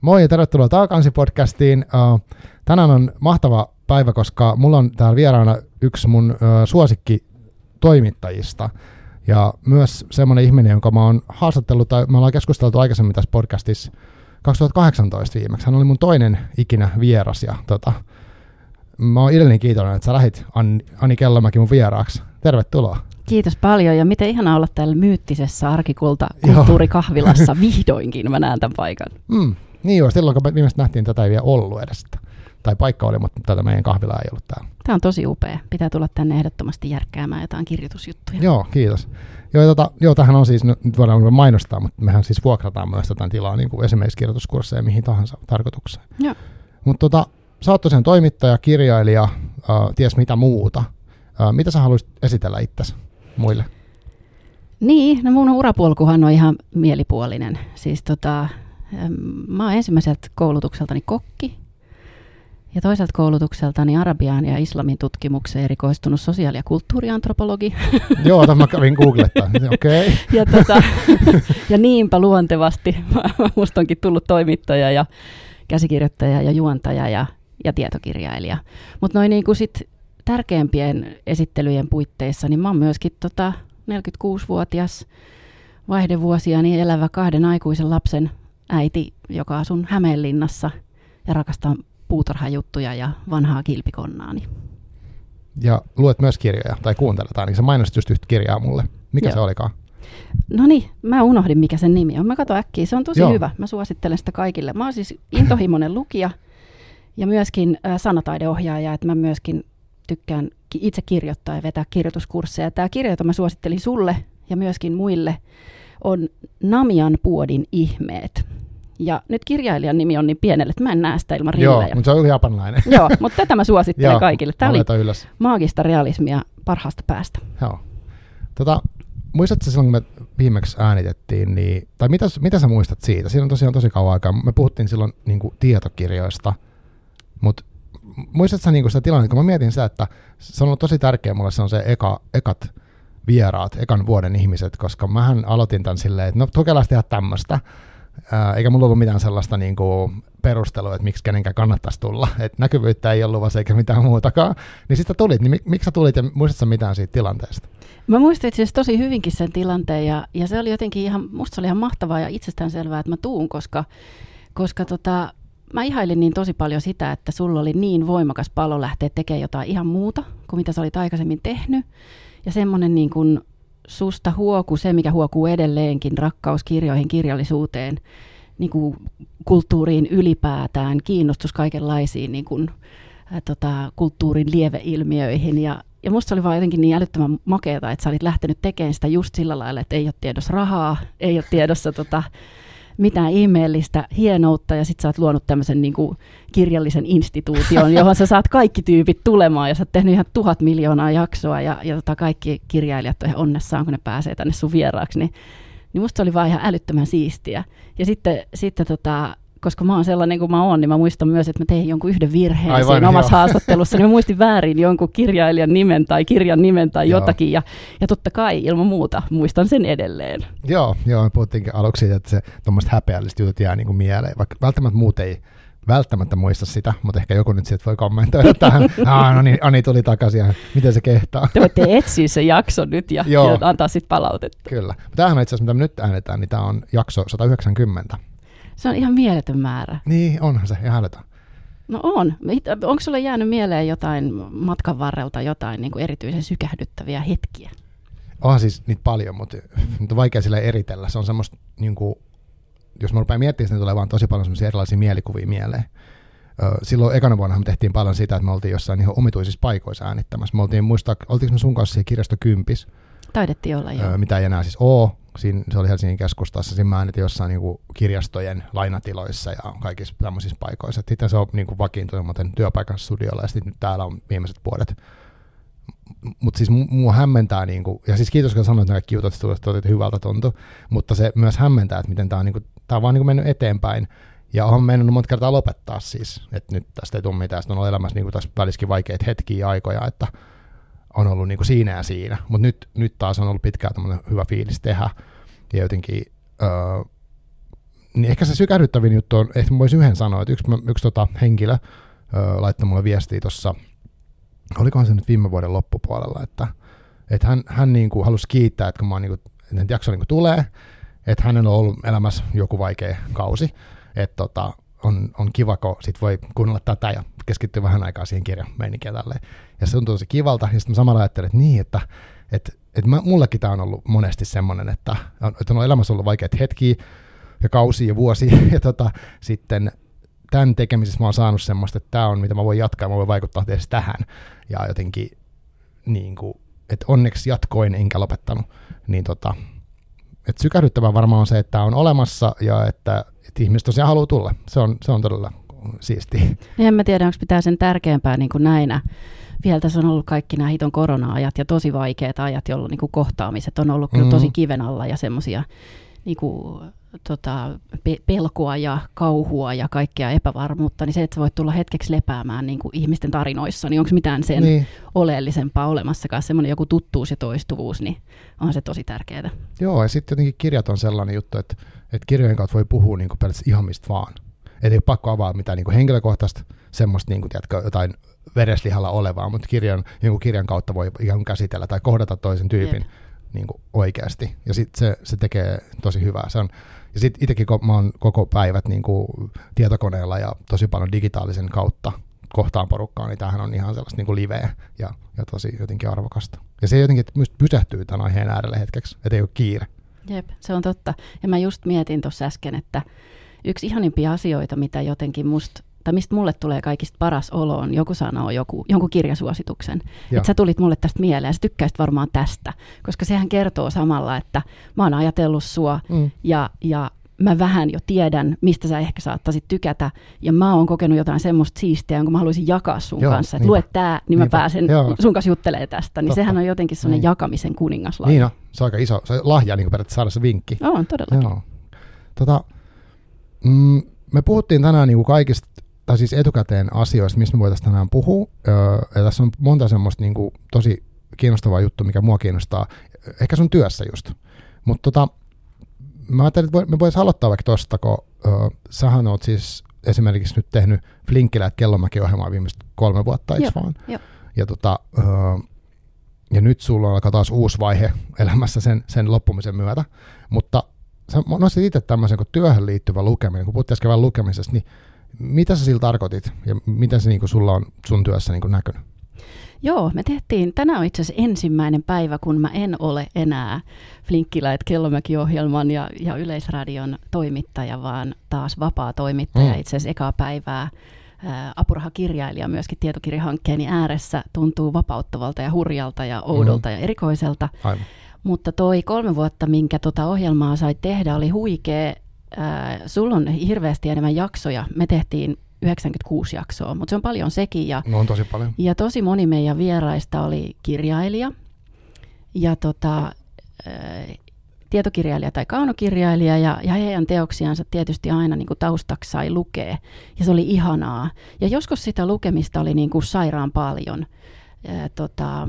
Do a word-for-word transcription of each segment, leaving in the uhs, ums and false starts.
Moi ja tervetuloa Taakansi-podcastiin. Tänään on mahtava päivä, koska mulla on täällä vieraana yksi mun suosikkitoimittajista ja myös semmoinen ihminen, jonka mä oon haastattellut tai me ollaan keskusteltu aikaisemmin tässä podcastissa kaksituhattakahdeksantoista viimeksi. Hän oli mun toinen ikinä vieras ja tota, mä oon iloinen kiitollinen, että sä lähit Anni, Ani Kellomäki mun vieraaksi. Tervetuloa. Kiitos paljon ja miten ihanaa olla täällä myyttisessä Arkikulta-kulttuurikahvilassa. Vihdoinkin mä näen tämän paikan. Mm, niin joo, silloin kun viimeistä nähtiin, tätä ei vielä ollut edes. Tai paikka oli, mutta tätä meidän kahvilaa ei ollut täällä. Tämä on tosi upea. Pitää tulla tänne ehdottomasti järkkäämään jotain kirjoitusjuttuja. Joo, kiitos. Joo, tota, joo tämähän on siis, nyt voidaan mainostaa, mutta mehän siis vuokrataan myös tätä tilaa niin kuin esimerkiksi kirjoituskursseja mihin tahansa tarkoitukseen. Joo. Mutta tota, sä oot tosiaan toimittaja, kirjailija, äh, ties mitä muuta. Äh, mitä sä haluaisit esitellä itsesi muille? Niin, no mun urapolkuhan on ihan mielipuolinen. Siis tota, mä oon ensimmäiseltä koulutukseltani kokki ja toiselta koulutukseltani arabiaan ja islamin tutkimukseen erikoistunut sosiaali- ja kulttuuriantropologi. Joo, tämä mä kävin googlettaa. Okei. Okay. Ja, tota, ja niinpä luontevasti musta onkin tullut toimittaja ja käsikirjoittaja ja juontaja ja, ja tietokirjailija. Mutta noin niinku sit tärkeimpien esittelyjen puitteissa, niin mä oon myöskin tota neljäkymmentäkuusivuotias vaihdevuosiani elävä kahden aikuisen lapsen äiti, joka asun Hämeenlinnassa ja rakastaa puutarhajuttuja ja vanhaa kilpikonnaani. Ja luet myös kirjoja, tai kuuntelet ainakin. Sä mainostit just yhtä kirjaa mulle. Mikä Joo. se olikaan? No niin, mä unohdin mikä sen nimi on. Mä katson äkkiä, se on tosi Joo. hyvä. Mä suosittelen sitä kaikille. Mä oon siis intohimoinen lukija ja myöskin äh, sanataideohjaaja, että mä myöskin tykkään itse kirjoittaa ja vetää kirjoituskursseja. Tämä kirja, jota mä suosittelin sulle ja myöskin muille, on Namian Puodin ihmeet. Ja nyt kirjailijan nimi on niin pienelle, että mä en näe sitä ilman rillejä. Joo, mutta se on japanilainen. Joo, mutta tätä mä suosittelen Joo, kaikille. Tämä oli ylös. maagista realismia parhaasta päästä. Joo. Tota, muistatko silloin, kun me viimeksi äänitettiin, niin, tai mitä, mitä sä muistat siitä? Siinä on tosiaan tosi kauan aikaa. Me puhuttiin silloin niin kuin tietokirjoista, mutta muistatko sä niin kuin sitä tilannetta, kun mä mietin sitä, että se on ollut tosi tärkeä mulle, se on se eka, ekat vieraat, ekan vuoden ihmiset, koska mähän aloitin tämän silleen, että no kokeillaan tehdä tämmöistä, Ää, eikä mulla ollut mitään sellaista niin kuin perustelua, että miksi kenenkään kannattaisi tulla, että näkyvyyttä ei ollut luvassa eikä mitään muutakaan, niin sitten tulit, niin mik, miksi sä tulit ja muistatko mitään siitä tilanteesta? Mä muistin itse asiassa tosi hyvinkin sen tilanteen ja, ja se oli jotenkin ihan, musta se oli ihan mahtavaa ja itsestäänselvää, että mä tuun, koska, koska tota, mä ihailin niin tosi paljon sitä, että sulla oli niin voimakas palo lähteä tekemään jotain ihan muuta kuin mitä sä olit aikaisemmin tehnyt. Ja semmoinen niin kuin susta huokuu se, mikä huokuu edelleenkin, rakkaus kirjoihin, kirjallisuuteen, niin kuin kulttuuriin ylipäätään, kiinnostus kaikenlaisiin niin kuin, ä, tota, kulttuurin lieveilmiöihin. Ja, ja musta se oli vaan jotenkin niin älyttömän makeata, että sä olit lähtenyt tekemään sitä just sillä lailla, että ei ole tiedossa rahaa, ei ole tiedossa tota, mitään ihmeellistä hienoutta, ja sit sä oot luonut tämmöisen niin kuin kirjallisen instituution, johon sä saat kaikki tyypit tulemaan, ja sä oot tehnyt ihan tuhat miljoonaa jaksoa, ja, ja tota kaikki kirjailijat on ihan onnessaan, kun ne pääsee tänne sun vieraaksi, niin, niin musta se oli vaan ihan älyttömän siistiä. Ja sitten, sitten tota, koska mä oon sellainen kuin mä oon, niin mä muistan myös, että mä tein jonkun yhden virheen Aivan, siinä omassa jo. haastattelussa, niin mä muistin väärin jonkun kirjailijan nimen tai kirjan nimen tai joo. jotakin, ja, ja totta kai ilman muuta muistan sen edelleen. Joo, joo, me puhuttiinkin aluksi siitä, että se tuommoiset häpeälliset jutut jää niin kuin mieleen, vaikka välttämättä muut ei välttämättä muista sitä, mutta ehkä joku nyt sieltä voi kommentoida tähän. Ah, no niin, Ani tuli takaisin ja miten se kehtaa. Te voitte etsiä se jakso nyt ja, ja antaa sitten palautetta. Kyllä. Tämähän on itse asiassa, mitä me nyt äänetään, niin tämä on jakso sata yhdeksänkymmentä. Se on ihan mieletön määrä. Niin, onhan se, ihan älytön. No on. Onko sulle jäänyt mieleen jotain matkan varrelta, jotain niin kuin erityisen sykähdyttäviä hetkiä? Onhan siis niitä paljon, mutta on vaikea sillä eritellä. Se on semmoista, niin kuin, jos mä rupean miettimään, niin tulee vaan tosi paljon semmoisia erilaisia mielikuvia mieleen. Silloin ekana vuonna me tehtiin paljon sitä, että me oltiin jossain ihan omituisissa paikoissa äänittämässä. Me oltiin, muistaa, oltiinko me sun kanssa siellä kirjasto Kympis? Taidettiin olla, joo. Mitä ei enää siis ole. Siin, se oli Helsingin keskustassa. Siinä mä äänitin jossain niin kuin kirjastojen lainatiloissa ja kaikissa tämmöisissä paikoissa. Sitten se on niin kuin vakiintunut työpaikan studiolla ja sitten nyt täällä on viimeiset vuodet. Mutta siis mua hämmentää, niin kuin, ja siis kiitos kun sanoit, että kaikki jutut tulivat hyvältä tuntu, mutta se myös hämmentää, että miten tämä on, niin kuin, tää on vaan niin kuin mennyt eteenpäin. Ja on mennyt monta kertaa lopettaa siis, että nyt tästä ei tule mitään. Sitten on ollut elämässä niin kuin tässä välissäkin vaikeita hetkiä ja aikoja, että on ollut niin kuin siinä ja siinä. Mutta nyt, nyt taas on ollut pitkään tämmöinen hyvä fiilis tehdä. Ja jotenkin, öö, niin ehkä se sykähdyttävin juttu on, ehkä mä voisin yhden sanoa, että yksi, yksi tota, henkilö ö, laittoi mulle viestiä tuossa, olikohan se nyt viime vuoden loppupuolella, että, että hän, hän niin kuin halusi kiittää, että kun mä oon, niin kuin, että jakso niin kuin tulee, että hänellä on ollut elämässä joku vaikea kausi, että tota, on, on kiva, kun sit voi kuunnella tätä ja keskittyä vähän aikaa siihen kirjan meininkiin tälleen. Ja se tuntuu tosi kivalta, ja sitten mä samalla ajattelin, että niin, että, että, että mä, mullekin tämä on ollut monesti semmoinen, että, että on elämässä ollut vaikeat hetkiä ja kausia ja vuosia, ja tota, sitten tämän tekemisessä mä oon saanut semmoista, että tämä on mitä mä voin jatkaa, mä voin vaikuttaa edes tähän, ja jotenkin niin kuin, että onneksi jatkoin enkä lopettanut, niin tota, että sykähdyttävää varmaan on se, että tämä on olemassa, ja että, että ihmiset tosiaan haluaa tulla, se on, se on todella siistiä. En mä tiedä, onko pitää sen tärkeämpää niin kuin näinä. Vielä tässä on ollut kaikki nämä hiton korona-ajat ja tosi vaikeat ajat, jolloin niin kuin kohtaamiset on ollut kyllä tosi kiven alla ja semmoisia niin kuin, tota, pe- pelkoa ja kauhua ja kaikkea epävarmuutta, niin se, että sä voit tulla hetkeksi lepäämään niin kuin ihmisten tarinoissa, niin onko mitään sen niin oleellisempaa olemassakaan, semmoinen joku tuttuus ja toistuvuus, niin on se tosi tärkeää. Joo, ja sitten jotenkin kirjat on sellainen juttu, että, että kirjojen kautta voi puhua niin kuin periaatteessa ihan mistä vaan. Et ei ole pakko avaa mitään niin kuin henkilökohtaista semmoista niin kuin, tiedätkö, jotain vereslihalla olevaa, mutta kirjan, niin kirjan kautta voi ihan käsitellä tai kohdata toisen tyypin yep. niin kuin oikeasti. Ja sitten se, se tekee tosi hyvää. Se on, ja sitten itsekin, kun mä oon koko päivät niin kuin tietokoneella ja tosi paljon digitaalisen kautta kohtaan porukkaa, niin tämähän on ihan sellaista niin kuin liveä ja, ja tosi jotenkin arvokasta. Ja se jotenkin myös pysähtyy tämän aiheen äärelle hetkeksi, ettei ole kiire. Jep, se on totta. Ja mä just mietin tuossa äsken, että yksi ihanimpia asioita, mitä jotenkin musta, tai mistä mulle tulee kaikista paras olo, on joku sanoo joku, jonkun kirjasuosituksen. Että sä tulit mulle tästä mieleen, ja sä tykkäisit varmaan tästä, koska sehän kertoo samalla, että mä oon ajatellut sua, mm. ja, ja mä vähän jo tiedän, mistä sä ehkä saattaisit tykätä, ja mä oon kokenut jotain semmoista siistiä, jonka mä haluaisin jakaa sun Joo, kanssa. Että luet tää, niin niinpä. Mä pääsen Joo. sun kanssa juttelemaan tästä. Niin Totta. Sehän on jotenkin semmoinen niin. jakamisen kuningaslaji. Niin on, se on aika iso, se lahja niin periaatteessa saada se vinkki. On, todellakin. Joo. Tota, mm, me puhuttiin tänään niin kuin kaikista, tai siis etukäteen asioista, mistä me voitaisiin tänään puhua. Öö, ja tässä on monta semmoista niin kuin, tosi kiinnostavaa juttua, mikä mua kiinnostaa. Ehkä sun työssä just. Mutta tota, mä ajattelin, että me voitaisiin aloittaa vaikka tosta, kun öö, sähän oot siis esimerkiksi nyt tehnyt Flinkkiläät Kellomäki-ohjelmaa viimeiset kolme vuotta, eikö vaan? Jo. Ja, tota, öö, ja nyt sulla on alkaa taas uusi vaihe elämässä sen, sen loppumisen myötä. Mutta sä nostit itse tämmöisen kuin työhön liittyvä lukeminen. Kun puhuttiin äsken vähän lukemisesta, niin mitä sä sillä tarkoitit ja miten se niin kuin sulla on sun työssä niin kuin näkynyt? Joo, me tehtiin, tänään on itse asiassa ensimmäinen päivä, kun mä en ole enää Flinkkiläät Kellomäki-ohjelman ja, ja Yleisradion toimittaja, vaan taas vapaa toimittaja. Mm. Itse asiassa ekaa päivää ää, apurahakirjailija myöskin tietokirjahankkeeni ääressä tuntuu vapauttavalta ja hurjalta ja oudolta mm. ja erikoiselta. Aivan. Mutta toi kolme vuotta, minkä tota ohjelmaa sai tehdä, oli huikea. Äh, sulla on hirveästi enemmän jaksoja. Me tehtiin yhdeksänkymmentäkuusi jaksoa, mutta se on paljon sekin. Ja, no on tosi paljon. Ja tosi moni meidän vieraista oli kirjailija ja tota, äh, tietokirjailija tai kaunokirjailija ja, ja heidän teoksiansa tietysti aina niin kuin taustaksi sai lukea. Ja se oli ihanaa. Ja joskus sitä lukemista oli niin kuin sairaan paljon. Äh, tota,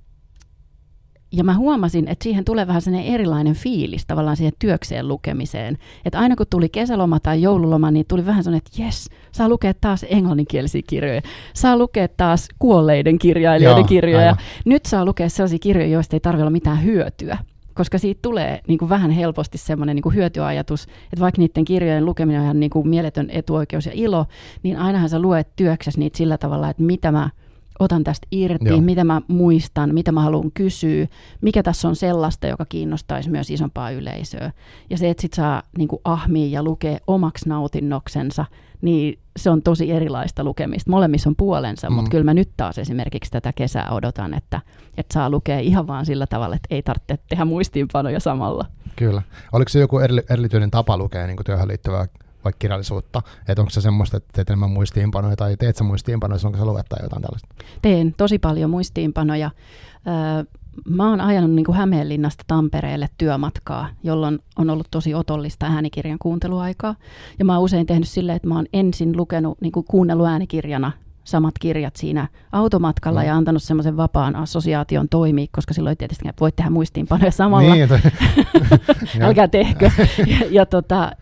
Ja mä huomasin, että siihen tulee vähän sellainen erilainen fiilis tavallaan siihen työkseen lukemiseen. Että aina kun tuli kesäloma tai joululoma, niin tuli vähän sellainen, että jes, saa lukea taas englanninkielisiä kirjoja. Saa lukea taas kuolleiden kirjailijoiden Joo, kirjoja. Aivan. Nyt saa lukea sellaisia kirjoja, joista ei tarvitse olla mitään hyötyä. Koska siitä tulee niin kuin vähän helposti semmoinen niin kuin hyötyajatus, että vaikka niiden kirjojen lukeminen on ihan niin kuin mieletön etuoikeus ja ilo, niin ainahan sä luet työksessä niitä sillä tavalla, että mitä mä otan tästä irti, Joo. mitä mä muistan, mitä mä haluan kysyä, mikä tässä on sellaista, joka kiinnostaisi myös isompaa yleisöä. Ja se, että sit saa niin kuin ahmia ja lukea omaksi nautinnoksensa, niin se on tosi erilaista lukemista. Molemmissa on puolensa, mm. mutta kyllä mä nyt taas esimerkiksi tätä kesää odotan, että, että saa lukea ihan vaan sillä tavalla, että ei tarvitse tehdä muistiinpanoja samalla. Kyllä. Oliko se joku eri, erityinen tapa lukea niin kuin työhön liittyvää vaikka kirjallisuutta, että onko se semmoista, että teet enemmän muistiinpanoja tai teet sä muistiinpanoja, onko sä luet tai jotain tällaista? Teen tosi paljon muistiinpanoja. Öö, mä oon ajanut niin kuin Hämeenlinnasta Tampereelle työmatkaa, jolloin on ollut tosi otollista äänikirjan kuunteluaikaa. Ja mä oon usein tehnyt silleen, että mä oon ensin lukenut, niin kuin kuunnellut äänikirjana samat kirjat siinä automatkalla mm. ja antanut semmoisen vapaan assosiaation toimia, koska silloin tietysti voit tehdä muistiinpanoja samalla. Niin, Älkää tehkö. ja, ja tota,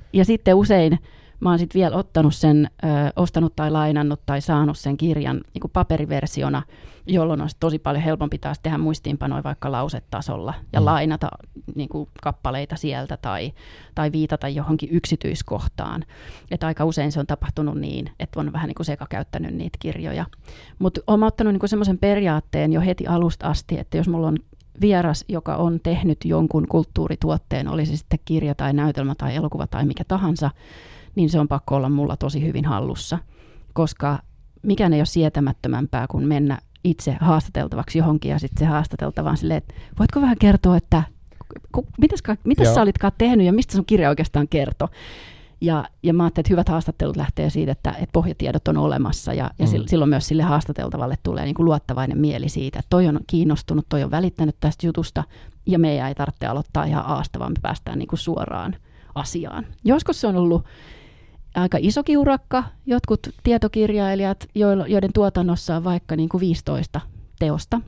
ja sitten usein mä oon sitten vielä ottanut sen, ö, ostanut tai lainannut tai saanut sen kirjan niin kuin paperiversiona, jolloin on tosi paljon helpompi taas tehdä muistiinpanoja vaikka lausetasolla ja mm. lainata niin kuin kappaleita sieltä tai, tai viitata johonkin yksityiskohtaan. Että aika usein se on tapahtunut niin, että on vähän niin kuin sekakäyttänyt niitä kirjoja. Mutta olen ottanut niin kuin semmoisen periaatteen jo heti alusta asti, että jos mulla on vieras, joka on tehnyt jonkun kulttuurituotteen, oli se sitten kirja tai näytelmä tai elokuva tai mikä tahansa, niin se on pakko olla mulla tosi hyvin hallussa, koska mikään ei ole sietämättömämpää kuin mennä itse haastateltavaksi johonkin ja sitten se haastateltava on silleen, että voitko vähän kertoa, että ku, mitäs, mitäs sä olitkaan tehnyt ja mistä sun kirja oikeastaan kertoi. Ja, ja mä ajattelin, että hyvät haastattelut lähtee siitä, että, että pohjatiedot on olemassa ja, ja mm. silloin myös sille haastateltavalle tulee niin kuin luottavainen mieli siitä, että toi on kiinnostunut, toi on välittänyt tästä jutusta ja meidän ei tarvitse aloittaa ihan aasta, vaan me päästään niin kuin suoraan asiaan. Joskus se on ollut aika isokin urakka. Jotkut tietokirjailijat, joiden tuotannossa on vaikka niin kuin viisitoista teosta,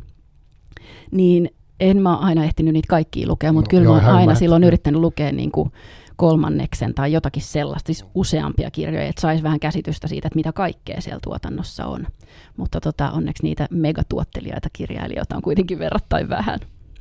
niin en mä aina ehtinyt niitä kaikkia lukea, mutta no, kyllä joo, mä oon aina silloin yrittänyt lukea niin kuin kolmanneksen tai jotakin sellaista, siis useampia kirjoja, että saisi vähän käsitystä siitä, että mitä kaikkea siellä tuotannossa on. Mutta tota, onneksi niitä megatuottelijaita kirjailijoita on kuitenkin verrattain vähän.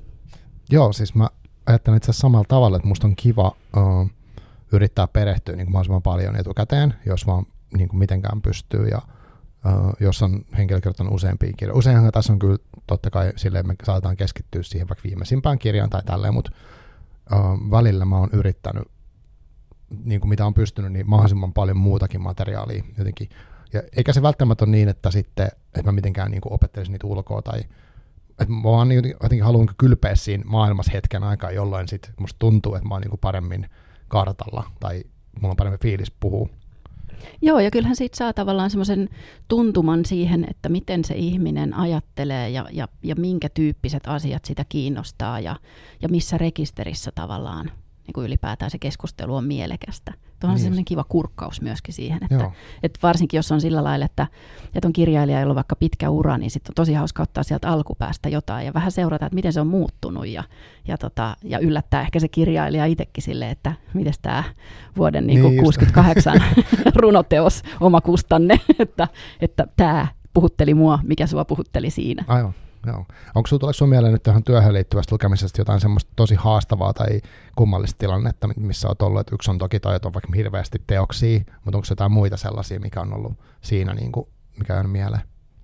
Joo, siis mä ajattelen itse asiassa samalla tavalla, että musta on kiva uh, yrittää perehtyä niin kuin mahdollisimman paljon etukäteen, jos vaan niin kuin mitenkään pystyy, ja uh, jos on henkilö kirjoittanut useampia kirjoja. Useinhan tässä on kyllä totta kai silleen, me saatetaan keskittyä siihen vaikka viimeisimpään kirjaan tai tälleen, mutta uh, välillä mä oon yrittänyt, niin kuin mitä on pystynyt, niin mahdollisimman paljon muutakin materiaalia jotenkin. Ja eikä se välttämättä ole niin, että sitten, että mä mitenkään niin kuin opettelisin niitä ulkoa tai että mä vaan jotenkin haluan kylpeä siinä maailmassa hetken aikaa, jolloin sitten musta tuntuu, että mä oon niin kuin paremmin kartalla tai mulla on paremmin fiilis puhua. Joo, ja kyllähän siitä saa tavallaan semmoisen tuntuman siihen, että miten se ihminen ajattelee ja, ja, ja minkä tyyppiset asiat sitä kiinnostaa ja, ja missä rekisterissä tavallaan niin kuin ylipäätään se keskustelu on mielekästä. Tuo on niin. Semmoinen kiva kurkkaus myöskin siihen, että, että varsinkin jos on sillä lailla, että, että on kirjailija, jolla on vaikka pitkä ura, niin sitten on tosi hauska ottaa sieltä alkupäästä jotain ja vähän seurata, että miten se on muuttunut ja, ja, tota, ja yllättää ehkä se kirjailija itsekin silleen, että miten tämä vuoden niin kuin niin kuusikymmentäkahdeksan runoteos oma kustanne, että, että tämä puhutteli mua, mikä sua puhutteli siinä. Aivan. Joo. Onko sinulla tulee sun mieleen nyt tähän työhön liittyvästä lukemisesta jotain semmoista tosi haastavaa tai kummallista tilannetta, missä olet ollut, että yksi on toki toi, että on vaikka hirveästi teoksia, mutta onko jotain muita sellaisia, mikä on ollut siinä, niin kuin, mikä on mieleen?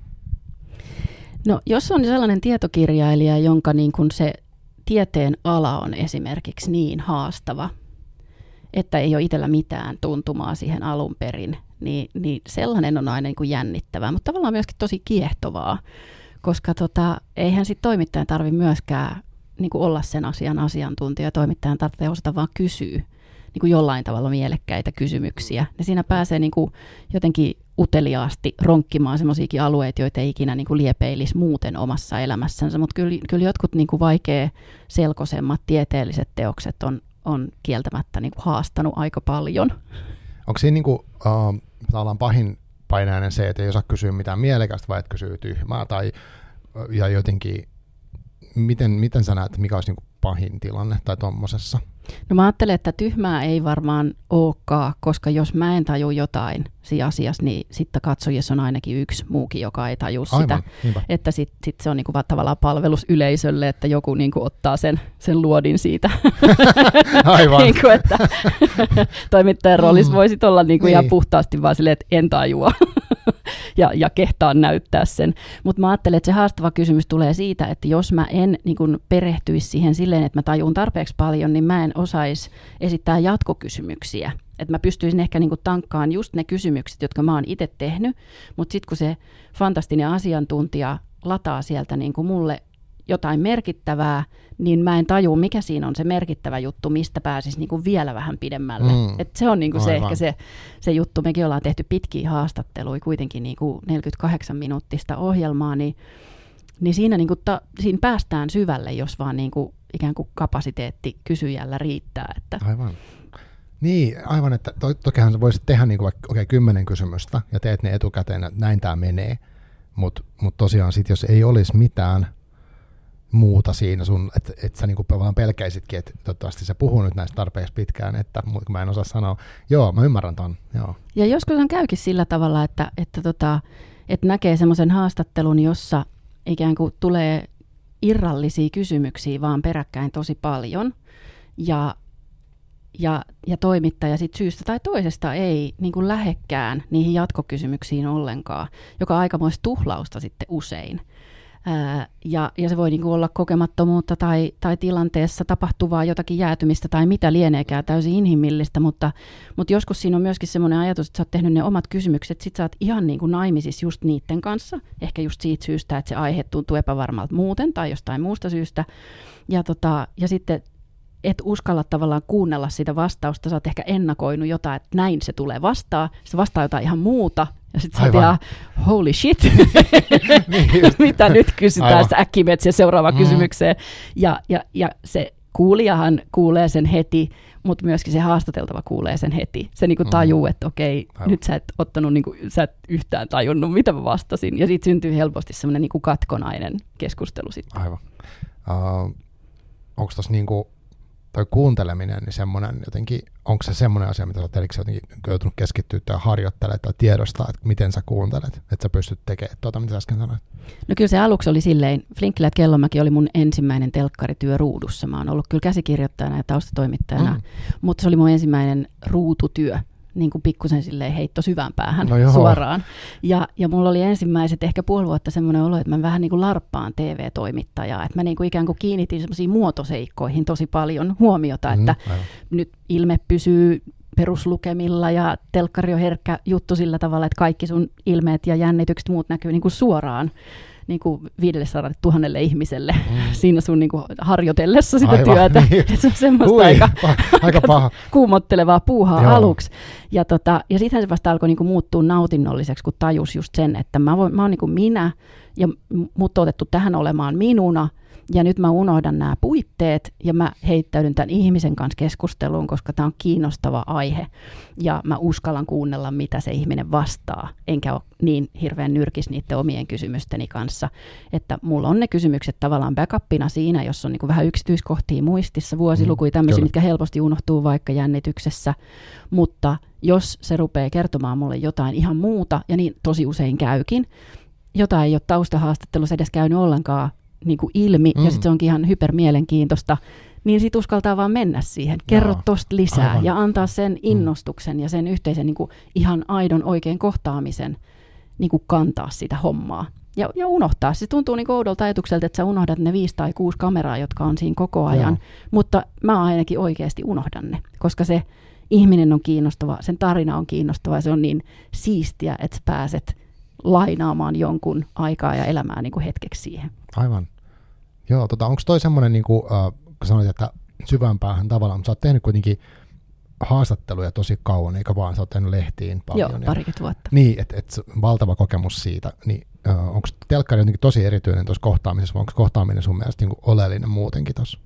No jos on sellainen tietokirjailija, jonka niin kuin se tieteen ala on esimerkiksi niin haastava, että ei ole itsellä mitään tuntumaa siihen alun perin, niin, niin sellainen on aina niin kuin jännittävää, mutta tavallaan myöskin tosi kiehtovaa. Koska tota, eihän sit toimittajan tarvitse myöskään niin kuin olla sen asian asiantuntija. Toimittajan tarvitsee osata vaan kysyä niin kuin jollain tavalla mielekkäitä kysymyksiä. Ja siinä pääsee niin kuin jotenkin uteliaasti ronkkimaan semmoisiakin alueita, joita ei ikinä niin kuin liepeilisi muuten omassa elämässänsä. Mutta kyllä, kyllä jotkut niin kuin vaikea selkoisemmat tieteelliset teokset on, on kieltämättä niin kuin haastanut aika paljon. Onko siinä niin kuin, uh, pahin painainen se, että ei osaa kysyä mitään mielekästä, vai et kysyy tyhmää, tai ja jotenkin, miten, miten sä näet, mikä olisi niin kuin pahin tilanne tai tommosessa? No mä ajattelen, että tyhmää ei varmaan olekaan, koska jos mä en taju jotain siinä asiassa, niin sitten katsojissa on ainakin yksi muukin, joka ei taju sitä. Aivan, niinpä. Että sitten sit se on niinku tavallaan palvelus yleisölle, että joku niinku ottaa sen, sen luodin siitä. Aivan. niinku, että toimittajan roolissa mm. voisit olla niinku niin. ihan puhtaasti vaan silleen, että en tajua. ja, ja kehtaa näyttää sen. Mutta mä ajattelen, että se haastava kysymys tulee siitä, että jos mä en niin kun perehtyisi siihen silleen, että mä tajun tarpeeksi paljon, niin mä en osaisi esittää jatkokysymyksiä. Että mä pystyisin ehkä niin kun tankkaan just ne kysymykset, jotka mä oon itse tehnyt, mutta sitten kun se fantastinen asiantuntija lataa sieltä niin kun mulle jotain merkittävää, niin mä en tajua, mikä siinä on se merkittävä juttu, mistä pääsisi niin kuin vielä vähän pidemmälle. Mm. Et se on niin kuin se, ehkä se, se juttu. Mekin ollaan tehty pitkiä haastatteluja, kuitenkin niin kuin neljäkymmentäkahdeksan minuuttista ohjelmaa, niin, niin, siinä, niin kuin ta, siinä päästään syvälle, jos vaan niin kuin ikään kuin kapasiteetti kysyjällä riittää. Että. Aivan. Niin, aivan, että to, tokihan sä voisit tehdä niin kuin vaikka okay, kymmenen kysymystä ja teet ne etukäteen, että näin tämä menee, mutta mut tosiaan sit, jos ei olisi mitään, muuta siinä sun, että et sä niinku vaan pelkäisitkin, että toivottavasti sä puhuu nyt näistä tarpeeksi pitkään, että mä en osaa sanoa. Joo, mä ymmärrän ton. Joo. Ja joskus on käykin sillä tavalla, että, että, tota, että näkee semmoisen haastattelun, jossa ikään kuin tulee irrallisia kysymyksiä vaan peräkkäin tosi paljon, ja, ja, ja toimittaja sit syystä tai toisesta ei niin kuin lähekkään niihin jatkokysymyksiin ollenkaan, joka on aikamoista tuhlausta sitten usein. Ää, ja, ja se voi niin kuin olla kokemattomuutta tai, tai tilanteessa tapahtuvaa jotakin jäätymistä tai mitä lieneekään täysin inhimillistä, mutta, mutta joskus siinä on myöskin semmoinen ajatus, että sä oot tehnyt ne omat kysymykset, sit sä oot ihan niin kuin naimisissa just niiden kanssa, ehkä just siitä syystä, että se aihe tuntuu epävarmalta muuten tai jostain muusta syystä, ja, tota, ja sitten et uskalla tavallaan kuunnella sitä vastausta, sä oot ehkä ennakoinut jotain, että näin se tulee vastaan, se vastaa jotain ihan muuta, ja sitten sä oot ihan, holy shit, mitä nyt kysytään sitä äkkimetsiä seuraavaan mm. kysymykseen. Ja, ja, ja se kuulijahan kuulee sen heti, mutta myöskin se haastateltava kuulee sen heti. Se niinku tajuu, mm. että okei, Aivan. nyt sä et ottanut, niinku, sä et yhtään tajunnut, mitä mä vastasin. Ja siitä syntyy helposti semmoinen niinku katkonainen keskustelu sitten. Aivan. Uh, onko tossa niinku toi kuunteleminen, niin semmoinen jotenkin, onko se semmoinen asia, mitä sä oot erikseen jotenkin joutunut keskittyä tai harjoittelemaan tai tiedostaa, että miten sä kuuntelet, että sä pystyt tekemään tuota, mitä sä äsken sanoit? No kyllä se aluksi oli silleen, Flinkkilät Kellomäki oli mun ensimmäinen telkkarityö ruudussa. Mä oon ollut kyllä käsikirjoittajana ja taustatoimittajana, mm. mutta se oli mun ensimmäinen ruututyö. Niin kuin pikkusen silleen heitto syvään päähän no suoraan. Ja, ja mulla oli ensimmäiset ehkä puoli vuotta semmoinen olo, että mä vähän niin kuin larppaan T V-toimittajaa. Että mä niin kuin ikään kuin kiinnitin semmoisiin muotoseikkoihin tosi paljon huomiota, että mm, nyt ilme pysyy peruslukemilla ja telkkari on herkkä juttu sillä tavalla, että kaikki sun ilmeet ja jännitykset muut näkyy niin kuin suoraan niin kuin viidessäsadalletuhannelle ihmiselle mm. siinä sun niin kuin harjoitellessa sitä Aivan, työtä. Niin. Se on semmoista Ui, aika, pa- aika paha. kuumottelevaa puuhaa Joo. aluksi. Ja, tota, ja sitten se vasta alkoi niin kuin muuttua nautinnolliseksi, kun tajus just sen, että mä, voin, mä oon niin kuin minä ja mut on otettu tähän olemaan minuna. Ja nyt mä unohdan nämä puitteet ja mä heittäydyn tämän ihmisen kanssa keskusteluun, koska tämä on kiinnostava aihe. Ja mä uskallan kuunnella, mitä se ihminen vastaa. Enkä ole niin hirveän nyrkis niiden omien kysymysteni kanssa. Että mulla on ne kysymykset tavallaan backupina siinä, jos on niin kuin vähän yksityiskohtia muistissa, vuosilukuja, tämmöisiä, mitkä helposti unohtuu vaikka jännityksessä. Mutta jos se rupeaa kertomaan mulle jotain ihan muuta, ja niin tosi usein käykin, jota ei ole taustahaastattelussa edes käynyt ollenkaan, niin kuin ilmi, mm. ja sitten se onkin ihan hypermielenkiintoista, niin sit uskaltaa vaan mennä siihen. Kerro Jaa, tosta lisää aivan. ja antaa sen innostuksen mm. ja sen yhteisen niin kuin ihan aidon oikein kohtaamisen niin kuin kantaa sitä hommaa. Ja, ja unohtaa. Se tuntuu niin kuin oudolta ajatukselta, että sä unohdat ne viisi tai kuusi kameraa, jotka on siinä koko ajan, Jaa. mutta mä ainakin oikeasti unohdan ne, koska se ihminen on kiinnostava, sen tarina on kiinnostava, se on niin siistiä, että sä pääset lainaamaan jonkun aikaa ja elämää niin kuin hetkeksi siihen. Aivan. Joo, tota, onko toi semmoinen, niin kuin, äh, kun sanoit, että syvään päähän tavallaan, mutta sä oot tehnyt kuitenkin haastatteluja tosi kauan, eikä vaan sä oot tehnyt lehtiin paljon. Joo, parikymmentä vuotta. Niin, että et, valtava kokemus siitä. Niin, äh, onko telkkari jotenkin tosi erityinen tuossa kohtaamisessa, vai onko kohtaaminen sun mielestä niin kuin oleellinen muutenkin tuossa?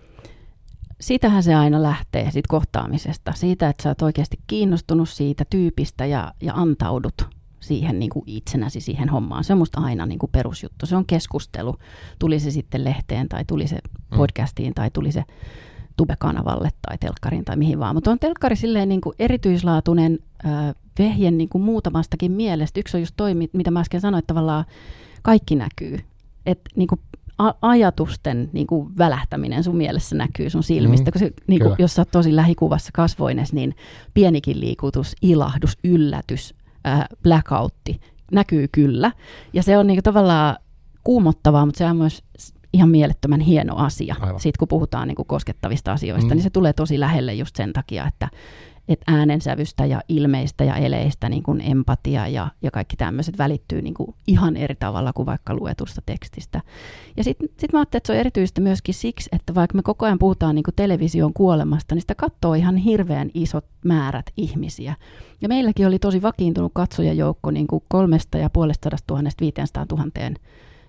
Siitähän se aina lähtee, siitä kohtaamisesta. Siitä, että sä oot oikeasti kiinnostunut siitä tyypistä ja, ja antaudut siihen niin kuin itsenäsi siihen hommaan. Se on musta aina niin kuin perusjuttu. Se on keskustelu. Tuli se sitten lehteen tai tuli se podcastiin tai tuli se Tube-kanavalle tai telkkariin tai mihin vaan. Mutta on telkkari silleen niin kuin erityislaatuinen äh, vehjen niin kuin muutamastakin mielestä. Yksi on just toi, mitä mä äsken sanoin, että tavallaan kaikki näkyy. Että niin kuin a- ajatusten niin kuin välähtäminen sun mielessä näkyy sun silmistä. Mm, se, niin kuin, jos sä oot tosi lähikuvassa kasvoines, niin pienikin liikutus, ilahdus, yllätys, Äh, blackoutti näkyy kyllä. Ja se on niinku tavallaan kuumottavaa, mutta se on myös ihan mielettömän hieno asia. Sitten kun puhutaan niinku koskettavista asioista, mm. niin se tulee tosi lähelle just sen takia, että et äänensävystä ja ilmeistä ja eleistä niin kuin empatia ja, ja kaikki tämmöiset välittyy niin kuin ihan eri tavalla kuin vaikka luetusta tekstistä. Ja sitten sit mä ajattelin, että se on erityistä myöskin siksi, että vaikka me koko ajan puhutaan niin kuin television kuolemasta, niin sitä katsoo ihan hirveän isot määrät ihmisiä. Ja meilläkin oli tosi vakiintunut katsojajoukko niin kuin kolmesta ja puolesta sadasta tuhannesta viiteensataan tuhanteen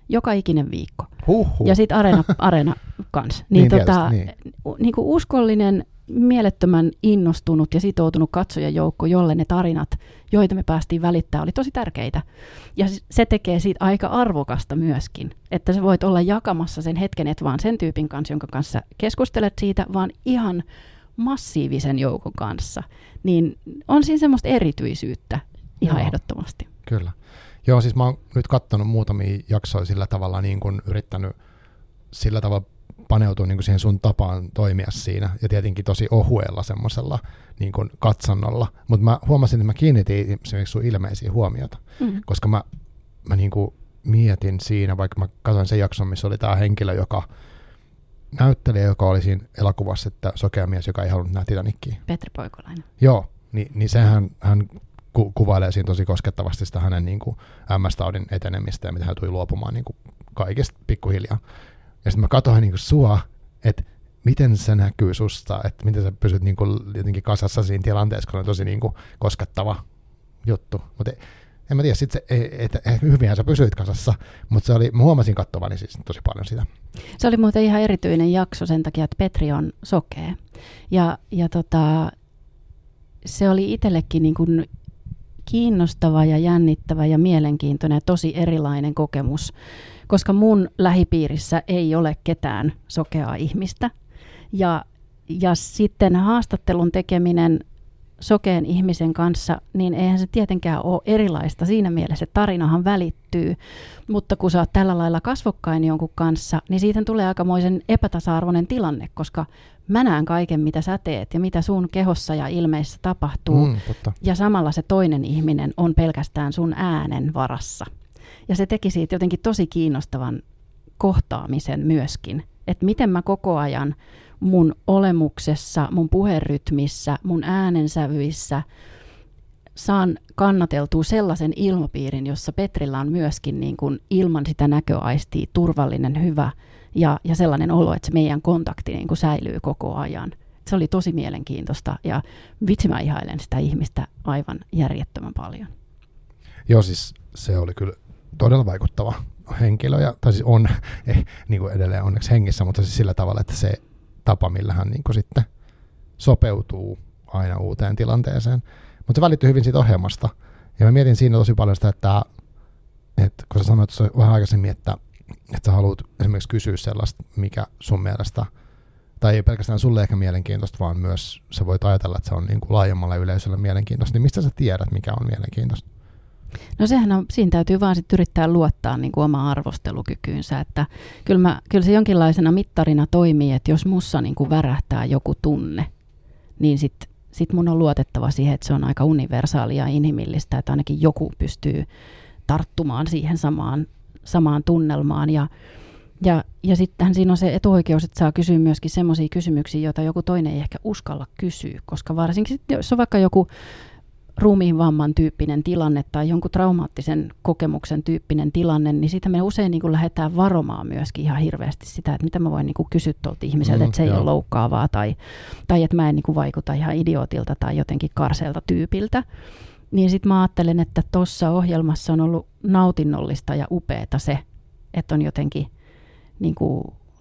joka ikinen viikko. Huhhuh. Ja sitten Areena, Areena kanssa. Niin, niin, tota, niin. Niin kuin uskollinen, mielettömän innostunut ja sitoutunut katsojajoukko, jolle ne tarinat, joita me päästiin välittämään, oli tosi tärkeitä. Ja se tekee siitä aika arvokasta myöskin, että sä voit olla jakamassa sen hetken, et vaan sen tyypin kanssa, jonka kanssa keskustelet siitä, vaan ihan massiivisen joukon kanssa. Niin on siinä semmoista erityisyyttä ihan Joo. ehdottomasti. Kyllä. Joo, siis mä oon nyt katsonut muutamia jaksoja sillä tavalla, niin kuin yrittänyt sillä tavalla paneutua niin kuin siihen sun tapaan toimia siinä, ja tietenkin tosi ohuella semmoisella niin kuin katsannolla, mutta mä huomasin, että mä kiinnitin esimerkiksi sun ilmeisiä huomiota, mm. koska mä, mä niin kuin mietin siinä, vaikka mä katsoin sen jakson, missä oli tää henkilö, joka näyttelijä, joka oli siinä elokuvassa, että sokea mies, joka ei halunnut nähdä Titanicia. Petri Poikolainen. Joo, niin, niin sehän hän ku, kuvailee siinä tosi koskettavasti sitä hänen niin kuin M S-taudin etenemistä ja mitä hän tuli luopumaan niin kuin kaikesta pikkuhiljaa. Ja sitten mä katsoin niin kuin sua, että miten se näkyy susta, että miten sä pysyt niin kuin jotenkin kasassa siinä tilanteessa, kun on tosi niin kuin koskettava juttu. Mutta en mä tiedä, sit se, et, et, hyvinhän sä pysyit kasassa, mutta se oli, mä huomasin katsovani siis tosi paljon sitä. Se oli muuten ihan erityinen jakso sen takia, että Petri on sokea. Ja, ja tota, se oli itsellekin niin kuin kiinnostava ja jännittävä ja mielenkiintoinen ja tosi erilainen kokemus, koska mun lähipiirissä ei ole ketään sokeaa ihmistä. Ja, ja sitten haastattelun tekeminen sokeen ihmisen kanssa, niin eihän se tietenkään ole erilaista. Siinä mielessä se tarinahan välittyy, mutta kun sä oot tällä lailla kasvokkain jonkun kanssa, niin siitä tulee aikamoisen epätasa-arvoinen tilanne, koska mä näen kaiken, mitä sä teet ja mitä sun kehossa ja ilmeissä tapahtuu. Mm, totta. Ja samalla se toinen ihminen on pelkästään sun äänen varassa. Ja se teki siitä jotenkin tosi kiinnostavan kohtaamisen myöskin, että miten mä koko ajan mun olemuksessa, mun puherytmissä, mun äänensävyissä saan kannateltua sellaisen ilmapiirin, jossa Petrillä on myöskin niin kuin ilman sitä näköaistia turvallinen, hyvä ja, ja sellainen olo, että se meidän kontakti niin kuin säilyy koko ajan. Se oli tosi mielenkiintoista ja vitsi mä ihailen sitä ihmistä aivan järjettömän paljon. Joo, siis se oli kyllä todella vaikuttava henkilö, ja, tai siis on eh, niin kuin edelleen onneksi hengissä, mutta siis sillä tavalla, että se tapa, millä hän niin kuin sitten sopeutuu aina uuteen tilanteeseen. Mutta se välittyy hyvin siitä ohjelmasta. Ja mä mietin siinä tosi paljon sitä, että, että kun sä sanoit vähän aikaisemmin, että, että sä haluat esimerkiksi kysyä sellaista, mikä sun mielestä, tai ei pelkästään sulle ehkä mielenkiintoista, vaan myös sä voit ajatella, että se on niin kuin laajemmalle yleisölle mielenkiintoista, niin mistä sä tiedät, mikä on mielenkiintoista? No sehän on, siinä täytyy vaan sit yrittää luottaa niin kuin omaan arvostelukykyynsä, että kyllä, mä, kyllä se jonkinlaisena mittarina toimii, että jos mussa niin kuin värähtää joku tunne, niin sitten sit mun on luotettava siihen, että se on aika universaalia ja inhimillistä, että ainakin joku pystyy tarttumaan siihen samaan, samaan tunnelmaan. Ja, ja, ja sittenhän siinä on se etuoikeus, että saa kysyä myöskin semmoisia kysymyksiä, joita joku toinen ei ehkä uskalla kysyä, koska varsinkin jos on vaikka joku ruumiinvamman tyyppinen tilanne tai jonkun traumaattisen kokemuksen tyyppinen tilanne, niin siitä me usein niin kuin lähdetään varomaan myöskin ihan hirveästi sitä, että mitä mä voin niin kuin kysyä tuolta ihmiseltä, mm, että se ei joo. ole loukkaavaa tai, tai että mä en niin kuin vaikuta ihan idiootilta tai jotenkin karseelta tyypiltä. Niin sitten mä ajattelen, että tuossa ohjelmassa on ollut nautinnollista ja upeata se, että on jotenkin niin kuin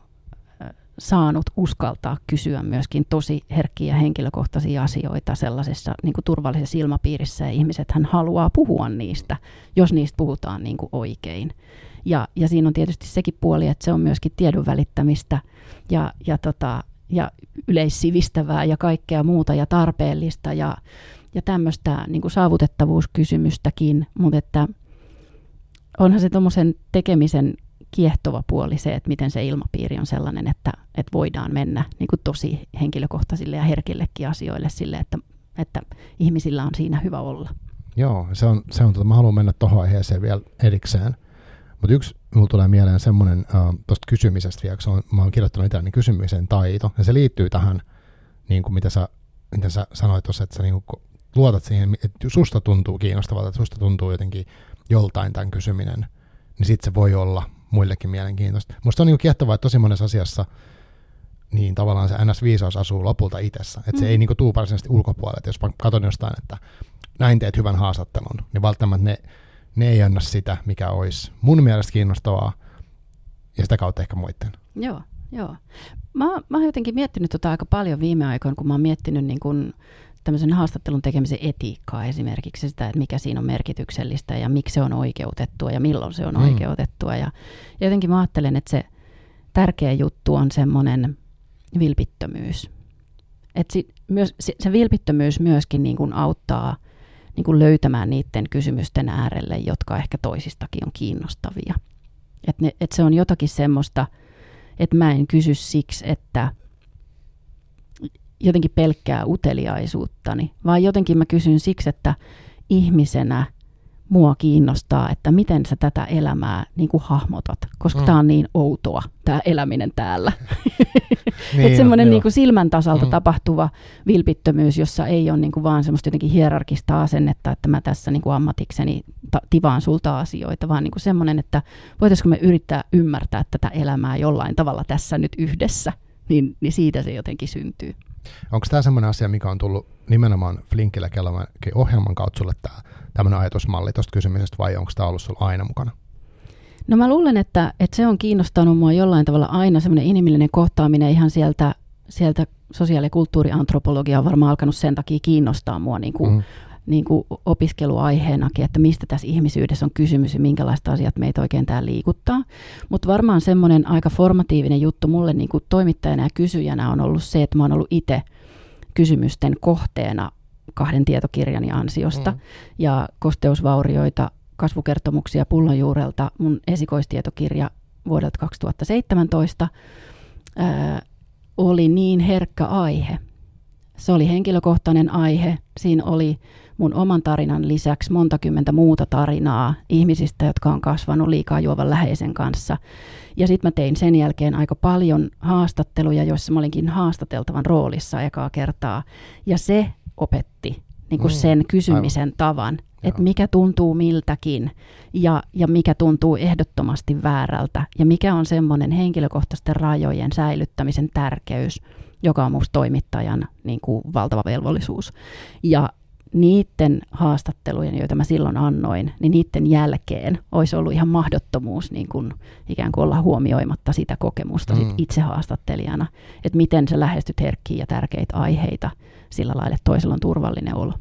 saanut uskaltaa kysyä myöskin tosi herkkiä henkilökohtaisia asioita sellaisessa niin kuin turvallisessa ilmapiirissä, ja ihmisethän haluaa puhua niistä, jos niistä puhutaan niin kuin oikein. Ja, ja siinä on tietysti sekin puoli, että se on myöskin tiedon välittämistä ja, ja, tota, ja yleissivistävää ja kaikkea muuta ja tarpeellista ja, ja tämmöistä niin kuin saavutettavuuskysymystäkin, mutta että onhan se tuommoisen tekemisen kiehtova puoli se, että miten se ilmapiiri on sellainen, että, että voidaan mennä niin kuin tosi henkilökohtaisille ja herkillekin asioille sille, että, että ihmisillä on siinä hyvä olla. Joo, se on, se on tota, mä haluan mennä tuohon aiheeseen vielä erikseen. Mutta yksi, mulla tulee mieleen semmoinen uh, tuosta kysymisestä vielä, kun on, mä oon kirjoittanut itselläni kysymisen taito, ja se liittyy tähän, niin kuin mitä sä, mitä sä sanoit tuossa, että sä niin kuin luotat siihen, että susta tuntuu kiinnostavalta, että susta tuntuu jotenkin joltain tämän kysyminen, niin sitten se voi olla muillekin mielenkiintoista. Musta on niin kiehtovaa, että tosi monessa asiassa niin tavallaan se N S-viisaus asuu lopulta itsessä. Että mm. se ei niin tuu varsinaisesti ulkopuolelle. Et jos mä katson jostain, että näin teet hyvän haastattelun, niin välttämättä ne, ne ei anna sitä, mikä olisi mun mielestä kiinnostavaa, ja sitä kautta ehkä muiden. Joo, joo. Mä, mä oon jotenkin miettinyt tota aika paljon viime aikoina, kun mä oon miettinyt niin kun tämmöisen haastattelun tekemisen etiikkaa esimerkiksi sitä, että mikä siinä on merkityksellistä ja miksi se on oikeutettua ja milloin se on mm. oikeutettua. Ja, ja jotenkin mä ajattelen, että se tärkeä juttu on semmoinen vilpittömyys. Että si, myös, se, se vilpittömyys myöskin niin kuin auttaa niin kuin löytämään niiden kysymysten äärelle, jotka ehkä toisistakin on kiinnostavia. Että et se on jotakin semmoista, että mä en kysy siksi, että jotenkin pelkkää uteliaisuuttani, vaan jotenkin mä kysyn siksi, että ihmisenä mua kiinnostaa, että miten sä tätä elämää niin kuin hahmotat, koska mm. tää on niin outoa, tää eläminen täällä. niin, että semmoinen niin kuin silmän tasalta mm. tapahtuva vilpittömyys, jossa ei ole niin kuin vaan semmoista jotenkin hierarkista asennetta, että mä tässä niin kuin ammatikseni ta- tivaan sulta asioita, vaan niin kuin semmoinen, että voitaisiko me yrittää ymmärtää tätä elämää jollain tavalla tässä nyt yhdessä, niin, niin siitä se jotenkin syntyy. Onko tämä semmoinen asia, mikä on tullut nimenomaan Flinkillä Kellomäki ohjelman kautta sulle tämä tämmöinen ajatusmalli tuosta kysymisestä, vai onko tämä ollut sulla aina mukana? No mä luulen, että, että se on kiinnostanut mua jollain tavalla aina, semmoinen inhimillinen kohtaaminen ihan sieltä, sieltä sosiaali- ja kulttuuriantropologia on varmaan alkanut sen takia kiinnostaa mua niin kuin, mm. niin kuin opiskeluaiheenakin, että mistä tässä ihmisyydessä on kysymys ja minkälaista asiat meitä oikein täällä liikuttaa. Mutta varmaan semmoinen aika formatiivinen juttu mulle niin kuin toimittajana ja kysyjänä on ollut se, että mä oon ollut itse kysymysten kohteena kahden tietokirjani ansiosta. Mm. Ja kosteusvaurioita, kasvukertomuksia pullonjuurelta, mun esikoistietokirja vuodelta kaksituhattaseitsemäntoista, ää, oli niin herkkä aihe. Se oli henkilökohtainen aihe. Siinä oli mun oman tarinan lisäksi monta kymmentä muuta tarinaa ihmisistä, jotka on kasvanut liikaa juovan läheisen kanssa. Ja sitten mä tein sen jälkeen aika paljon haastatteluja, joissa mä olinkin haastateltavan roolissa ekaa kertaa. Ja se opetti niin kuin sen kysymisen Aivan. tavan, että mikä tuntuu miltäkin ja, ja mikä tuntuu ehdottomasti väärältä. Ja mikä on semmoinen henkilökohtaisten rajojen säilyttämisen tärkeys, joka on musta toimittajan niin kuin valtava velvollisuus. Ja niiden haastattelujen, joita mä silloin annoin, niin niiden jälkeen olisi ollut ihan mahdottomuus niin kuin ikään kuin olla huomioimatta sitä kokemusta mm. sit itse haastattelijana, että miten sä lähestyt herkkiä ja tärkeitä aiheita sillä lailla, että toisella on turvallinen olo.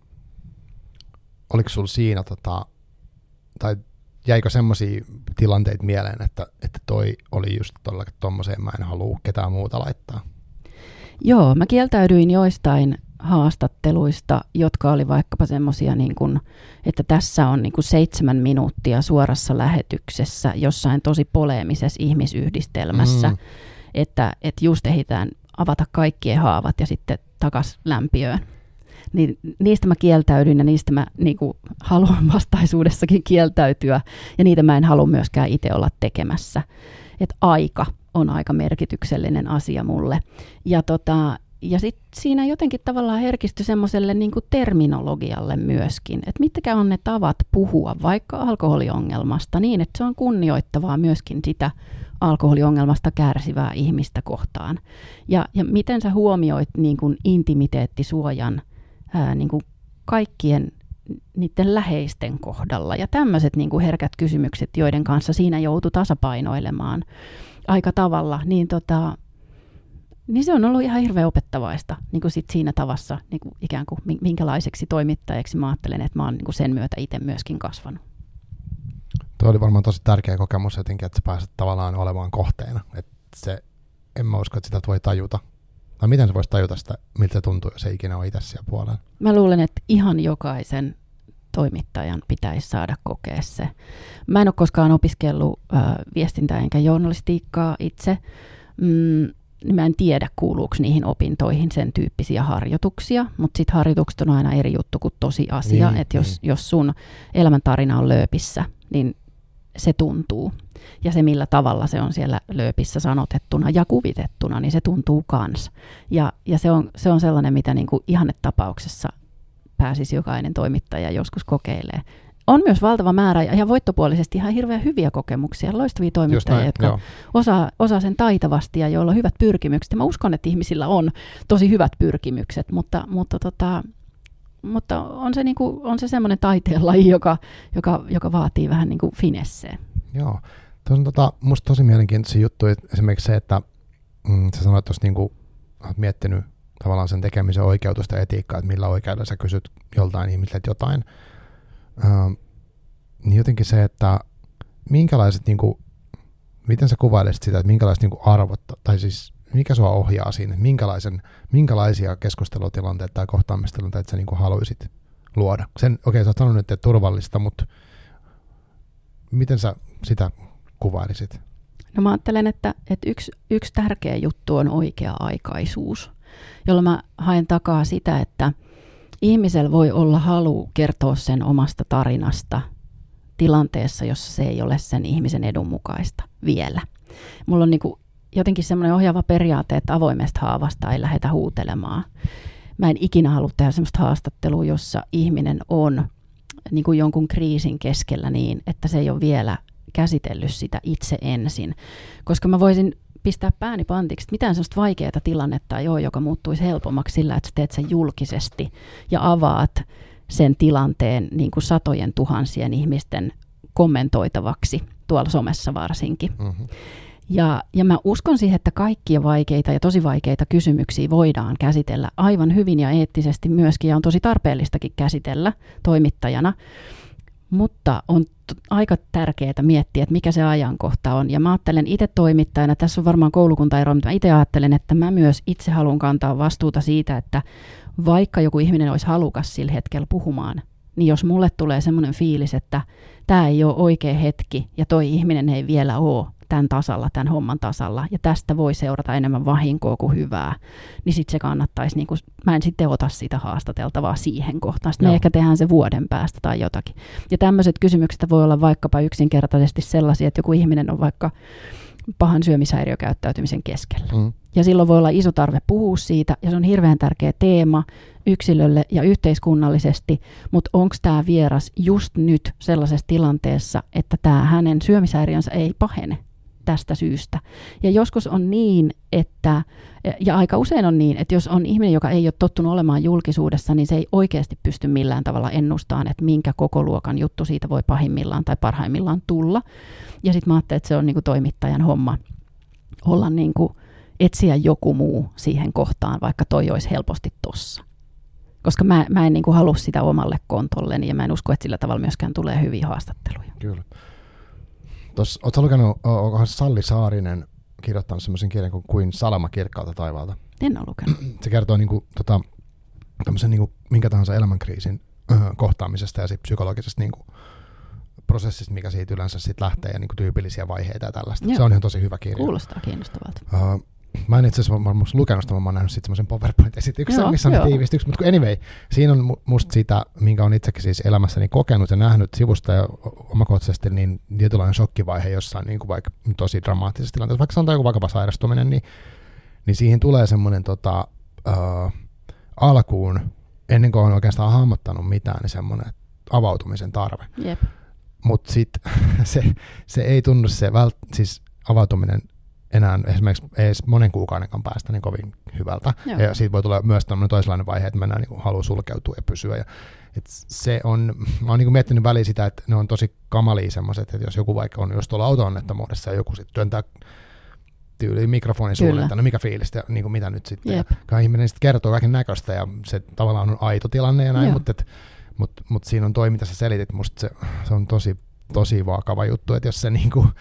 Oliko sulla siinä, tota, tai jäikö semmoisia tilanteita mieleen, että, että toi oli just tollaiseen, mä en halua ketään muuta laittaa? Joo, mä kieltäydyin joistain haastatteluista, jotka oli vaikkapa semmoisia, niin kuin, että tässä on niin kuin seitsemän minuuttia suorassa lähetyksessä jossain tosi poleemisessa ihmisyhdistelmässä, mm. että, että just ehditään avata kaikkien haavat ja sitten takas lämpiöön. Niin niistä mä kieltäydyin ja niistä mä niin kuin haluan vastaisuudessakin kieltäytyä ja niitä mä en halua myöskään itse olla tekemässä. Että aika on aika merkityksellinen asia mulle. Ja, tota, ja sitten siinä jotenkin tavallaan herkistyi semmoiselle niin kuin terminologialle myöskin, että mitkä on ne tavat puhua vaikka alkoholiongelmasta niin, että se on kunnioittavaa myöskin sitä alkoholiongelmasta kärsivää ihmistä kohtaan. Ja, ja miten sä huomioit niin kuin intimiteettisuojan ää, niin kuin kaikkien niiden läheisten kohdalla ja tämmöiset niin kuin herkät kysymykset, joiden kanssa siinä joutui tasapainoilemaan aika tavalla, niin, tota, niin se on ollut ihan hirveän opettavaista niin kuin sit siinä tavassa, niin kuin ikään kuin minkälaiseksi toimittajaksi mä ajattelen, että mä oon niin kuin sen myötä itse myöskin kasvanut. Tuo oli varmaan tosi tärkeä kokemus jotenkin, että sä pääset tavallaan olemaan kohteena. Että se, en mä usko, että sitä voi tajuta. Tai miten sä voisit tajuta sitä, miltä se tuntuu, jos ei ikinä ole itse siellä puolella? Mä luulen, että ihan jokaisen toimittajan pitäisi saada kokea se. Mä en ole koskaan opiskellut äh, viestintää enkä journalistiikkaa itse. Mm, niin mä en tiedä, kuuluuko niihin opintoihin sen tyyppisiä harjoituksia, mutta sitten harjoitukset on aina eri juttu kuin tosiasia. Niin, että jos, niin. jos sun elämäntarina on lööpissä, niin se tuntuu. Ja se, millä tavalla se on siellä lööpissä sanotettuna ja kuvitettuna, niin se tuntuu kans. Ja, ja se, on, se on sellainen, mitä niinku ihannetapauksessa pääsisi jokainen toimittaja joskus kokeilee. On myös valtava määrä ja voittopuolisesti ihan hirveän hyviä kokemuksia, loistavia toimittajia, näin, jotka osaa, osaa sen taitavasti ja joilla on hyvät pyrkimykset. Ja mä uskon, että ihmisillä on tosi hyvät pyrkimykset, mutta, mutta, tota, mutta on se, niinku, on se semmoinen taiteenlaji, joka, joka, joka vaatii vähän niin kuin finesseä. Joo. Tuossa on tota, musta tosi mielenkiintoisia juttuja, esimerkiksi se, että mm, sä sanoit tuossa niinku, olet miettinyt tavallaan sen tekemisen oikeutusta ja etiikkaa, että millä oikeudella sä kysyt joltain ihmiseltä jotain. Uh, niin jotenkin se, että minkälaiset, niinku, miten sä kuvailisit sitä, että minkälaiset niinku arvot, tai siis mikä sua ohjaa siinä, että minkälaisen, minkälaisia keskustelutilanteita tai kohtaamistilanteita sä niinku haluaisit luoda. Sen, okei, okay, sä oot sanonut, että turvallista, mutta miten sä sitä kuvailisit? No mä ajattelen, että, että yksi, yksi tärkeä juttu on oikea-aikaisuus, jolla mä haen takaa sitä, että ihmisellä voi olla halu kertoa sen omasta tarinasta tilanteessa, jossa se ei ole sen ihmisen edun mukaista vielä. Mulla on niin kuin jotenkin semmoinen ohjaava periaate, että avoimesta haavasta ei lähdetä huutelemaan. Mä en ikinä halua tehdä semmoista haastattelua, jossa ihminen on niin kuin jonkun kriisin keskellä niin, että se ei ole vielä käsitellyt sitä itse ensin. Koska mä voisin pistää pääni pantiksi, että mitään sellaista vaikeaa tilannetta ei ole, joka muuttuisi helpommaksi sillä, että sä teet sen julkisesti ja avaat sen tilanteen niin kuin satojen tuhansien ihmisten kommentoitavaksi, tuolla somessa varsinkin. Mm-hmm. Ja, ja mä uskon siihen, että kaikkia vaikeita ja tosi vaikeita kysymyksiä voidaan käsitellä aivan hyvin ja eettisesti myöskin, ja on tosi tarpeellistakin käsitellä toimittajana, mutta on t- aika tärkeää miettiä, että mikä se ajankohta on. Ja mä ajattelen itse toimittajana, tässä on varmaan koulukuntaero, mutta mä itse ajattelen, että mä myös itse haluan kantaa vastuuta siitä, että vaikka joku ihminen olisi halukas sillä hetkellä puhumaan, niin jos mulle tulee semmoinen fiilis, että tämä ei ole oikea hetki ja toi ihminen ei vielä ole tämän tasalla, tämän homman tasalla, ja tästä voi seurata enemmän vahinkoa kuin hyvää, niin sitten se kannattaisi, niin kuin, mä en sitten ota sitä haastateltavaa siihen kohtaan. Sitten me ehkä tehdään se vuoden päästä tai jotakin. Ja tämmöiset kysymykset voi olla vaikkapa yksinkertaisesti sellaisia, että joku ihminen on vaikka pahan syömishäiriökäyttäytymisen keskellä. Mm. Ja silloin voi olla iso tarve puhua siitä, ja se on hirveän tärkeä teema yksilölle ja yhteiskunnallisesti, mutta onko tämä vieras just nyt sellaisessa tilanteessa, että tämä hänen syömishäiriönsä ei pahene tästä syystä. Ja joskus on niin, että, ja aika usein on niin, että jos on ihminen, joka ei ole tottunut olemaan julkisuudessa, niin se ei oikeasti pysty millään tavalla ennustamaan, että minkä koko luokan juttu siitä voi pahimmillaan tai parhaimmillaan tulla. Ja sitten mä ajattelen, että se on niinku toimittajan homma olla niinku, etsiä joku muu siihen kohtaan, vaikka toi olisi helposti tossa. Koska mä, mä en niinku halua sitä omalle kontolleni, ja mä en usko, että sillä tavalla myöskään tulee hyviä haastatteluja. Kyllä. Tuossa, ootko lukenut, onkohan Salli Saarinen kirjoittanut semmoisen kirjan kuin Kuin salama kirkkaalta taivaalta? En ole lukenut. Se kertoo niinku, tota, tämmöisen niinku, minkä tahansa elämänkriisin äh, kohtaamisesta ja sit psykologisesta niinku, prosessista, mikä siitä yleensä sit lähtee, ja niinku, tyypillisiä vaiheita ja tällaista. Joo. Se on ihan tosi hyvä kirja. Kuulostaa kiinnostavalta. Uh, Mä en itse asiassa varmaan lukenut sitä, mä oon nähnyt sitten semmoisen PowerPoint-esityksen, missä on tiivistyksi, mutta anyway, siinä on musta sitä, minkä on itsekin siis elämässäni kokenut ja nähnyt sivusta ja omakohtaisesti, niin tietynlainen shokkivaihe jossain niin kuin vaikka tosi dramaattisessa tilanteessa, vaikka sanotaan joku vakava sairastuminen, niin, niin siihen tulee semmoinen tota, uh, alkuun, ennen kuin on oikeastaan hahmottanut mitään, niin semmoinen avautumisen tarve. Yep. Mutta sitten se, se ei tunnu se vält, siis avautuminen enää esimerkiksi edes monen kuukaudenkaan päästä niin kovin hyvältä. Joo. Ja siitä voi tulla myös tämmöinen toisenlainen vaihe, että mennään niin haluaa sulkeutua ja pysyä. Ja, et se on, mä oon niin miettinyt väliin sitä, että ne on tosi kamalia semmoiset, että jos joku vaikka on just tuolla auto-onnettomuudessa ja joku sitten työntää tyyliin mikrofonin suulle, että no mikä fiilis, ja niin kuin mitä nyt sitten. Yep. Ja ihminen sitten kertoo kaiken näköistä ja se tavallaan on aito tilanne ja näin, mutta, et, mutta, mutta siinä on toi, mitä sä selitit, musta se, se on tosi, tosi vakava juttu, että jos se niin kuin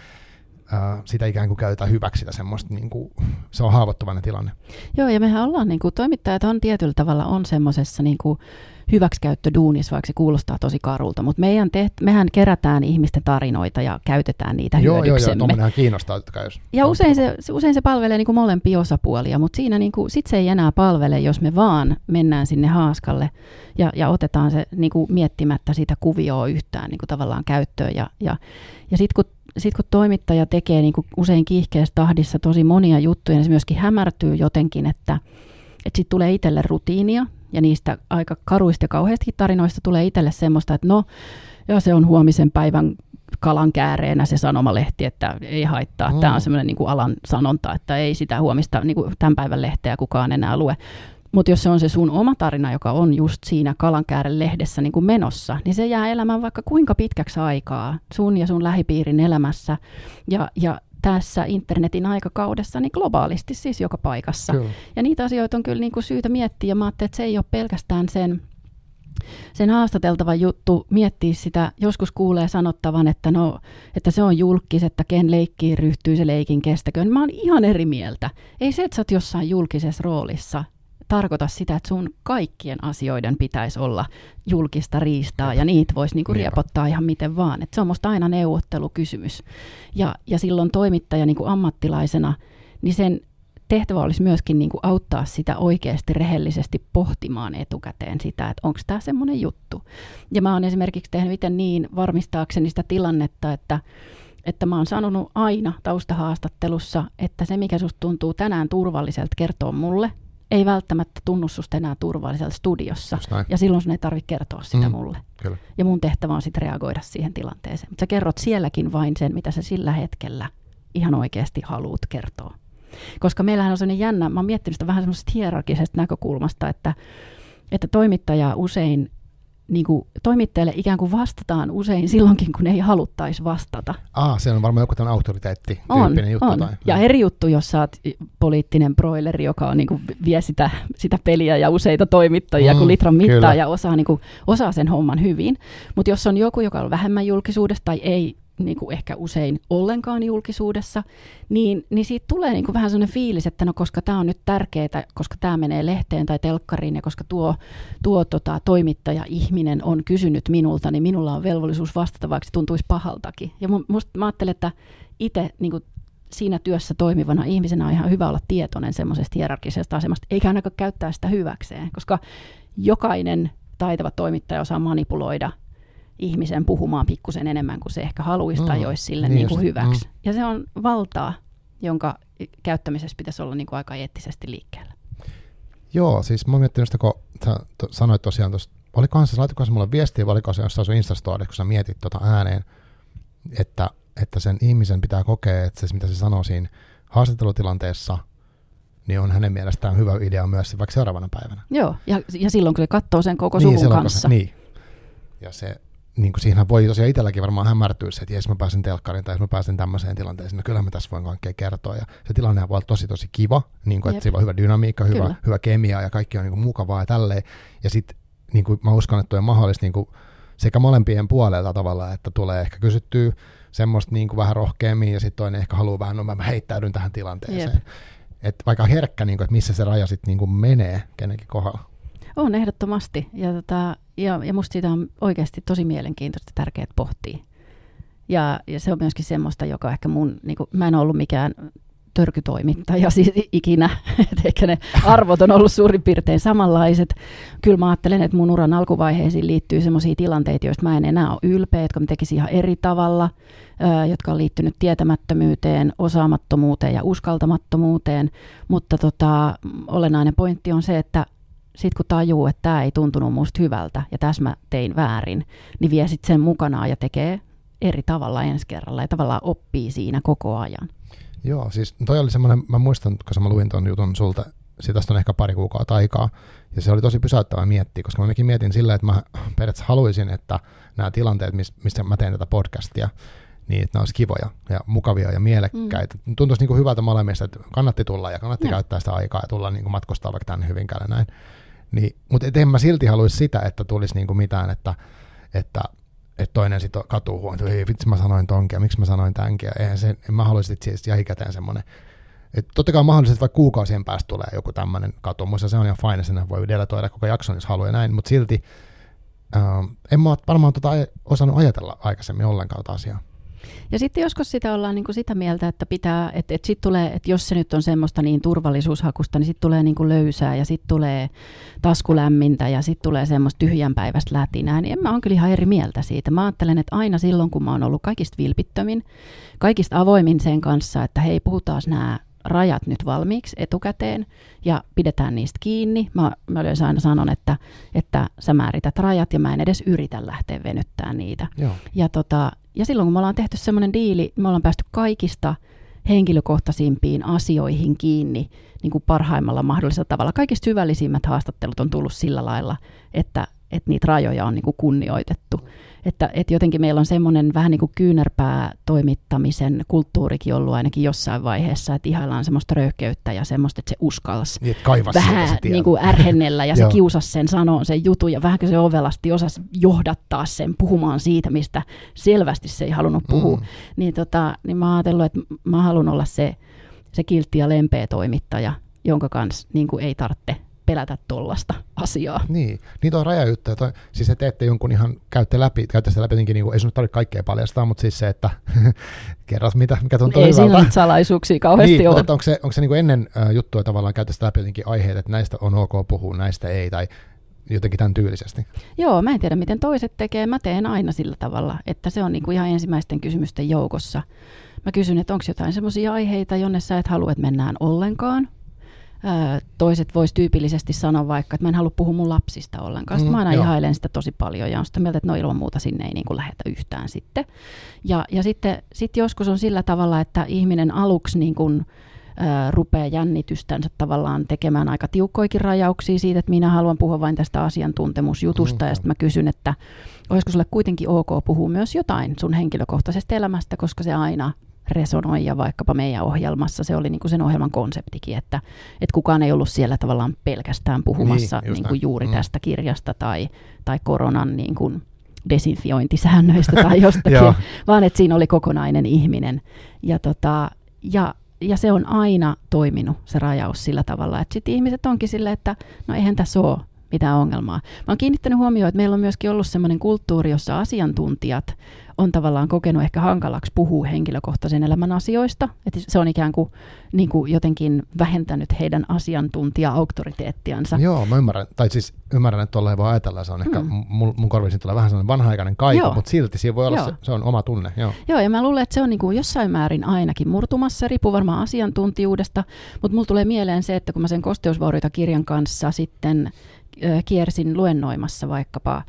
Uh, sitä ikään kuin käytetään hyväksi sitä semmoista, niin kuin, se on haavoittuvainen tilanne. Joo, ja mehän ollaan, niin kuin, toimittajat on tietyllä tavalla on semmoisessa niin kuin hyväksikäyttöduunissa, vaikka se kuulostaa tosi karulta, mutta meidän teht- mehän kerätään ihmisten tarinoita ja käytetään niitä joo, hyödyksemme. Joo, joo, tuommoinenhan kiinnostaa. Jos ja usein se, usein se palvelee niin kuin molempia osapuolia, mutta siinä niin kuin, sit se ei enää palvele, jos me vaan mennään sinne haaskalle ja, ja otetaan se niin kuin miettimättä sitä kuvioa yhtään niin kuin tavallaan käyttöön. Ja, ja, ja sitten kun Sitten kun toimittaja tekee niin kuin usein kiihkeässä tahdissa tosi monia juttuja, niin se myöskin hämärtyy jotenkin, että, että sitten tulee itselle rutiinia, ja niistä aika karuista ja kauheastikin tarinoista tulee itselle semmoista, että no, ja se on huomisen päivän kalan kääreenä se sanomalehti, että ei haittaa. Mm. Tämä on semmoinen niin kuin alan sanonta, että ei sitä huomista niin kuin tämän päivän lehteä kukaan enää lue. Mutta jos se on se sun oma tarina, joka on just siinä Kalankäären lehdessä niin kuin menossa, niin se jää elämään vaikka kuinka pitkäksi aikaa sun ja sun lähipiirin elämässä. Ja, ja tässä internetin aikakaudessa niin globaalisti siis joka paikassa. Kyllä. Ja niitä asioita on kyllä niin kuin syytä miettiä. Ja mä ajattelin, että se ei ole pelkästään sen, sen haastateltava juttu miettiä sitä. Joskus kuulee sanottavan, että, no, että se on julkis, että ken leikkiin ryhtyy, se leikin kestäköön. Mä oon ihan eri mieltä. Ei se, että sä oot jossain julkisessa roolissa, tarkoita sitä, että sun kaikkien asioiden pitäisi olla julkista riistaa ja niitä voisi niinku riepottaa ihan miten vaan. Et se on musta aina neuvottelukysymys. Ja, ja silloin toimittaja niinku ammattilaisena, niin sen tehtävä olisi myöskin niinku auttaa sitä oikeasti rehellisesti pohtimaan etukäteen sitä, että onko tämä semmoinen juttu. Ja mä oon esimerkiksi tehnyt itse niin varmistaakseni sitä tilannetta, että että mä oon sanonut aina taustahaastattelussa, että se mikä susta tuntuu tänään turvalliselta kertoo mulle, ei välttämättä tunnu susta enää turvalliselta studiossa. Ja silloin sun ei tarvitse kertoa sitä mm, mulle. Kyllä. Ja mun tehtävä on sitten reagoida siihen tilanteeseen. Mutta sä kerrot sielläkin vain sen, mitä sä sillä hetkellä ihan oikeasti haluat kertoa. Koska meillähän on sellainen jännä, mä oon miettinyt sitä vähän semmoisesta hierarkisesta näkökulmasta, että, että toimittaja usein, niin kuin toimittajalle ikään kuin vastataan usein silloinkin, kun ei haluttaisi vastata. Ah, se on varmaan joku tämmöinen auktoriteetti-tyyppinen juttu. On. Tai, ja no. eri juttu, jos sä oot poliittinen broileri, joka on, niin kuin, vie sitä, sitä peliä ja useita toimittajia, mm, kun litran mittaa kyllä. ja osaa, niin kuin, osaa sen homman hyvin. Mutta jos on joku, joka on vähemmän julkisuudessa tai ei niin kuin ehkä usein ollenkaan julkisuudessa, niin, niin siitä tulee niin kuin vähän sellainen fiilis, että no koska tämä on nyt tärkeää, koska tämä menee lehteen tai telkkariin ja koska tuo, tuo tota, toimittaja-ihminen on kysynyt minulta, niin minulla on velvollisuus vastata, vaikka se tuntuisi pahaltakin. Ja musta, mä ajattelen, että itse niin kuin siinä työssä toimivana ihmisenä on ihan hyvä olla tietoinen semmoisesta hierarkisesta asemasta, eikä ainakaan käyttää sitä hyväkseen, koska jokainen taitava toimittaja osaa manipuloida ihmisen puhumaan pikkusen enemmän kuin se ehkä haluaisi tai mm, olisi sille niin niin kuin hyväksi. Mm. Ja se on valtaa, jonka käyttämisessä pitäisi olla niin kuin aika eettisesti liikkeellä. Joo, siis mä oon miettinyt sitä, kun sä to, sanoit tosiaan tuossa, olikohan se, laitikohan se mulle viestiä, vai olikohan se jossain sun Instastory, kun sä mietit tota ääneen, että, että sen ihmisen pitää kokea, että se mitä se sanoo siinä haastattelutilanteessa, niin on hänen mielestään hyvä idea myös vaikka seuraavana päivänä. Joo, ja, ja silloin kun se katsoo sen koko niin, suvun kanssa. Se, niin, ja se niin kuin siinähän voi tosiaan itselläkin varmaan hämärtyä se, että jos mä pääsen telkkariin tai jos mä pääsen tämmöiseen tilanteeseen, no kyllä mä tässä voin kaikkea kertoa. Ja se tilanne voi olla tosi tosi kiva, niin kuin, että sillä on hyvä dynamiikka, hyvä, hyvä kemia ja kaikki on niin kuin mukavaa ja tälleen. Ja sitten niin kuin mä uskon, että on mahdollista niin kuin sekä molempien puolelta tavalla, että tulee ehkä kysyttyä semmoista niin kuin vähän rohkeammin ja sitten toinen ehkä haluaa vähän, no mä heittäydyn tähän tilanteeseen. Että vaikka herkkä, niin kuin, että missä se raja sitten niin kuin menee kenenkin kohdalla. On ehdottomasti. Ja, tota, ja, ja musta siitä on oikeasti tosi mielenkiintoista ja tärkeää pohtia. Ja, ja se on myöskin semmoista, joka ehkä mun, niin kuin, mä en ollut mikään törkytoimittaja siis ikinä, että ehkä ne arvot on ollut suurin piirtein samanlaiset. Kyllä mä ajattelen, että mun uran alkuvaiheisiin liittyy semmoisia tilanteita, joista mä en enää ole ylpeä, jotka mä tekisin ihan eri tavalla, jotka on liittynyt tietämättömyyteen, osaamattomuuteen ja uskaltamattomuuteen. Mutta tota, olennainen pointti on se, että sitten kun tajuu, että tämä ei tuntunut musta hyvältä ja tässä mä tein väärin, niin vie sitten sen mukanaan ja tekee eri tavalla ensi kerralla ja tavallaan oppii siinä koko ajan. Joo, siis toi oli semmoinen, mä muistan, kun mä luin ton jutun sulta, siitä on ehkä pari kuukautta aikaa, ja se oli tosi pysäyttävää miettiä, koska mä mekin mietin sillä, että mä periaatteessa haluaisin, että nämä tilanteet, missä mä teen tätä podcastia, niin että ne olisi kivoja ja mukavia ja mielekkäitä. Mm. Tuntuisi niin kuin hyvältä molemmista, että kannatti tulla ja kannatti ja. käyttää sitä aikaa ja tulla niin kuin matkustaa vaikka tänne Hyvinkäälle näin. Niin, mutta en mä silti haluaisi sitä, että tulisi niin kuin mitään, että, että, että toinen sitten katuu huomioon, että ei vitsi mä sanoin tonkin ja miksi mä sanoin tämänkin. Ja eihän se, en mä haluaisi siis jähikäteen semmoinen. Että totta kai mahdollisesti vaikka kuukausien päästä tulee joku tämmöinen katumus ja se on ihan fine, sen voi deletoida koko jakson, jos haluaa näin, mutta silti äh, en mä varmaan tota osannut ajatella aikaisemmin ollenkaan tota asiaa. Ja sitten joskus sitä ollaan niin kuin sitä mieltä, että pitää, että, että, sit tulee, että jos se nyt on semmoista niin turvallisuushakusta, niin sitten tulee niin kuin löysää ja sitten tulee taskulämmintä ja sitten tulee semmoista tyhjänpäiväistä lätinää. Niin en mä ole kyllä ihan eri mieltä siitä. Mä ajattelen, että aina silloin, kun mä oon ollut kaikista vilpittömin, kaikista avoimin sen kanssa, että hei, puhutaan nämä rajat nyt valmiiksi etukäteen ja pidetään niistä kiinni. Mä, mä yleensä aina sanon, että, että sä määrität rajat ja mä en edes yritä lähteä venyttämään niitä. Joo. Ja, tota, ja silloin kun me ollaan tehty semmoinen diili, me ollaan päästy kaikista henkilökohtaisimpiin asioihin kiinni niin kuin parhaimmalla mahdollisella tavalla. Kaikista syvällisimmät haastattelut on tullut sillä lailla, että, että niitä rajoja on niin kuin kunnioitettu. Että, että jotenkin meillä on semmoinen vähän niin kuin kyynärpää toimittamisen kulttuurikin ollut ainakin jossain vaiheessa, että ihaillaan semmoista röyhkeyttä ja semmoista, että se uskalsi niin, vähän niin kuin ärhennellä ja se kiusasi sen sanoon sen jutun ja vähänkö se ovelasti osasi johdattaa sen puhumaan siitä, mistä selvästi se ei halunnut puhua. Mm. Niin, tota, niin mä oon ajatellut, että mä haluan olla se, se kiltti ja lempeä toimittaja, jonka kanssa niin kuin ei tarvitse pelätä tollasta asiaa. Niin, niitä on rajajuttuja. Toi, siis se teette jonkun ihan, käytte läpi, käytte sitä läpi jotenkin, niin kuin, ei sun tarvitse kaikkea paljastaa, mutta siis se, että kerras mitä, mikä tuntuu ei hyvältä. Ei siinä salaisuuksia kauheasti niin, ole. Mutta onko se, onko se niin kuin ennen äh, juttua tavallaan käytte sitä läpi jotenkin aiheet, että näistä on ok puhua, näistä ei, tai jotenkin tämän tyylisesti? Joo, mä en tiedä miten toiset tekee, mä teen aina sillä tavalla, että se on niin kuin ihan ensimmäisten kysymysten joukossa. Mä kysyn, että onko jotain semmoisia aiheita, jonne sä et halua, että mennään ollenkaan. Toiset vois tyypillisesti sanoa vaikka, että mä en halua puhua mun lapsista ollenkaan. Mm, mä aina joo. ihailen sitä tosi paljon ja on sitä mieltä, että no ilman muuta sinne ei niin kuin lähetä yhtään sitten. Ja, ja sitten sit joskus on sillä tavalla, että ihminen aluksi niin kuin, ä, rupeaa jännitystänsä tavallaan tekemään aika tiukkoikin rajauksia siitä, että minä haluan puhua vain tästä asiantuntemusjutusta. Mm, ja sitten mä kysyn, että olisiko sulle kuitenkin ok puhua myös jotain sun henkilökohtaisesta elämästä, koska se aina resonoi ja vaikkapa meidän ohjelmassa se oli niin kuin sen ohjelman konseptikin, että, että kukaan ei ollut siellä tavallaan pelkästään puhumassa niin, niin kuin juuri mm. tästä kirjasta tai, tai koronan niin kuin desinfiointisäännöistä tai jostakin, vaan että siinä oli kokonainen ihminen. Ja, tota, ja, ja se on aina toiminut se rajaus sillä tavalla, että sitten ihmiset onkin silleen, että no eihän tässä ole mitään ongelmaa. Mä oon kiinnittänyt huomioon, että meillä on myöskin ollut sellainen kulttuuri, jossa asiantuntijat on tavallaan kokenut ehkä hankalaksi puhua henkilökohtaisen elämän asioista. Että se on ikään kuin, niin kuin jotenkin vähentänyt heidän asiantuntija-auktoriteettiansa. Joo, mä ymmärrän. Tai siis ymmärrän, että tuolla ei voi ajatella. Se on ehkä, hmm. mun, mun korvisin tulee vähän sellainen vanha-aikainen kaiku, Joo. mutta silti siinä voi olla se, se on oma tunne. Joo. Joo, ja mä luulen, että se on niin kuin jossain määrin ainakin murtumassa, riippuu varmaan asiantuntijuudesta, mutta mulla tulee mieleen se, että kun mä sen Kosteusvaurioita-kirjan kanssa sitten kiersin luennoimassa vaikkapa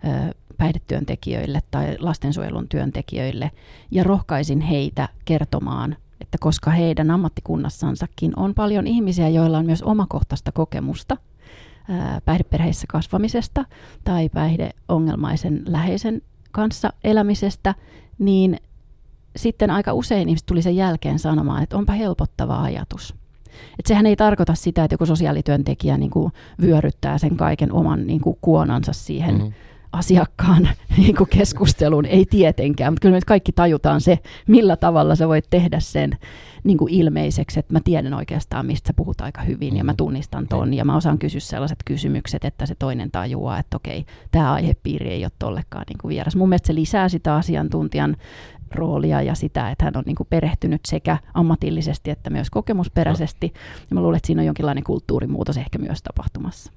päihdetyöntekijöille tai lastensuojelun työntekijöille ja rohkaisin heitä kertomaan, että koska heidän ammattikunnassansakin on paljon ihmisiä, joilla on myös omakohtaista kokemusta päihdeperheissä kasvamisesta tai päihdeongelmaisen läheisen kanssa elämisestä, niin sitten aika usein ihmiset tuli sen jälkeen sanomaan, että onpa helpottava ajatus. Et sehän ei tarkoita sitä, että joku sosiaalityöntekijä niin kuin vyöryttää sen kaiken oman niin kuin kuonansa siihen mm-hmm. asiakkaan niin kuin keskusteluun. Ei tietenkään, mutta kyllä me kaikki tajutaan se, millä tavalla sä voit tehdä sen niin kuin ilmeiseksi, että mä tiedän oikeastaan, mistä sä puhut aika hyvin mm-hmm. ja mä tunnistan ton ja mä osaan kysyä sellaiset kysymykset, että se toinen tajuaa, että okei, tämä aihepiiri ei ole tollekaan niin kuin vieras. Mun mielestä se lisää sitä asiantuntijan roolia ja sitä, että hän on niin kuin perehtynyt sekä ammatillisesti että myös kokemusperäisesti. Ja mä luulen, että siinä on jonkinlainen kulttuurimuutos ehkä myös tapahtumassa.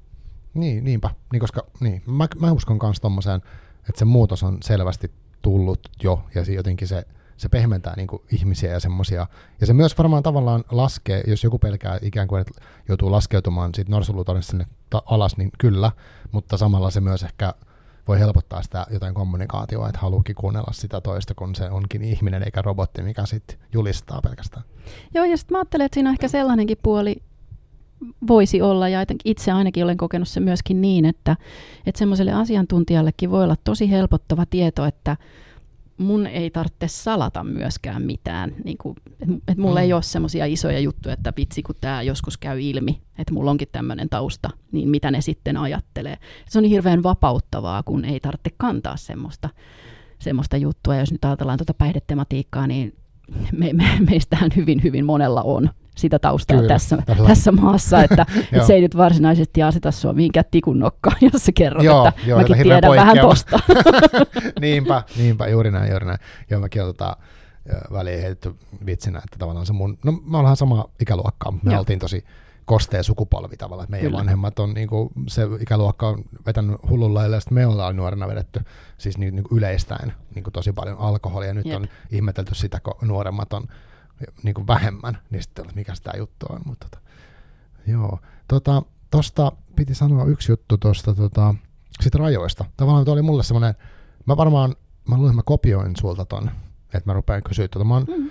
Niin, niinpä. Niin, koska, niin. Mä, mä uskon myös tommoseen, että se muutos on selvästi tullut jo ja se jotenkin se, se pehmentää niin kuin ihmisiä ja semmoisia. Ja se myös varmaan tavallaan laskee, jos joku pelkää ikään kuin, että joutuu laskeutumaan siitä norsulutornista sinne ta- alas, niin kyllä, mutta samalla se myös ehkä voi helpottaa sitä jotain kommunikaatioa, että haluukin kuunnella sitä toista, kun se onkin ihminen eikä robotti, mikä sitten julistaa pelkästään. Joo, ja sitten mä ajattelen, että siinä on ehkä sellainenkin puoli voisi olla, ja itse ainakin olen kokenut se myöskin niin, että, että semmoiselle asiantuntijallekin voi olla tosi helpottava tieto, että mun ei tarvitse salata myöskään mitään. Niin kuin, että et mulla mm. ei ole semmoisia isoja juttuja, että vitsi kun tämä joskus käy ilmi, että mulla onkin tämmöinen tausta, niin mitä ne sitten ajattelee. Se on niin hirveän vapauttavaa, kun ei tarvitse kantaa semmoista, semmoista juttua. Ja jos nyt ajatellaan tuota päihdetematiikkaa, niin me, me, meistähän hyvin, hyvin monella on sitä taustaa Kyllä, tässä, tässä maassa, että, että se ei nyt varsinaisesti aseta sua mihinkään tikun nokkaan, jos sä kerrot, joo, että joo, mäkin tiedän poikkeava. Vähän tosta. niinpä, niinpä, juuri näin, juuri näin. Joo, mäkin on tota, väliin heitetty vitsinä, että tavallaan se mun, no me ollaan sama ikäluokkaa, me joo. oltiin tosi kostea sukupolvi tavallaan, että meidän Kyllä. vanhemmat on, niin kuin, se ikäluokka on vetänyt hullulla ja sitten me ollaan nuorena vedetty siis niin, niin kuin yleistäen niin kuin tosi paljon alkoholia, ja nyt Jep. on ihmetelty sitä, kun nuoremmat on niin kuin vähemmän, niin sitten mikä sitä juttu on. Mutta tota, joo. Tota, tosta piti sanoa yksi juttu tuosta tota, sit rajoista. Tavallaan tuo oli mulle semmoinen, mä varmaan, mä luulen, että mä kopioin sulta ton, että mä rupean kysyä tuota. Mä oon mm.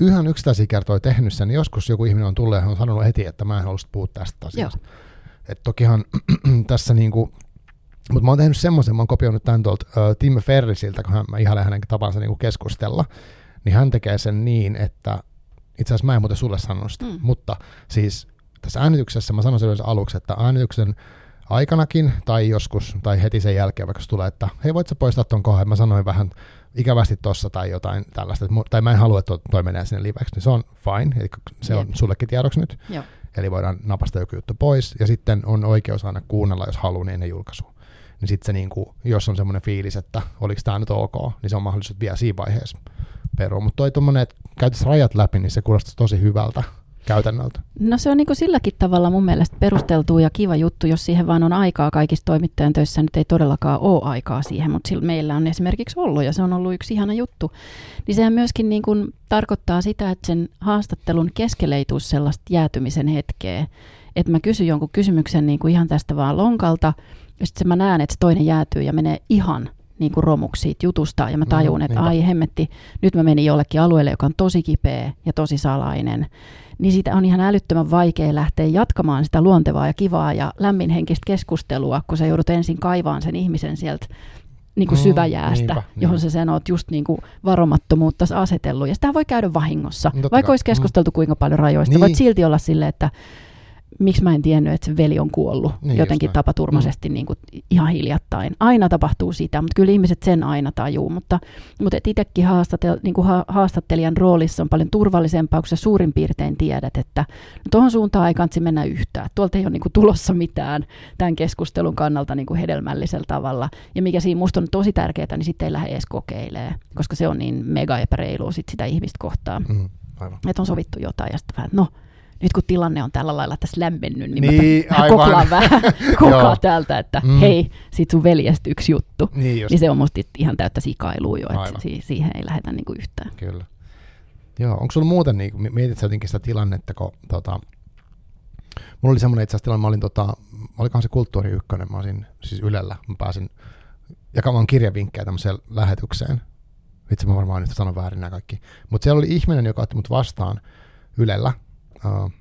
yhden yksittäisiä kertoja tehnyt sen, niin joskus joku ihminen on tullut ja on sanonut heti, että mä en halua puhua tästä asiasta. Että tokihan tässä niinku, mutta mä oon tehnyt semmoisen, mä oon kopioinut tämän tuolta uh, Tim Ferrisiltä, kun hän, mä ihailen hänen tapansa niinku keskustella, niin hän tekee sen niin, että itse asiassa mä en muuten sulle sanonut sitä, mm. mutta siis tässä äänityksessä mä sanon sen yleensä aluksi, että äänityksen aikanakin tai joskus tai heti sen jälkeen, vaikka se tulee, että hei, voit sä poistaa ton kohdan, mä sanoin vähän ikävästi tossa tai jotain tällaista, että, tai mä en halua, että toi menee sinne liveksi, niin se on fine, eli se on Jep. sullekin tiedoksi nyt, Joo. eli voidaan napasta joku juttu pois, ja sitten on oikeus aina kuunnella, jos haluaa, niin ennen julkaisua. Niin sitten se, niinku, jos on semmoinen fiilis, että oliko tämä nyt ok, niin se on mahdollisuus vielä siinä vaiheessa perua. Mutta toi tuommoinen, että käytäisiin rajat läpi, niin se kuulostaa tosi hyvältä käytännöltä. No se on niin kuin silläkin tavalla mun mielestä perusteltu ja kiva juttu, jos siihen vaan on aikaa. Kaikissa toimittajan töissä nyt ei todellakaan ole aikaa siihen, mutta sillä meillä on esimerkiksi ollut ja se on ollut yksi ihana juttu. Niin sehän myöskin niin kuin tarkoittaa sitä, että sen haastattelun keskelle ei tule sellaista jäätymisen hetkeä. Että mä kysyn jonkun kysymyksen niin kuin ihan tästä vaan lonkalta ja sitten mä näen, että se toinen jäätyy ja menee ihan niin kuin romuksi siitä jutusta ja mä tajun, mm, että niinpä. ai hemmetti, nyt mä menin jollekin alueelle, joka on tosi kipeä ja tosi salainen. Niin siitä on ihan älyttömän vaikea lähteä jatkamaan sitä luontevaa ja kivaa ja lämminhenkistä keskustelua, kun sä joudut ensin kaivaan sen ihmisen sieltä niin kuin mm, syväjäästä, niinpä, johon niinpä. sä sen oot just niin kuin varomattomuutta asetellut. Ja sitä voi käydä vahingossa, no, vaikka olisi keskusteltu mm. kuinka paljon rajoista. Niin. Voit silti olla silleen, että miksi mä en tiennyt, että se veli on kuollut niin jotenkin tapaturmaisesti mm. niin kuin ihan hiljattain. Aina tapahtuu sitä, mutta kyllä ihmiset sen aina tajuu. Mutta, mutta itsekin haastatel, niin kuin ha, haastattelijan roolissa on paljon turvallisempaa, kun sä suurin piirtein tiedät, että no tuohon suuntaan ei kansi mennä yhtään. Tuolta ei ole niin kuin tulossa mitään tämän keskustelun kannalta niin kuin hedelmällisellä tavalla. Ja mikä siinä musta on tosi tärkeää, niin sitten ei lähde edes kokeilemaan, koska se on niin mega epäreilua sit sitä ihmistä kohtaan. Mm, että on sovittu jotain ja sitten vähän, no nyt kun tilanne on tällä lailla tässä lämmennyt, niin, niin mä koklaan vähän kokaa täältä, että mm. hei, sit sun veljestä yksi juttu. Niin, niin se on musta ihan täyttä sikailua jo, että si- siihen ei lähdetä niinku yhtään. Kyllä. Joo, onko sulla muuten, niin, mietit sä jotenkin sitä tilannetta, kun tota, mulla oli semmoinen itse asiassa tilanne, mä olin, tota, olikohan se Kulttuuri Ykkönen, mä olisin siis Ylellä, mä pääsin jakamaan kirjavinkkejä tämmöiseen lähetykseen. Vitsi, mä varmaan nyt sanon väärin nämä kaikki. Mutta siellä oli ihminen, joka otti mut vastaan Ylellä. Uh,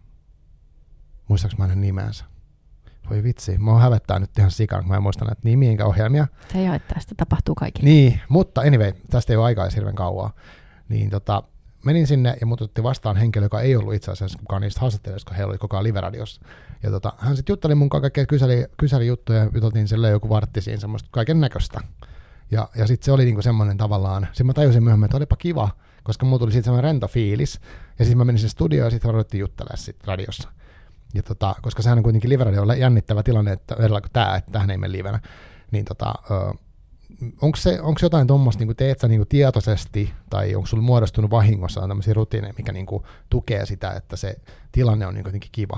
muistaaks mä hänen nimensä? Voi vitsi, mä oon hävettää nyt ihan sikana, kun mä en muista näitä nimiä enkä ohjelmia. Se ei ole, tästä tapahtuu kaikille. Niin, mutta anyway, tästä ei ole aikaa edes hirveän kauaa. Niin tota, menin sinne ja mut otti vastaan henkilö, joka ei ollut itse asiassa kukaan niistä haastattelijoista, kun heillä oli koko ajan Live-radiossa. Ja tota, hän sitten jutteli mun kanssa kaikkea, kyseli, kyseli juttuja ja juteltiin silleen joku vartti siinä semmoista kaiken näköistä. Ja, ja sitten se oli niinku semmoinen tavallaan, sitten mä tajusin myöhemmin, että olipa kiva, koska mulla tuli siitä semmoinen rento fiilis. Ja sitten mä menin sinne studioon ja sitten ruvettiin juttelemaan sit radiossa. Ja tota, koska sehän on kuitenkin live-radio on jännittävä tilanne, että verrailla kuin tämä, että tähän ei mene livenä. Niin tota, onko se, onko jotain tuommoista, niin teet sä niin tietoisesti, tai onko sulla muodostunut vahingossa tämmöisiä rutiineja, mikä niin tukee sitä, että se tilanne on niin jotenkin kiva?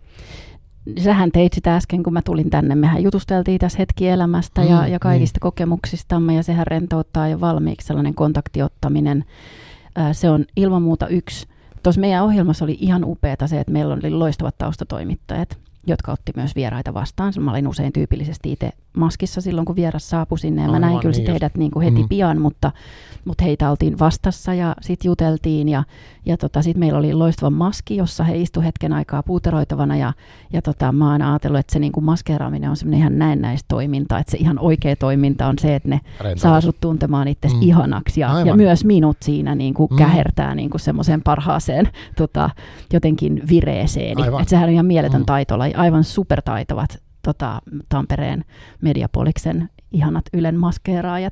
Sähän teit sitä äsken, kun mä tulin tänne. Mehän jutusteltiin tässä hetki elämästä mm, ja, ja kaikista niin. kokemuksistamme, ja sehän rentouttaa jo valmiiksi sellainen kontaktiottaminen. Se on ilman muuta yksi. Tuossa meidän ohjelmassa oli ihan upeata se, että meillä oli loistavat taustatoimittajat, jotka otti myös vieraita vastaan. Mä olin usein tyypillisesti itse maskissa silloin, kun vieras saapui sinne. Ja mä näin kyllä niin heidät niin kuin heti mm. pian, mutta, mutta heitä oltiin vastassa ja sitten juteltiin. Ja, ja tota, sitten meillä oli loistava maski, jossa he istu hetken aikaa puuteroitavana. Ja, ja tota, mä oon ajatellut, että se niin kuin maskeeraaminen on semmoinen ihan näennäistä toimintaa. Että se ihan oikea toiminta on se, että ne Rentous. saa sut tuntemaan itsesi mm. ihanaksi. Ja, ja myös minut siinä niin kuin mm. kähertää niin kuin semmoiseen parhaaseen tota, jotenkin vireeseen. Että sehän on ihan mieletön mm. taitola. Aivan supertaitavat tota, Tampereen Mediapoliksen ihanat Ylen maskeeraajat.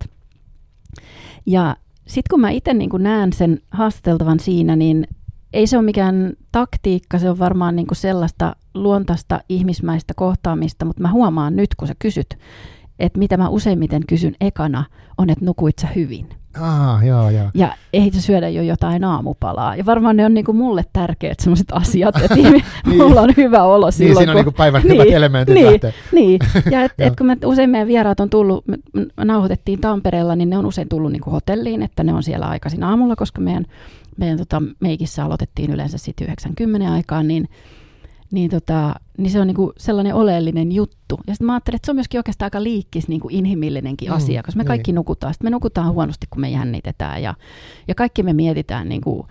Ja sitten kun mä itse niin kun näen sen haastateltavan siinä, niin ei se ole mikään taktiikka, se on varmaan niin kun sellaista luontaista ihmismäistä kohtaamista, mutta mä huomaan nyt, kun sä kysyt, että mitä mä useimmiten kysyn ekana, on, että nukuit sä hyvin. Ah, joo, joo. Ja ei se syödä jo jotain aamupalaa. Ja varmaan ne on niinku mulle tärkeät sellaiset asiat, että niin. mulla on hyvä olo silloin. Niin, siinä on kun... niinku päivän niin, hyvät elementit niin, lähtee. Niin, ja et, et kun me, usein meidän vieraat on tullut, me nauhoitettiin Tampereella, niin ne on usein tullut niinku hotelliin, että ne on siellä aikaisin aamulla, koska meidän, meidän tota, meikissä aloitettiin yleensä sitten yhdeksänkymmentä aikaan, niin Niin, tota, niin se on niinku sellainen oleellinen juttu. Ja sitten mä ajattelin, että se on myöskin oikeastaan aika liikkis niinku inhimillinenkin mm, asia, koska me kaikki niin. nukutaan. Sitten me nukutaan huonosti, kun me jännitetään. Ja, ja kaikki me mietitään niinku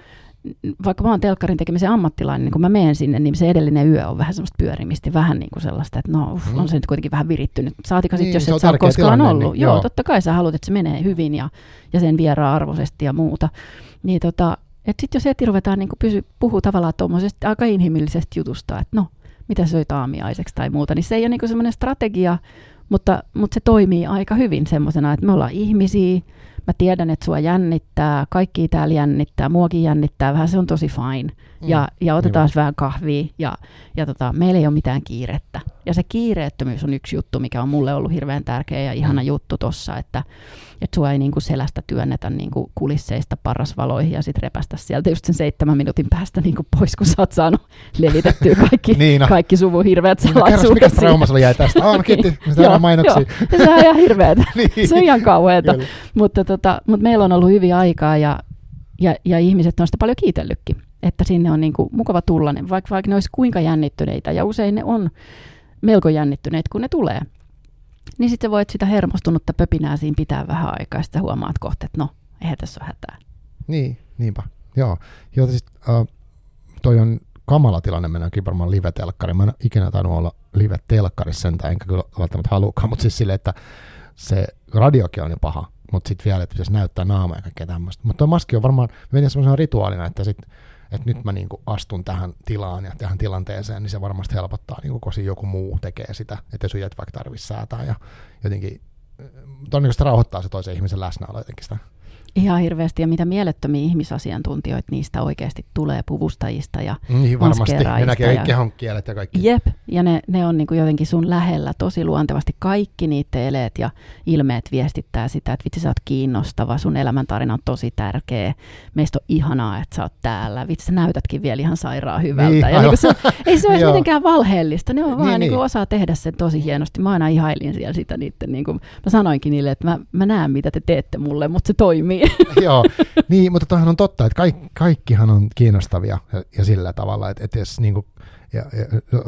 vaikka mä oon telkkarin tekemisen ammattilainen, niin kun mä menen sinne, niin se edellinen yö on vähän semmoista pyörimistä, vähän niin kuin sellaista, että no uff, on se nyt kuitenkin vähän virittynyt. Saatika sitten, niin, jos et sä ole koskaan tilanne, ollut. Niin, joo, joo, totta kai sä haluat, että se menee hyvin ja, ja sen vieraan arvoisesti ja muuta. Niin tota, että sitten jos heti ruvetaan niin pysy, puhua tavallaan tuommoisesta aika inhimillisestä jutusta, että no, mitä söit aamiaiseksi tai muuta, niin se ei ole niin semmoinen strategia, mutta, mutta se toimii aika hyvin semmoisena, että me ollaan ihmisiä, mä tiedän, että sua jännittää, kaikki täällä jännittää, muakin jännittää, vähän se on tosi fine. Mm, ja, ja otetaan niin vähän kahvia ja, ja tota, meillä ei ole mitään kiirettä. Ja se kiireettömyys on yksi juttu, mikä on mulle ollut hirveän tärkeä ja ihana mm. juttu tossa, että, että sua ei niinku selästä työnnetä niinku kulisseista parrasvaloihin ja sitten repästä sieltä just sen seitsemän minuutin päästä niinku pois, kun sä oot saanut levitettyä kaikki, Niina. kaikki suvun hirveät salaisuudet. Kerros, mikä trauma sulla jäi tästä? Aah, no kiitti, mitä on mainoksia. Joo, se on ihan hirveätä. niin. Se on ihan kauheata. Mutta, tota, mutta meillä on ollut hyviä aikaa ja, ja, ja ihmiset on sitä paljon kiitellytkin, että sinne on niinku mukava tulla, vaikka, vaikka ne olisi kuinka jännittyneitä ja usein ne on melko jännittyneet, kun ne tulee. Niin sitten voit sitä hermostunutta pöpinää siinä pitää vähän aikaa, ja sitten huomaat kohta, että no, eihän tässä ole hätää. Niin, niinpä. Joo, Joo siis, äh, toi on kamala tilanne, mennäänkin varmaan live-telkkariin. Mä en ikinä tainnut olla live-telkkarissa sentään, enkä kyllä välttämättä haluukaan, mutta siis silleen, että se radiokin on jo paha, mutta sitten vielä, että pitäisi näyttää naamaa ja kaikkea tämmöistä. Mutta tuo maski on varmaan, meni semmoisena rituaalina, että sit, että nyt mä niinku astun tähän tilaan ja tähän tilanteeseen, niin se varmasti helpottaa, niinku, kun joku muu tekee sitä, että sun jät vaikka tarvitsisi säätää ja jotenkin, todennäköisesti rauhoittaa se toisen ihmisen läsnäolo jotenkin sitä. Ihan hirveästi, ja mitä mielettömiä ihmisasiantuntijoita niistä oikeasti tulee puvustajista ja niin, varmasti, ne näkee kaikki kielet ja kaikki. Jep, ja ne, ne on niin kuin jotenkin sun lähellä tosi luontevasti. Kaikki niitä eleet ja ilmeet viestittää sitä, että vitsi sä oot kiinnostava, sun elämäntarina on tosi tärkeä, meistä on ihanaa, että sä oot täällä, vitsi sä näytätkin vielä ihan sairaan hyvältä. Niin, ja niin kuin se, ei se ole mitenkään valheellista, ne on niin, vaan niin, niin kuin osaa tehdä sen tosi hienosti. Mä aina ihailin siellä sitä niiden, niin kuin, mä sanoinkin niille, että mä, mä näen mitä te teette mulle, mutta se toimii. Joo, niin, mutta toihan on totta, että kaikki, kaikkihan on kiinnostavia ja, ja sillä tavalla, että, että jos niin kuin, ja, ja,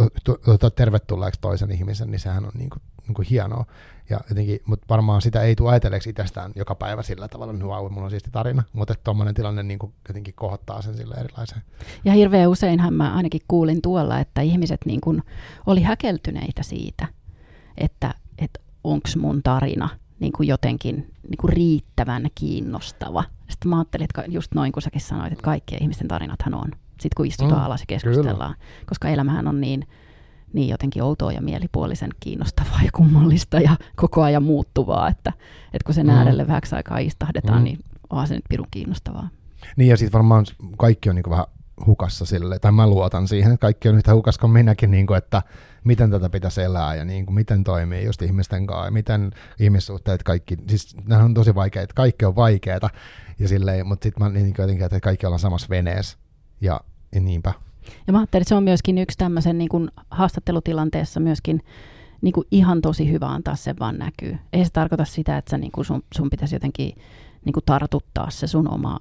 to, tervetulleeksi toisen ihmisen, niin sehän on niin kuin, niin kuin hienoa. Ja jotenkin, mutta varmaan sitä ei tule ajatelleeksi itsestään joka päivä sillä tavalla, että wow, mulla on siisti tarina, mutta tuommoinen tilanne niin kuin jotenkin kohottaa sen sille erilaisen. Ja hirveän useinhan mä ainakin kuulin tuolla, että ihmiset niin kuin oli häkeltyneitä siitä, että, että onko mun tarina niin kuin jotenkin niin kuin riittävän kiinnostava. Sitten mä ajattelin, että just noin kuin säkin sanoit, että kaikkien ihmisten tarinathan on. Sitten kun istutaan mm, alas ja keskustellaan, kyllä. Koska elämähän on niin, niin jotenkin outoa ja mielipuolisen kiinnostavaa ja kummallista ja koko ajan muuttuvaa, että, että kun sen mm. äärelle vähäksi aikaa istahdetaan, mm. niin onhan se nyt pirun kiinnostavaa. Niin ja sitten varmaan kaikki on niin kuin vähän hukassa sille, tai mä luotan siihen, että kaikki on yhtä hukassa kuin minäkin, niin kuin, että miten tätä pitäisi elää ja niin kuin, miten toimii just ihmisten kanssa ja miten ihmissuhteet kaikki, siis nämä on tosi vaikeita, kaikki on vaikeaa, ja silleen, mutta sitten mä niin jotenkin, että kaikki ollaan samassa veneessä ja, ja niinpä. Ja mä ajattelin, että se on myöskin yksi tämmöisen niin kuin haastattelutilanteessa myöskin niin kuin ihan tosi hyvä antaa sen vaan näkyy. Ei se tarkoita sitä, että sä, niin kuin sun, sun pitäisi jotenkin niin kuin tartuttaa se sun oma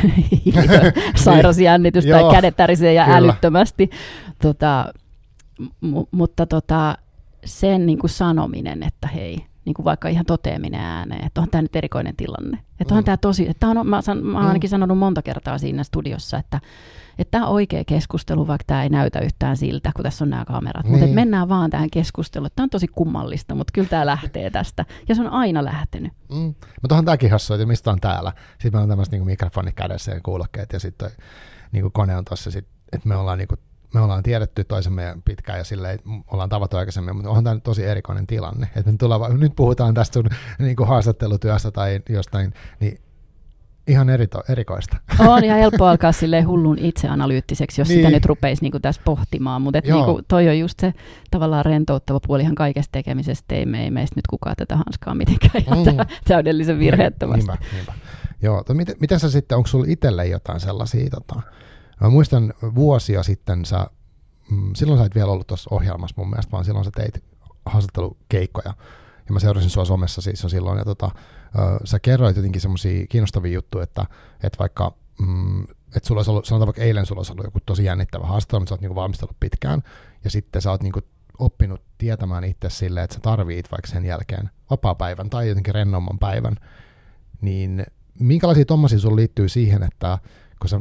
sairas jännitys tai kädet tärisee ja kyllä. Älyttömästi. Tota, m- mutta tota, sen niin kuin sanominen, että hei, niin kuin vaikka ihan toteaminen ääneen, että onhan tämä nyt erikoinen tilanne. Että onhan mm. tämä tosi, että on, mä, san, mä oon ainakin sanonut monta kertaa siinä studiossa, että että tämä on oikea keskustelu, vaikka tämä ei näytä yhtään siltä, kun tässä on nämä kamerat. Niin. Mutta mennään vaan tähän keskusteluun. Tämä on tosi kummallista, mutta kyllä tämä lähtee tästä. Ja se on aina lähtenyt. Mm. Mutta onhan tämäkin hassua, että mistä on täällä. Sitten meillä on tämmöiset niin mikrofonit kädessä ja kuulokkeet, ja sitten niin kone on tuossa, että me ollaan, niin kuin, me ollaan tiedetty toisemme pitkään, ja silleen ollaan tavattu aikaisemmin, mutta onhan tämä nyt tosi erikoinen tilanne. Että me tullaan, nyt puhutaan tästä sun niin kuin haastattelutyöstä tai jostain, niin ihan erito, erikoista. On ihan helppo alkaa silleen hullun itseanalyyttiseksi, jos niin. Sitä nyt rupeisi niinku tässä pohtimaan, mutta niinku, toi on just se tavallaan rentouttava puoli ihan kaikesta tekemisestä, ei, me, ei meistä nyt kukaan tätä hanskaa mitenkään mm. täydellisen virheettömästi. Niinpä, niinpä. Joo, miten, miten sä sitten, onko sulla itselle jotain sellaisia, tota, mä muistan vuosia sitten, sä, mm, silloin sä et vielä ollut tuossa ohjelmassa mun mielestä, vaan silloin sä teit haastattelukeikkoja, ja mä seurasin sua somessa siis on silloin, ja tota, sä kerroit jotenkin semmoisia kiinnostavia juttuja, että, että vaikka, mm, että sulla olisi ollut, sanotaan vaikka eilen sulla olisi ollut joku tosi jännittävä haastattelu, mutta sä oot niinku valmistellut pitkään, ja sitten sä oot niinku oppinut tietämään itse silleen, että sä tarvit vaikka sen jälkeen vapaa-päivän tai jotenkin rennomman päivän, niin minkälaisia tommosia sulla liittyy siihen, että kun sä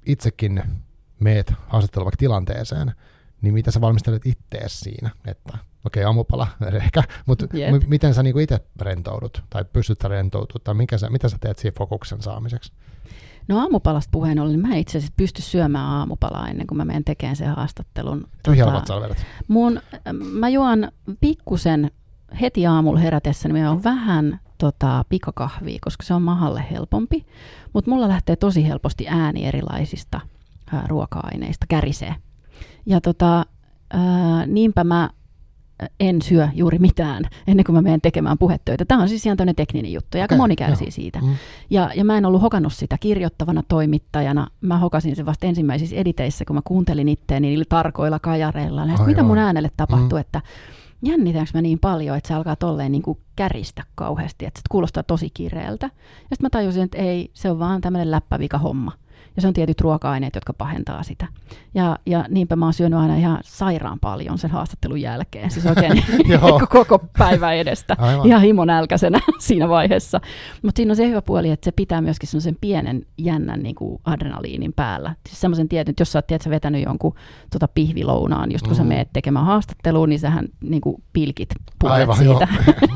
itsekin meet haastattelevaksi tilanteeseen, niin mitä sä valmistelet ittees siinä, että okei, okay, aamupala ehkä, mutta yep. m- miten sä niinku itse rentoudut tai pystyt rentoutumaan, tai mikä sä, mitä sä teet siinä fokuksen saamiseksi? No aamupalasta puheen ollen, niin mä itse asiassa pysty syömään aamupalaa ennen kuin mä menen tekemään sen haastattelun. Tyhjällä vatsalla vedät? Mun, mä juon pikkusen heti aamulla herätessä, niin mä juon vähän tota, pikakahvia, koska se on mahalle helpompi, mutta mulla lähtee tosi helposti ääni erilaisista ää, ruoka-aineista, kärisee. Ja tota, ää, niinpä mä en syö juuri mitään ennen kuin mä menen tekemään puhetöitä. Tämä on siis ihan tämmöinen tekninen juttu, ja aika okay, moni kärsii joo. siitä. Mm. Ja, ja mä en ollut hokannut sitä kirjoittavana toimittajana. Mä hokasin sen vasta ensimmäisissä editeissä, kun mä kuuntelin itteeni niillä tarkoilla kajareilla. Ja mitä mun äänelle tapahtuu, mm. että jännitäänkö mä niin paljon, että se alkaa tolleen niin kuin käristä kauheasti, että se kuulostaa tosi kireeltä. Ja sitten mä tajusin, että ei, se on vaan tämmöinen läppävika homma. Ja se on tietyt ruoka-aineet, jotka pahentaa sitä. Ja, ja niinpä mä oon syönyt aina ihan sairaan paljon sen haastattelun jälkeen. Siis oikein koko päivä edestä. Aivan. Ihan himonälkäisenä siinä vaiheessa. Mutta siinä on se hyvä puoli, että se pitää myöskin sen pienen jännän niin kuin adrenaliinin päällä. Siis semmoisen tietyn, että jos sä oot tiedät, sä vetänyt jonkun tota pihvilounaan, just kun mm. sä meet tekemään haastattelua, niin sähän niin kuin pilkit puolet aivan, siitä.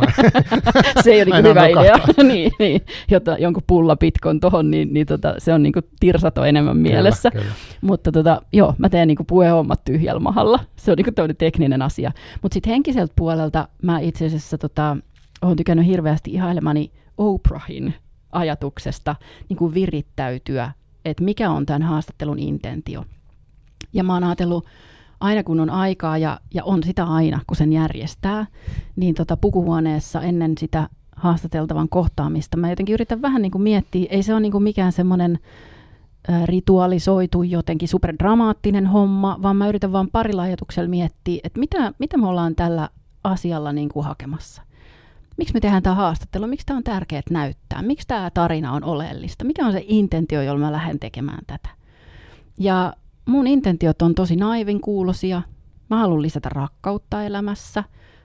Se ei ole niin hyvä idea. niin, niin, jota, jonkun pullapitkon tohon, niin, niin tota, se on niin kuin tirsa on enemmän mielessä, kyllä, kyllä. Mutta tota, joo, mä teen niinku puhehommat tyhjällä mahalla. Se on niinku tämmöinen tekninen asia. Mutta sitten henkiseltä puolelta mä itse asiassa tota, oon tykännyt hirveästi ihailemani Oprahin ajatuksesta niinku virittäytyä, että mikä on tämän haastattelun intentio. Ja mä oon ajatellut, aina kun on aikaa, ja, ja on sitä aina, kun sen järjestää, niin tota pukuhuoneessa ennen sitä haastateltavan kohtaamista mä jotenkin yritän vähän niinku miettiä, ei se ole niinku mikään semmoinen ritualisoitu jotenkin superdramaattinen homma, vaan mä yritän vaan parilla ajatuksella miettiä, että mitä, mitä me ollaan tällä asialla niin kuin hakemassa. Miksi me tehdään tämä haastattelu? Miksi tämä on tärkeää näyttää? Miksi tämä tarina on oleellista? Mikä on se intentio, jolla mä lähden tekemään tätä? Ja mun intentiot on tosi naivin kuulosia. Mä haluan lisätä rakkautta elämässä.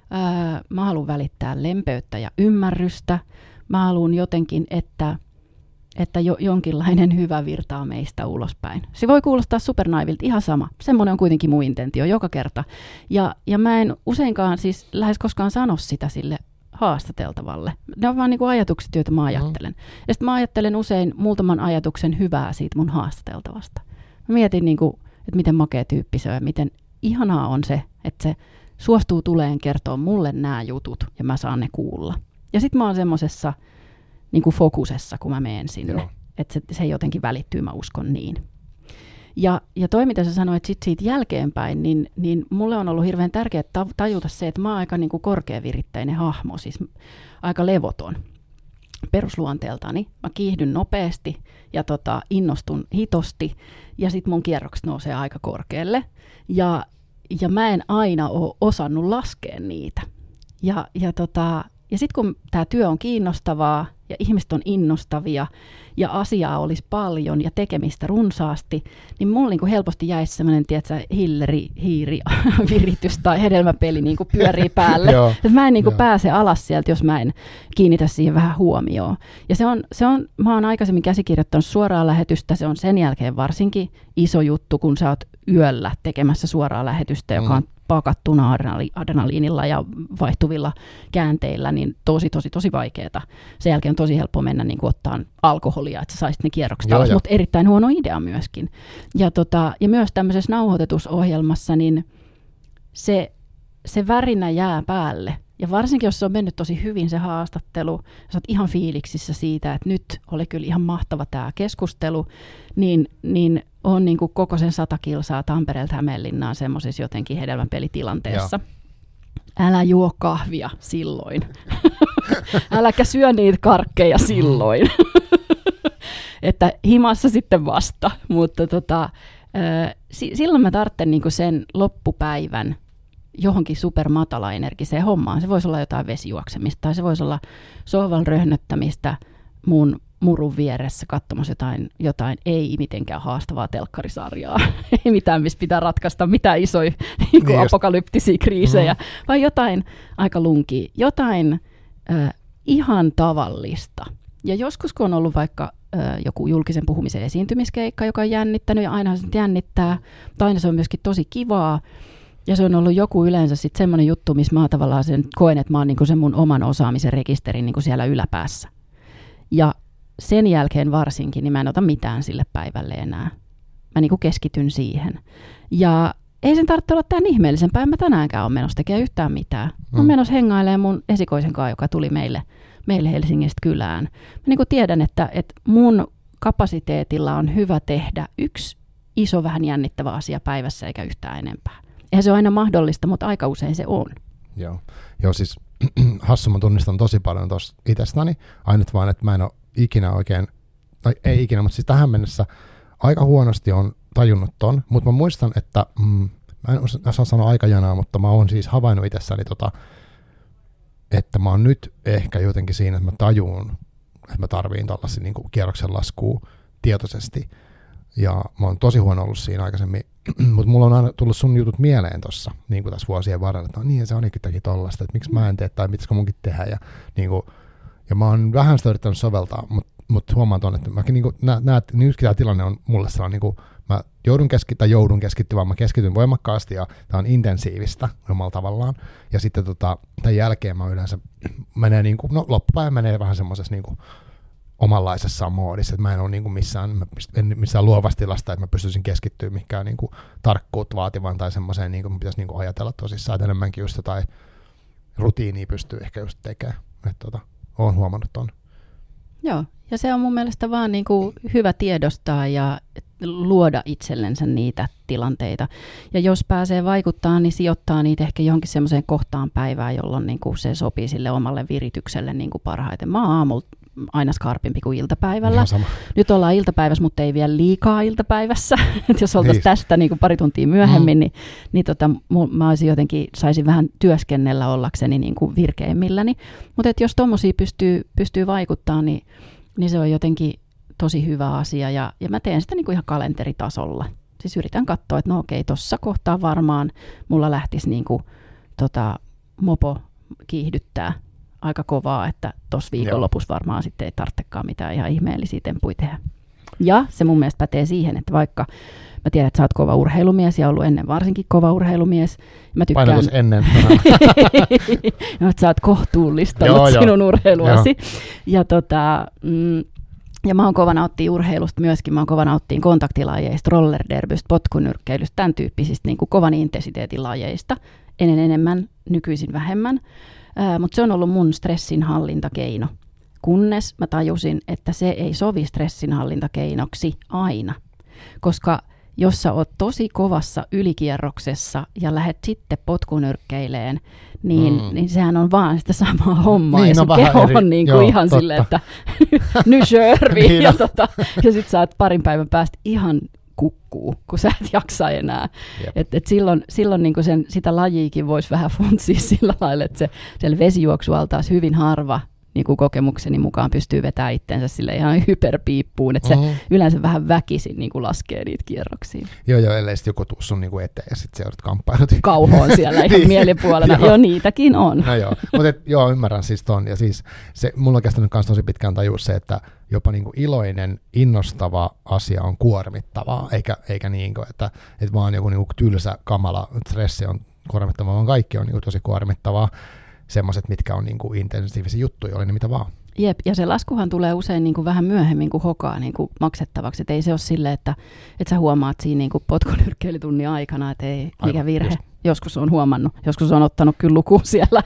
Mä haluan välittää lempeyttä ja ymmärrystä. Mä haluan jotenkin, että että jo, jonkinlainen hyvä virtaa meistä ulospäin. Se voi kuulostaa supernaivilta, ihan sama. Semmoinen on kuitenkin mun intentio joka kerta. Ja, ja mä en useinkaan siis lähes koskaan sano sitä sille haastateltavalle. Ne on vaan niin kuin ajatukset, joita mä ajattelen. Mm. Ja sitten mä ajattelen usein muutaman ajatuksen hyvää siitä mun haastateltavasta. Mä mietin, niin kuin, että miten makea tyyppi se on ja miten ihanaa on se, että se suostuu tuleen kertoa mulle nämä jutut ja mä saan ne kuulla. Ja sitten mä oon semmosessa niin kuin fokusessa, kun mä menen sinne. Että se, se jotenkin välittyy, mä uskon niin. Ja, ja toi, mitä sä sanoit sit siitä jälkeenpäin, niin, niin mulle on ollut hirveän tärkeää tajuta se, että mä oon aika niin kuin korkeaviritteinen hahmo, siis aika levoton perusluonteeltani. Mä kiihdyn nopeasti ja tota, innostun hitosti, ja sit mun kierrokset nousee aika korkealle. Ja, ja mä en aina ole osannut laskea niitä. Ja, ja tota... Ja sitten kun tämä työ on kiinnostavaa ja ihmiset on innostavia ja asiaa olisi paljon ja tekemistä runsaasti, niin mulla niinku helposti jäisi semmoinen, tiedätkö, hilleri, hiiri, viritys tai hedelmäpeli niinku pyörii päälle. Että mä en niinku pääse alas sieltä, jos mä en kiinnitä siihen vähän huomioon. Ja se on, se on, mä oon aikaisemmin käsikirjoittanut suoraa lähetystä, se on sen jälkeen varsinkin iso juttu, kun sä oot yöllä tekemässä suoraa lähetystä, joka on pakattuna adrenaliinilla ja vaihtuvilla käänteillä, niin tosi, tosi, tosi vaikeaa. Sen jälkeen on tosi helppo mennä niin kuin ottaa alkoholia, että sä saisit ne kierrokset alas, mutta erittäin huono idea myöskin. Ja, tota, ja myös tämmöisessä nauhoitetusohjelmassa, niin se, se värinä jää päälle. Ja varsinkin, jos se on mennyt tosi hyvin se haastattelu, sä oot ihan fiiliksissä siitä, että nyt oli kyllä ihan mahtava tämä keskustelu, niin, niin on niin kuin koko sen sata kilsaa Tampereelta Hämeenlinnaan semmoisessa jotenkin hedelmänpelitilanteessa. Joo. Älä juo kahvia silloin. Äläkä syö niitä karkkeja silloin. Että himassa sitten vasta. Mutta tota, äh, silloin mä tarvitsen niin kuin sen loppupäivän johonkin supermatalaenergiseen hommaan. Se voisi olla jotain vesijuoksemista tai se voisi olla sohvan röhnöttämistä mun murun vieressä katsomassa jotain, jotain ei mitenkään haastavaa telkkarisarjaa. Ei mitään, missä pitää ratkaista mitään isoja niin niin apokalyptisia kriisejä, mm-hmm. vaan jotain aika lunkia, jotain äh, ihan tavallista. Ja joskus kun on ollut vaikka joku julkisen puhumisen esiintymiskeikka, joka on jännittänyt ja aina se jännittää, mutta aina se on myöskin tosi kivaa. Ja se on ollut joku yleensä sitten semmoinen juttu, missä mä tavallaan sen koen, että mä oon niinku sen mun oman osaamisen rekisterin niinku siellä yläpäässä. Ja sen jälkeen varsinkin, niin mä en ota mitään sille päivälle enää. Mä niinku keskityn siihen. Ja ei sen tarvitse olla tämän ihmeellisempää, en mä tänäänkään ole menossa tekemään yhtään mitään. Mä oon menossa hengailemaan mun esikoisen kanssa, joka tuli meille, meille Helsingistä kylään. Mä niinku tiedän, että, että mun kapasiteetilla on hyvä tehdä yksi iso vähän jännittävä asia päivässä eikä yhtään enempää. Eihän se ole aina mahdollista, mutta aika usein se on. Joo, Joo siis hassu, mä tunnistan tosi paljon tuossa itsestäni. Ainut vaan, että mä en ole ikinä oikein, tai ei ikinä, mutta siis tähän mennessä aika huonosti on tajunnut ton, mutta mä muistan, että mm, mä en osaa sanoa aikajanaa, mutta mä oon siis havainnut itsessäni tota, että mä oon nyt ehkä jotenkin siinä, että mä tajuun, että mä tarviin tällaisia niin kuin kierroksen laskua tietoisesti. Ja mä oon tosi huono ollut siinä aikaisemmin, mutta mulla on aina tullut sun jutut mieleen tossa, niin kuin tässä vuosien varrella, että no niin, se on jotenkin tollaista, että miksi mä en tee tai pitäisikö munkin tehdä. Ja, niin kuin, ja mä oon vähän sitä yrittänyt soveltaa, mutta mut huomaan ton, että mäkin niin kuin, nä, nä, nytkin tämä tilanne on mulle sellainen, niin kuin, mä joudun keskittyä, joudun keskittyä, mä keskityn voimakkaasti ja tämä on intensiivistä omalla tavallaan. Ja sitten tota, tämän jälkeen mä yleensä menee, niin kuin, no loppupäivä menee vähän semmoisessa niin kuin, omanlaisessa moodissa, että mä en ole niin kuin missään, en missään luovassa tilasta, että mä pystyisin keskittyä mihinkään niin kuin tarkkuutta vaativan tai semmoiseen, niin kuin mä pitäisi niin kuin ajatella tosissaan, että enemmänkin just jotain rutiinia pystyy ehkä just tekemään. Että tota, oon huomannut ton. Joo, ja se on mun mielestä vaan niin kuin hyvä tiedostaa ja luoda itsellensä niitä tilanteita. Ja jos pääsee vaikuttaa, niin sijoittaa niitä ehkä johonkin semmoiseen kohtaan päivää, jolloin niin kuin se sopii sille omalle viritykselle niin kuin parhaiten. Mä oon aamulla aina skarpimpi kuin iltapäivällä. Nyt ollaan iltapäivässä, mutta ei vielä liikaa iltapäivässä. Jos oltaisiin tästä niin kuin pari tuntia myöhemmin, mm. niin, niin tota, mä olisin jotenkin, saisin vähän työskennellä ollakseni niin kuin virkeimmilläni. Mutta jos tommosia pystyy, pystyy vaikuttaa, niin, niin se on jotenkin tosi hyvä asia. Ja, ja mä teen sitä niin kuin ihan kalenteritasolla. Siis yritän katsoa, että no okei, tuossa kohtaa varmaan mulla lähtisi niin kuin, tota, mopo kiihdyttää aika kovaa, että tuossa viikonlopussa varmaan sitten ei tarvitsekaan mitään ihan ihmeellisiä temppuja tehdä. Ja se mun mielestä pätee siihen, että vaikka mä tiedän, että sä oot kova urheilumies ja ollut ennen varsinkin kova urheilumies. Mä tykkään... Painotus ennen. no, että sä oot kohtuullistanut joo, sinun jo. urheiluasi. Joo. Ja, tota, mm, ja mä oon kova nauttia urheilusta myöskin. Mä oon kova nauttia kontaktilajeista, rollerderbystä, potkunyrkkeilystä, tämän tyyppisistä niin kuin kovan intensiteetin lajeista. Ennen enemmän, nykyisin vähemmän. Äh, mutta se on ollut mun stressinhallintakeino, kunnes mä tajusin, että se ei sovi stressinhallintakeinoksi aina. Koska jos sä oot tosi kovassa ylikierroksessa ja lähdet sitten potkunyrkkeileen, niin, mm. niin sehän on vaan sitä samaa hommaa. Niin, ja sun keho eri. on niin kuin Joo, ihan silleen, että nysörvi. niin ja tota, ja sit sä oot parin päivän päästä ihan kukkuu, kun sä et jaksa enää. Et, et silloin silloin niin sen, sitä lajiikin voisi vähän funtsia sillä lailla, että se, siellä vesijuoksualtaas hyvin harva niin kuin kokemukseni mukaan pystyy vetämään itsensä sille ihan hyperpiippuun, että mm-hmm. se yleensä vähän väkisin niin kuin laskee niitä kierroksia. Joo, joo, ellei sitten joku tuu sun niin kuin eteen ja sitten seudut kamppailut. Kauhoon siellä ihan niin. mielipuolena. joo, niitäkin on. No joo, mutta joo, ymmärrän siis ton. Ja siis se, mulla on kestänyt myös tosi pitkään tajua se, että jopa niin kuin iloinen, innostava asia on kuormittavaa, eikä, eikä niin kuin, että, että vaan joku niin kuin tylsä, kamala stressi on kuormittavaa, vaan kaikki on niin kuin tosi kuormittavaa. Semmoiset, mitkä on niin kuin intensiivisiä juttuja, oli ne mitä vaan. Jep, ja se laskuhan tulee usein niin kuin vähän myöhemmin kuin hokaa niin kuin maksettavaksi. Et ei se ole silleen, että, että sä huomaat siinä niin kuin potkunyrkkeilytunnin aikana, että ei, mikä Aivan, virhe. Just. Joskus on huomannut, joskus on ottanut kyllä lukuun siellä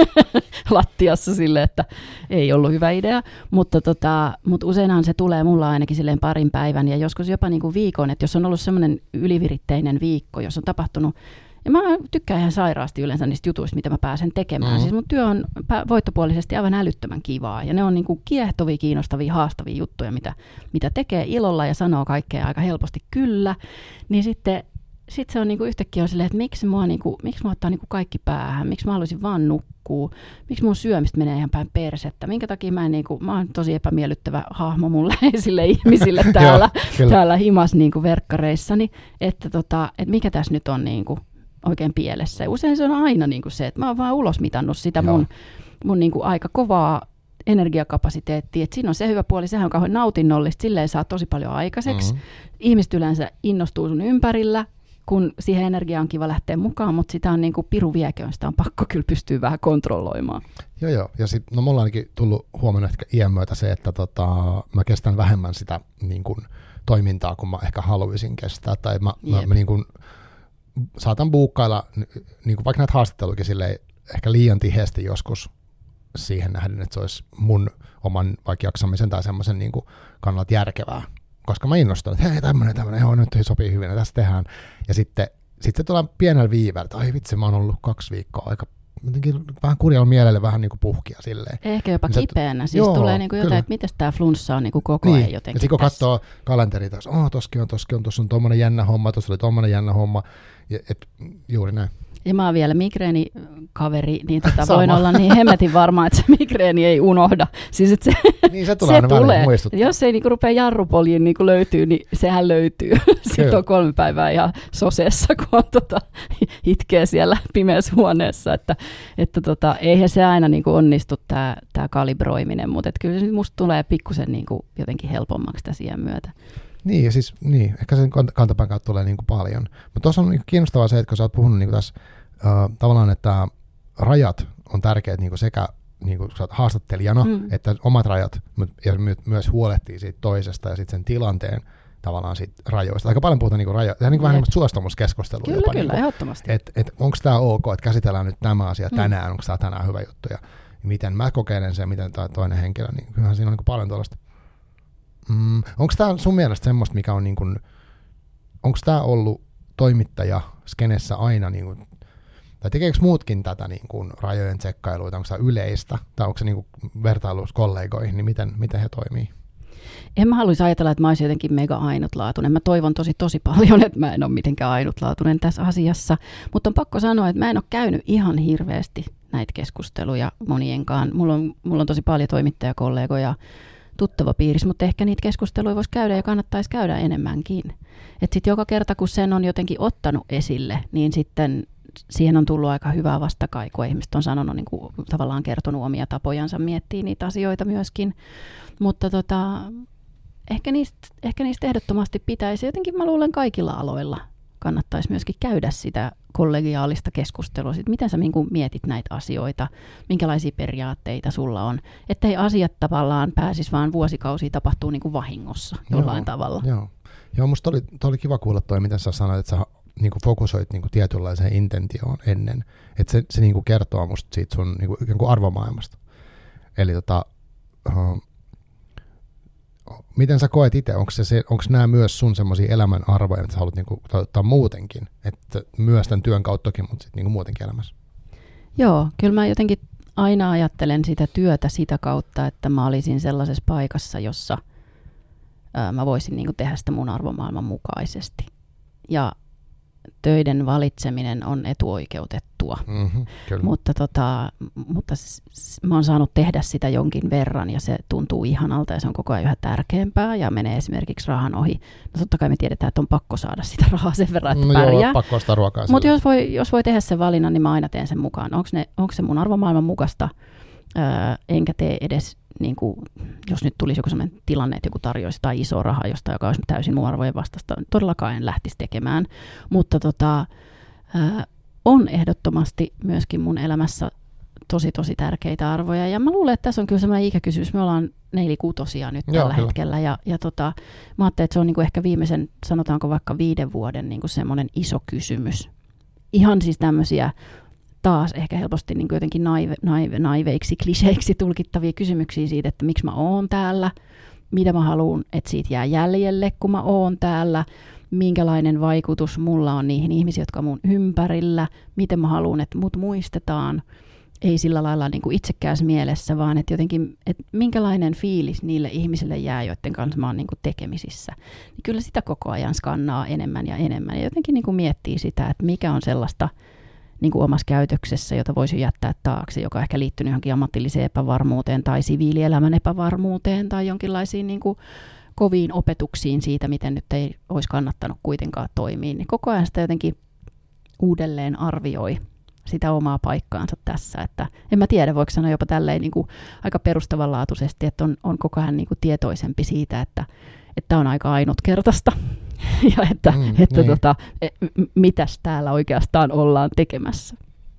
lattiassa silleen, että ei ollut hyvä idea. Mutta, tota, mutta useinhan se tulee mulla ainakin silleen parin päivän ja joskus jopa niin kuin viikon, että jos on ollut semmoinen yliviritteinen viikko, jos on tapahtunut. Ja mä tykkään ihan sairaasti yleensä niistä jutuista, mitä mä pääsen tekemään. Mm-hmm. Siis mun työ on voittopuolisesti aivan älyttömän kivaa. Ja ne on niinku kiehtovia, kiinnostavia, haastavia juttuja, mitä, mitä tekee ilolla ja sanoo kaikkea aika helposti kyllä. Niin sitten sit se on niinku yhtäkkiä on silleen, että miksi mua, niinku, miksi mua ottaa niinku kaikki päähän, miksi mä haluaisin vaan nukkua, miksi mun syömistä menee ihan päin persettä, minkä takia mä en niinku, mä oon tosi epämiellyttävä hahmo mun läheisille ihmisille täällä, täällä himas niinku verkkareissani, että tota, et mikä tässä nyt on niinku oikein pielessä. Ja usein se on aina niin kuin se, että mä oon vaan ulosmitannut sitä mun, mun niin kuin aika kovaa energiakapasiteettia. Et siinä on se hyvä puoli, sehän on kauhean nautinnollista, silleen saa tosi paljon aikaiseksi. Mm-hmm. Ihmiset yleensä innostuu sun ympärillä, kun siihen energiaan on kiva lähteä mukaan, mutta sitä on niin kuin piru vieköön, sitä on pakko kyllä pystyä vähän kontrolloimaan. Joo, joo. Ja sitten, no mulla on ainakin tullut huomioon ehkä iän myötä se, että tota, mä kestän vähemmän sitä niin kuin, toimintaa, kun mä ehkä haluaisin kestää. Tai mä, mä, mä niin kuin, saatan buukkailla, niin kuin vaikka näitä haastatteluikin silleen, ehkä liian tiheästi joskus siihen nähden, että se olisi mun oman vaikka jaksamisen tai semmoisen niin kuin kannalta järkevää. Koska mä innostun, että hei, tämmöinen, tämmöinen, joo, nyt sopii hyvin, ja tässä tehdään. Ja sitten, sitten se tulee pienellä viiveellä, että ai vitsi, mä oon ollut kaksi viikkoa aika jotenkin vähän kurjalla mielelle vähän niin kuin puhkia silleen. Ehkä jopa niin kipeänä, siis joo, tulee niin kuin jotain, että miten tämä flunssa on niin kuin koko niin. ajan jotenkin. Ja sitten kun katsoo kalenteria, että oh, toskin on, toskin on, tuossa on tommoinen jännä homma, tuossa oli tommoinen jännä homma, ja, et, juuri näin. Ja mä oon vielä migreenikaveri, niin tota voin olla niin hemmetin varma, että se migreeni ei unohda. Siis että se, niin se tulee, se tulee. Jos ei niinku rupea jarrupoljiin niinku löytyy, niin sehän löytyy. Sitten on kolme päivää ihan soseessa, kun on tota, itkee siellä pimeässä huoneessa. Että, että tota, eihän se aina niinku onnistu tämä tää kalibroiminen, mutta kyllä se musta tulee pikkusen niinku jotenkin helpommaksi tässä iän myötä. Niin, ja siis, niin, ehkä sen kantapään kautta tulee niin kuin paljon. Mutta tuossa on niin kiinnostavaa se, että kun sä oot puhunut niin kuin tässä äh, tavallaan, että rajat on tärkeät niin kuin sekä niin kuin sä oot haastattelijana, mm. että omat rajat, ja myös huolehtii siitä toisesta ja sitten sen tilanteen tavallaan siitä rajoista. Aika paljon puhutaan niin kuin rajoista. Tämä on niin kuin vähän niin kuin suostumuskeskustelua. Kyllä, jopa, kyllä, niin kuin, ehdottomasti. Että et, onko tämä ok, että käsitellään nyt tämä asia tänään, mm. onko tämä tänään hyvä juttu, ja miten mä kokeilen sen, miten toinen henkilö, niin kyllähän siinä on niin kuin paljon tuollaista. Mm, onko tämä sun mielestä semmoista, mikä on niin kuin, onko tämä ollut toimittaja skenessä aina, niin kuin, tai tekeekö muutkin tätä niin kuin rajojen tsekkailuita, onko tämä yleistä, tai onko se niin kuin vertailussa kollegoihin, niin miten, miten he toimii? En mä haluaisi ajatella, että mä olisin jotenkin mega ainutlaatuinen. Mä toivon tosi tosi paljon, että mä en ole mitenkään ainutlaatuinen tässä asiassa, mutta on pakko sanoa, että mä en ole käynyt ihan hirveästi näitä keskusteluja monienkaan. Mulla on, mulla on tosi paljon toimittajakollegoja, tuttava piirissä, mutta ehkä niitä keskusteluja voisi käydä ja kannattaisi käydä enemmänkin. Että sitten joka kerta, kun sen on jotenkin ottanut esille, niin sitten siihen on tullut aika hyvää vastakaikua. Ihmiset on sanonut, niin kuin, tavallaan kertonut omia tapojansa, miettii niitä asioita myöskin. Mutta tota, ehkä, niistä, ehkä niistä ehdottomasti pitäisi, jotenkin mä luulen kaikilla aloilla kannattaisi myöskin käydä sitä kollegiaalista keskustelua, sit miten sä niin kuin mietit näitä asioita, minkälaisia periaatteita sulla on, ettei asiat tavallaan pääsisi vaan vuosikausia tapahtuu niin kuin vahingossa jollain joo, tavalla. Joo, joo musta oli, oli kiva kuulla toi, miten sä sanoit, että sä niin kuin fokusoit niin kuin tietynlaiseen intentioon ennen, että se, se niin kuin kertoo musta siitä sun niin kuin, ikään kuin arvomaailmasta. Eli tota, uh, miten sä koet itse, onko onko nämä myös sun semmoisia elämän arvoja, että sä haluat niinku toteuttaa muutenkin, että myös tämän työn kauttakin, mutta sitten niinku muutenkin elämässä? Joo, kyllä mä jotenkin aina ajattelen sitä työtä sitä kautta, että mä olisin sellaisessa paikassa, jossa ää, mä voisin niinku tehdä sitä mun arvomaailman mukaisesti. Ja töiden valitseminen on etuoikeutettua, mm-hmm, mutta, tota, mutta s- s- mä oon saanut tehdä sitä jonkin verran ja se tuntuu ihanalta ja se on koko ajan yhä tärkeämpää ja menee esimerkiksi rahan ohi. No totta kai me tiedetään, että on pakko saada sitä rahaa sen verran, että no pärjää. Joo, pakko ostaa ruokaa. Mutta jos voi, jos voi tehdä sen valinnan, niin mä aina teen sen mukaan. Onko se mun arvomaailman mukaista, öö, enkä tee edes, niin kuin, jos nyt tulisi joku sellainen tilanne, että joku tarjoisi tai iso raha jostain, joka olisi täysin mun arvojen vastasta, todellakaan en lähtisi tekemään. Mutta tota, öö, on ehdottomasti myöskin mun elämässä tosi tosi tärkeitä arvoja. Ja mä luulen, että tässä on kyllä sellainen ikäkysymys. Me ollaan neilikuutosia nyt Joo, tällä kyllä. hetkellä. Ja, ja tota, mä ajattelin, että se on niinku ehkä viimeisen, sanotaanko vaikka viiden vuoden niinku semmoinen iso kysymys. Ihan siis tämmöisiä taas ehkä helposti niin jotenkin naive, naive, naiveiksi, kliseiksi tulkittavia kysymyksiä siitä, että miksi mä oon täällä, mitä mä haluan, että siitä jää jäljelle, kun mä oon täällä, minkälainen vaikutus mulla on niihin ihmisiin, jotka on mun ympärillä, miten mä haluan, että mut muistetaan, ei sillä lailla niin kuin itsekkäässä mielessä, vaan että jotenkin, että minkälainen fiilis niille ihmisille jää, joiden kanssa mä oon niin kuin tekemisissä. Niin kyllä sitä koko ajan skannaa enemmän ja enemmän ja jotenkin niin kuin miettii sitä, että mikä on sellaista niin kuin omassa käytöksessä, jota voisi jättää taakse, joka on ehkä liittynyt johonkin ammatilliseen epävarmuuteen tai siviilielämän epävarmuuteen tai jonkinlaisiin niin kuin koviin opetuksiin siitä, miten nyt ei olisi kannattanut kuitenkaan toimia. Niin koko ajan sitä jotenkin uudelleen arvioi sitä omaa paikkaansa tässä. Että en mä tiedä, voiko sanoa jopa tälleen niin kuin aika perustavanlaatuisesti, että on, on koko ajan niin kuin tietoisempi siitä, että että on aika ainutkertaista ja että, mm, että niin. tota, mitäs täällä oikeastaan ollaan tekemässä.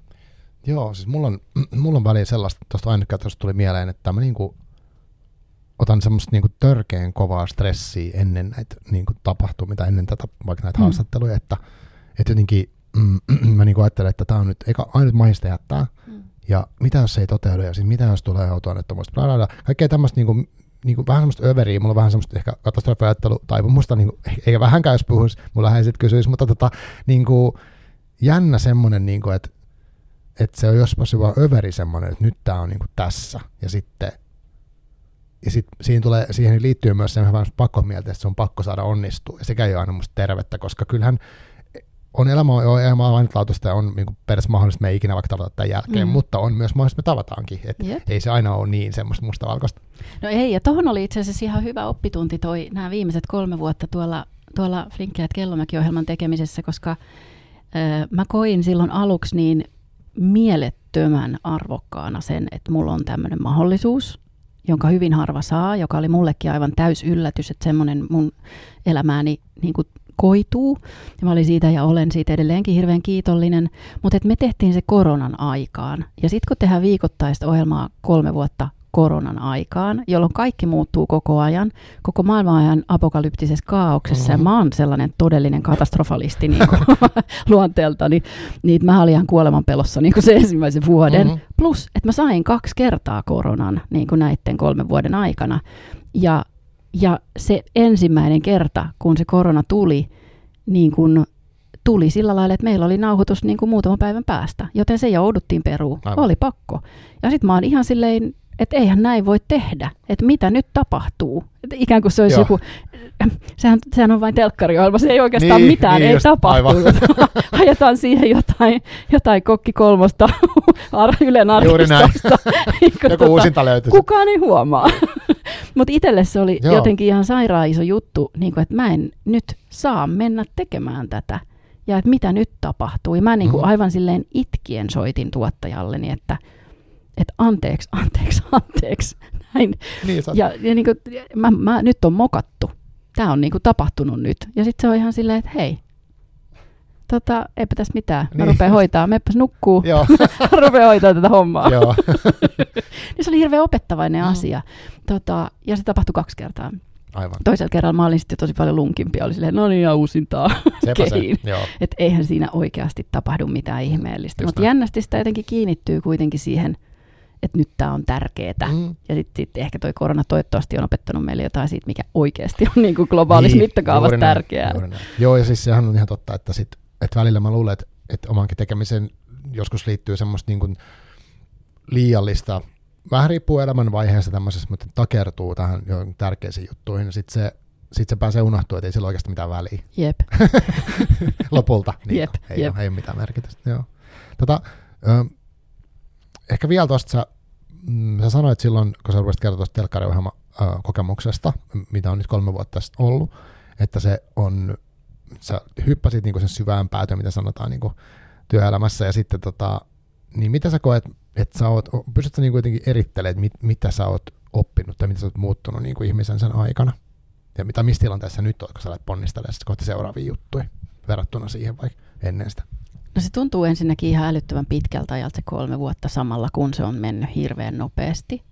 Joo, siis mulla on, mulla on väliin sellaista, tuosta ainutkertaisuudesta tuli mieleen, että mä niinku otan semmoista niinku törkeän kovaa stressiä ennen näitä niinku tapahtumia, ennen tätä vaikka näitä mm. haastatteluja, että, että jotenkin mm, mä niinku ajattelen, että tämä on nyt eikä ainut mahista jättää, mm. ja mitä jos se ei toteudu, ja siis mitä jos tulee autoonnettomuista, bla bla bla, kaikkea tämmöistä niinku, niinku vähän semmoista överiä, mulla on vähän semmoista ehkä katastrofiajattelu-taipumusta, niinku, eikä vähänkään jos puhuisi, mulla hän sitten kysyisi, mutta tota, niinku, jännä semmoinen, niinku, että että se on jospas vaan överi semmoinen, että nyt tää on niinku tässä, ja sitten ja sit siihen, tulee, siihen liittyy myös semmoinen vähän pakkomieltä, että se on pakko saada onnistua, ja sekä ei ole aina musta tervettä, koska kyllähän on elämä on elämä ainutlaatuista ja on niinku periaatteessa mahdollista, että me ei ikinä vaikka tavata tämän jälkeen, mm. mutta on myös mahdollista, että me tavataankin, että yep. ei se aina ole niin semmoista mustavalkoista. No ei, ja tohon oli itse asiassa ihan hyvä oppitunti toi nämä viimeiset kolme vuotta tuolla, tuolla Flinkkiät Kellomäki-ohjelman tekemisessä, koska äh, mä koin silloin aluksi niin mielettömän arvokkaana sen, että mulla on tämmöinen mahdollisuus, jonka hyvin harva saa, joka oli mullekin aivan täys yllätys, että semmoinen mun elämääni niin kuin koituu. Ja mä olin siitä ja olen siitä edelleenkin hirveän kiitollinen, mutta me tehtiin se koronan aikaan. Ja sitten kun tehdään viikoittaista ohjelmaa kolme vuotta koronan aikaan, jolloin kaikki muuttuu koko ajan, koko maailman ajan apokalyptisessa kaauksessa, mm-hmm. ja mä oon sellainen todellinen katastrofalisti niin kuin luonteeltani, niin mä olin ihan kuoleman pelossa niin kuin se ensimmäisen vuoden, mm-hmm. plus, että mä sain kaksi kertaa koronan niin kuin näiden kolmen vuoden aikana, ja, ja se ensimmäinen kerta, kun se korona tuli, niin kuin tuli sillä lailla, että meillä oli nauhoitus niin kuin muutaman päivän päästä, joten se jouduttiin peruun, oli pakko, ja sitten mä oon ihan silleen, että eihän näin voi tehdä, että mitä nyt tapahtuu. Et ikään kuin se olisi Joo. joku, sehän, sehän on vain telkkariohjelma, se ei oikeastaan niin, mitään, niin ei tapahtunut. Hajataan siihen jotain, jotain kokki kolmosta Ylen arkistosta. Joku tota, uusinta löytyisi. Kukaan ei huomaa. Mutta itselle se oli Joo. jotenkin ihan sairaan iso juttu, niin kuin, että mä en nyt saa mennä tekemään tätä. Ja että mitä nyt tapahtuu. Ja mä niin kuin mm. aivan silleen itkien soitin tuottajalleni, että että anteeksi, anteeksi, anteeksi, näin. Niin, ja ja niin kuin, mä, mä, nyt on mokattu. Tämä on niin kuin tapahtunut nyt. Ja sitten se on ihan silleen, että hei, tota, eipä tässä mitään. Mä niin. rupean hoitaa, meppäs nukkuu. Mä rupean hoitaa tätä hommaa. Joo. Niin se oli hirveän opettavainen mm. asia. Tota, ja se tapahtui kaksi kertaa. Aivan. Toisella kerralla mä olin sitten tosi paljon lunkimpia. Oli silleen, no niin, ja uusintaa kehiin. Että eihän siinä oikeasti tapahdu mitään ihmeellistä. Mutta jännästi sitä jotenkin kiinnittyy kuitenkin siihen, että nyt tämä on tärkeetä. Mm. Ja sitten sit ehkä toi korona toivottavasti on opettanut meille jotain siitä, mikä oikeasti on niin kuin globaalissa niin, mittakaavassa tärkeää. Näin, Joo, ja siis sehän on ihan totta, että, sit, että välillä mä luulen, että, että omankin tekemisen joskus liittyy semmoista niin kuin liiallista, vähän riippuu elämänvaiheesta tämmöisessä, mutta takertuu tähän tärkeisiin juttuihin, ja sitten se, sit se pääsee unohtua, että ei sillä oikeasti mitään väliä. Jep. Lopulta. Niin Jep, ei, jep. Ole, ei ole mitään merkitystä. Joo. Tota, ö, Ehkä vielä tuosta, sä, mm, sä sanoit silloin, kun sä rupesit kertoa tuosta telkkariohjelman äh, kokemuksesta, mitä on nyt kolme vuotta tästä ollut, että se on, sä hyppäsit niinku sen syvään päätyyn, mitä sanotaan niinku työelämässä, ja sitten tota, niin mitä sä koet, että sä oot, pystyt sä niinku jotenkin erittelemään, että mit, mitä sä oot oppinut tai mitä sä oot muuttunut niinku ihmisen sen aikana, ja mitä missä tilanteessa nyt oot, kun sä lähdet ponnistelemaan kohti seuraavia juttuja, verrattuna siihen vaikka ennen sitä? No se tuntuu ensinnäkin ihan älyttömän pitkältä ajalta se kolme vuotta samalla, kun se on mennyt hirveän nopeasti.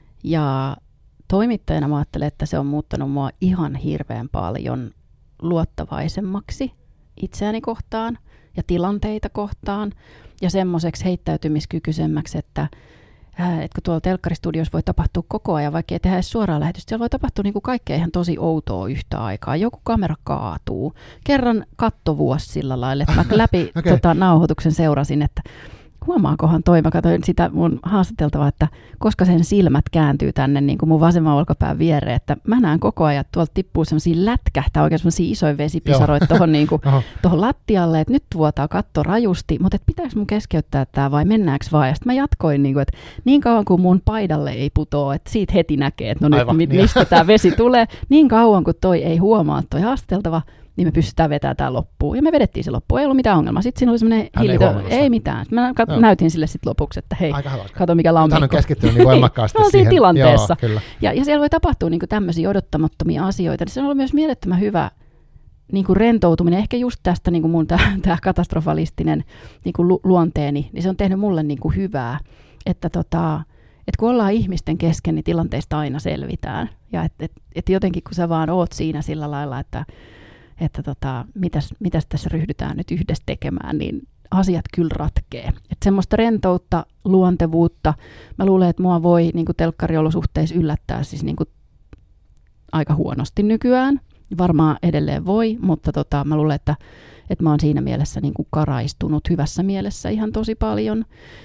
Ja toimittajana mä ajattelen, että se on muuttanut mua ihan hirveän paljon luottavaisemmaksi itseäni kohtaan ja tilanteita kohtaan ja semmoiseksi heittäytymiskykyisemmäksi, että että kun tuolla telkkaristudiossa voi tapahtua koko ajan, vaikka ei tehdä edes suoraan lähetystä, siellä voi tapahtua niin kuin kaikkea ihan tosi outoa yhtä aikaa. Joku kamera kaatuu. Kerran kattovuosi sillä lailla, että mä läpi okay. tota, nauhoituksen seurasin, että huomaakohan toi, mä katsoin sitä mun haastateltavaa, että koska sen silmät kääntyy tänne niin kuin mun vasemman olkapään viereen, että mä näen koko ajan, että tuolta tippuu sellaisia lätkähtää oikein sellaisia isoja vesipisaroita tuohon niin kuin lattialle, että nyt vuotaa katto rajusti, mutta pitääkö mun keskeyttää tämä vai mennäänkö vaan? Ja sitten mä jatkoin, niin kuin, että niin kauan kuin mun paidalle ei putoa, että siitä heti näkee, että no nyt Aivan, mi- niin. mistä tämä vesi tulee, niin kauan kuin toi ei huomaa toi haastateltava, niin me pystytään vetämään tämä loppuun. Ja me vedettiin se loppuun, ei ollut mitään ongelmaa. Sitten siinä oli semmoinen hillitön, ei, ei mitään. Mä kat- no. näytin sille sitten lopuksi, että hei, kato mikä laumikko. Hän on keskittynyt niin voimakkaasti siihen. siihen. tilanteessa. Joo, ja, ja siellä voi tapahtua niin kuin tämmöisiä odottamattomia asioita. Se on ollut myös mielettömän hyvä niin kuin rentoutuminen. Ehkä just tästä niin kuin mun tämä katastrofalistinen niin kuin lu- luonteeni, niin se on tehnyt mulle niin kuin hyvää, että tota, et kun ollaan ihmisten kesken, niin tilanteista aina selvitään. Ja että et, et jotenkin kun sä vaan oot siinä sillä lailla, että että tota, mitäs, mitäs tässä ryhdytään nyt yhdessä tekemään, niin asiat kyllä ratkee. Että semmoista rentoutta, luontevuutta, mä luulen, että mua voi niin kuin telkkariolosuhteissa yllättää siis niin kuin aika huonosti nykyään. Varmaan edelleen voi, mutta tota, mä luulen, että, että mä oon siinä mielessä niin kuin karaistunut hyvässä mielessä ihan tosi paljon.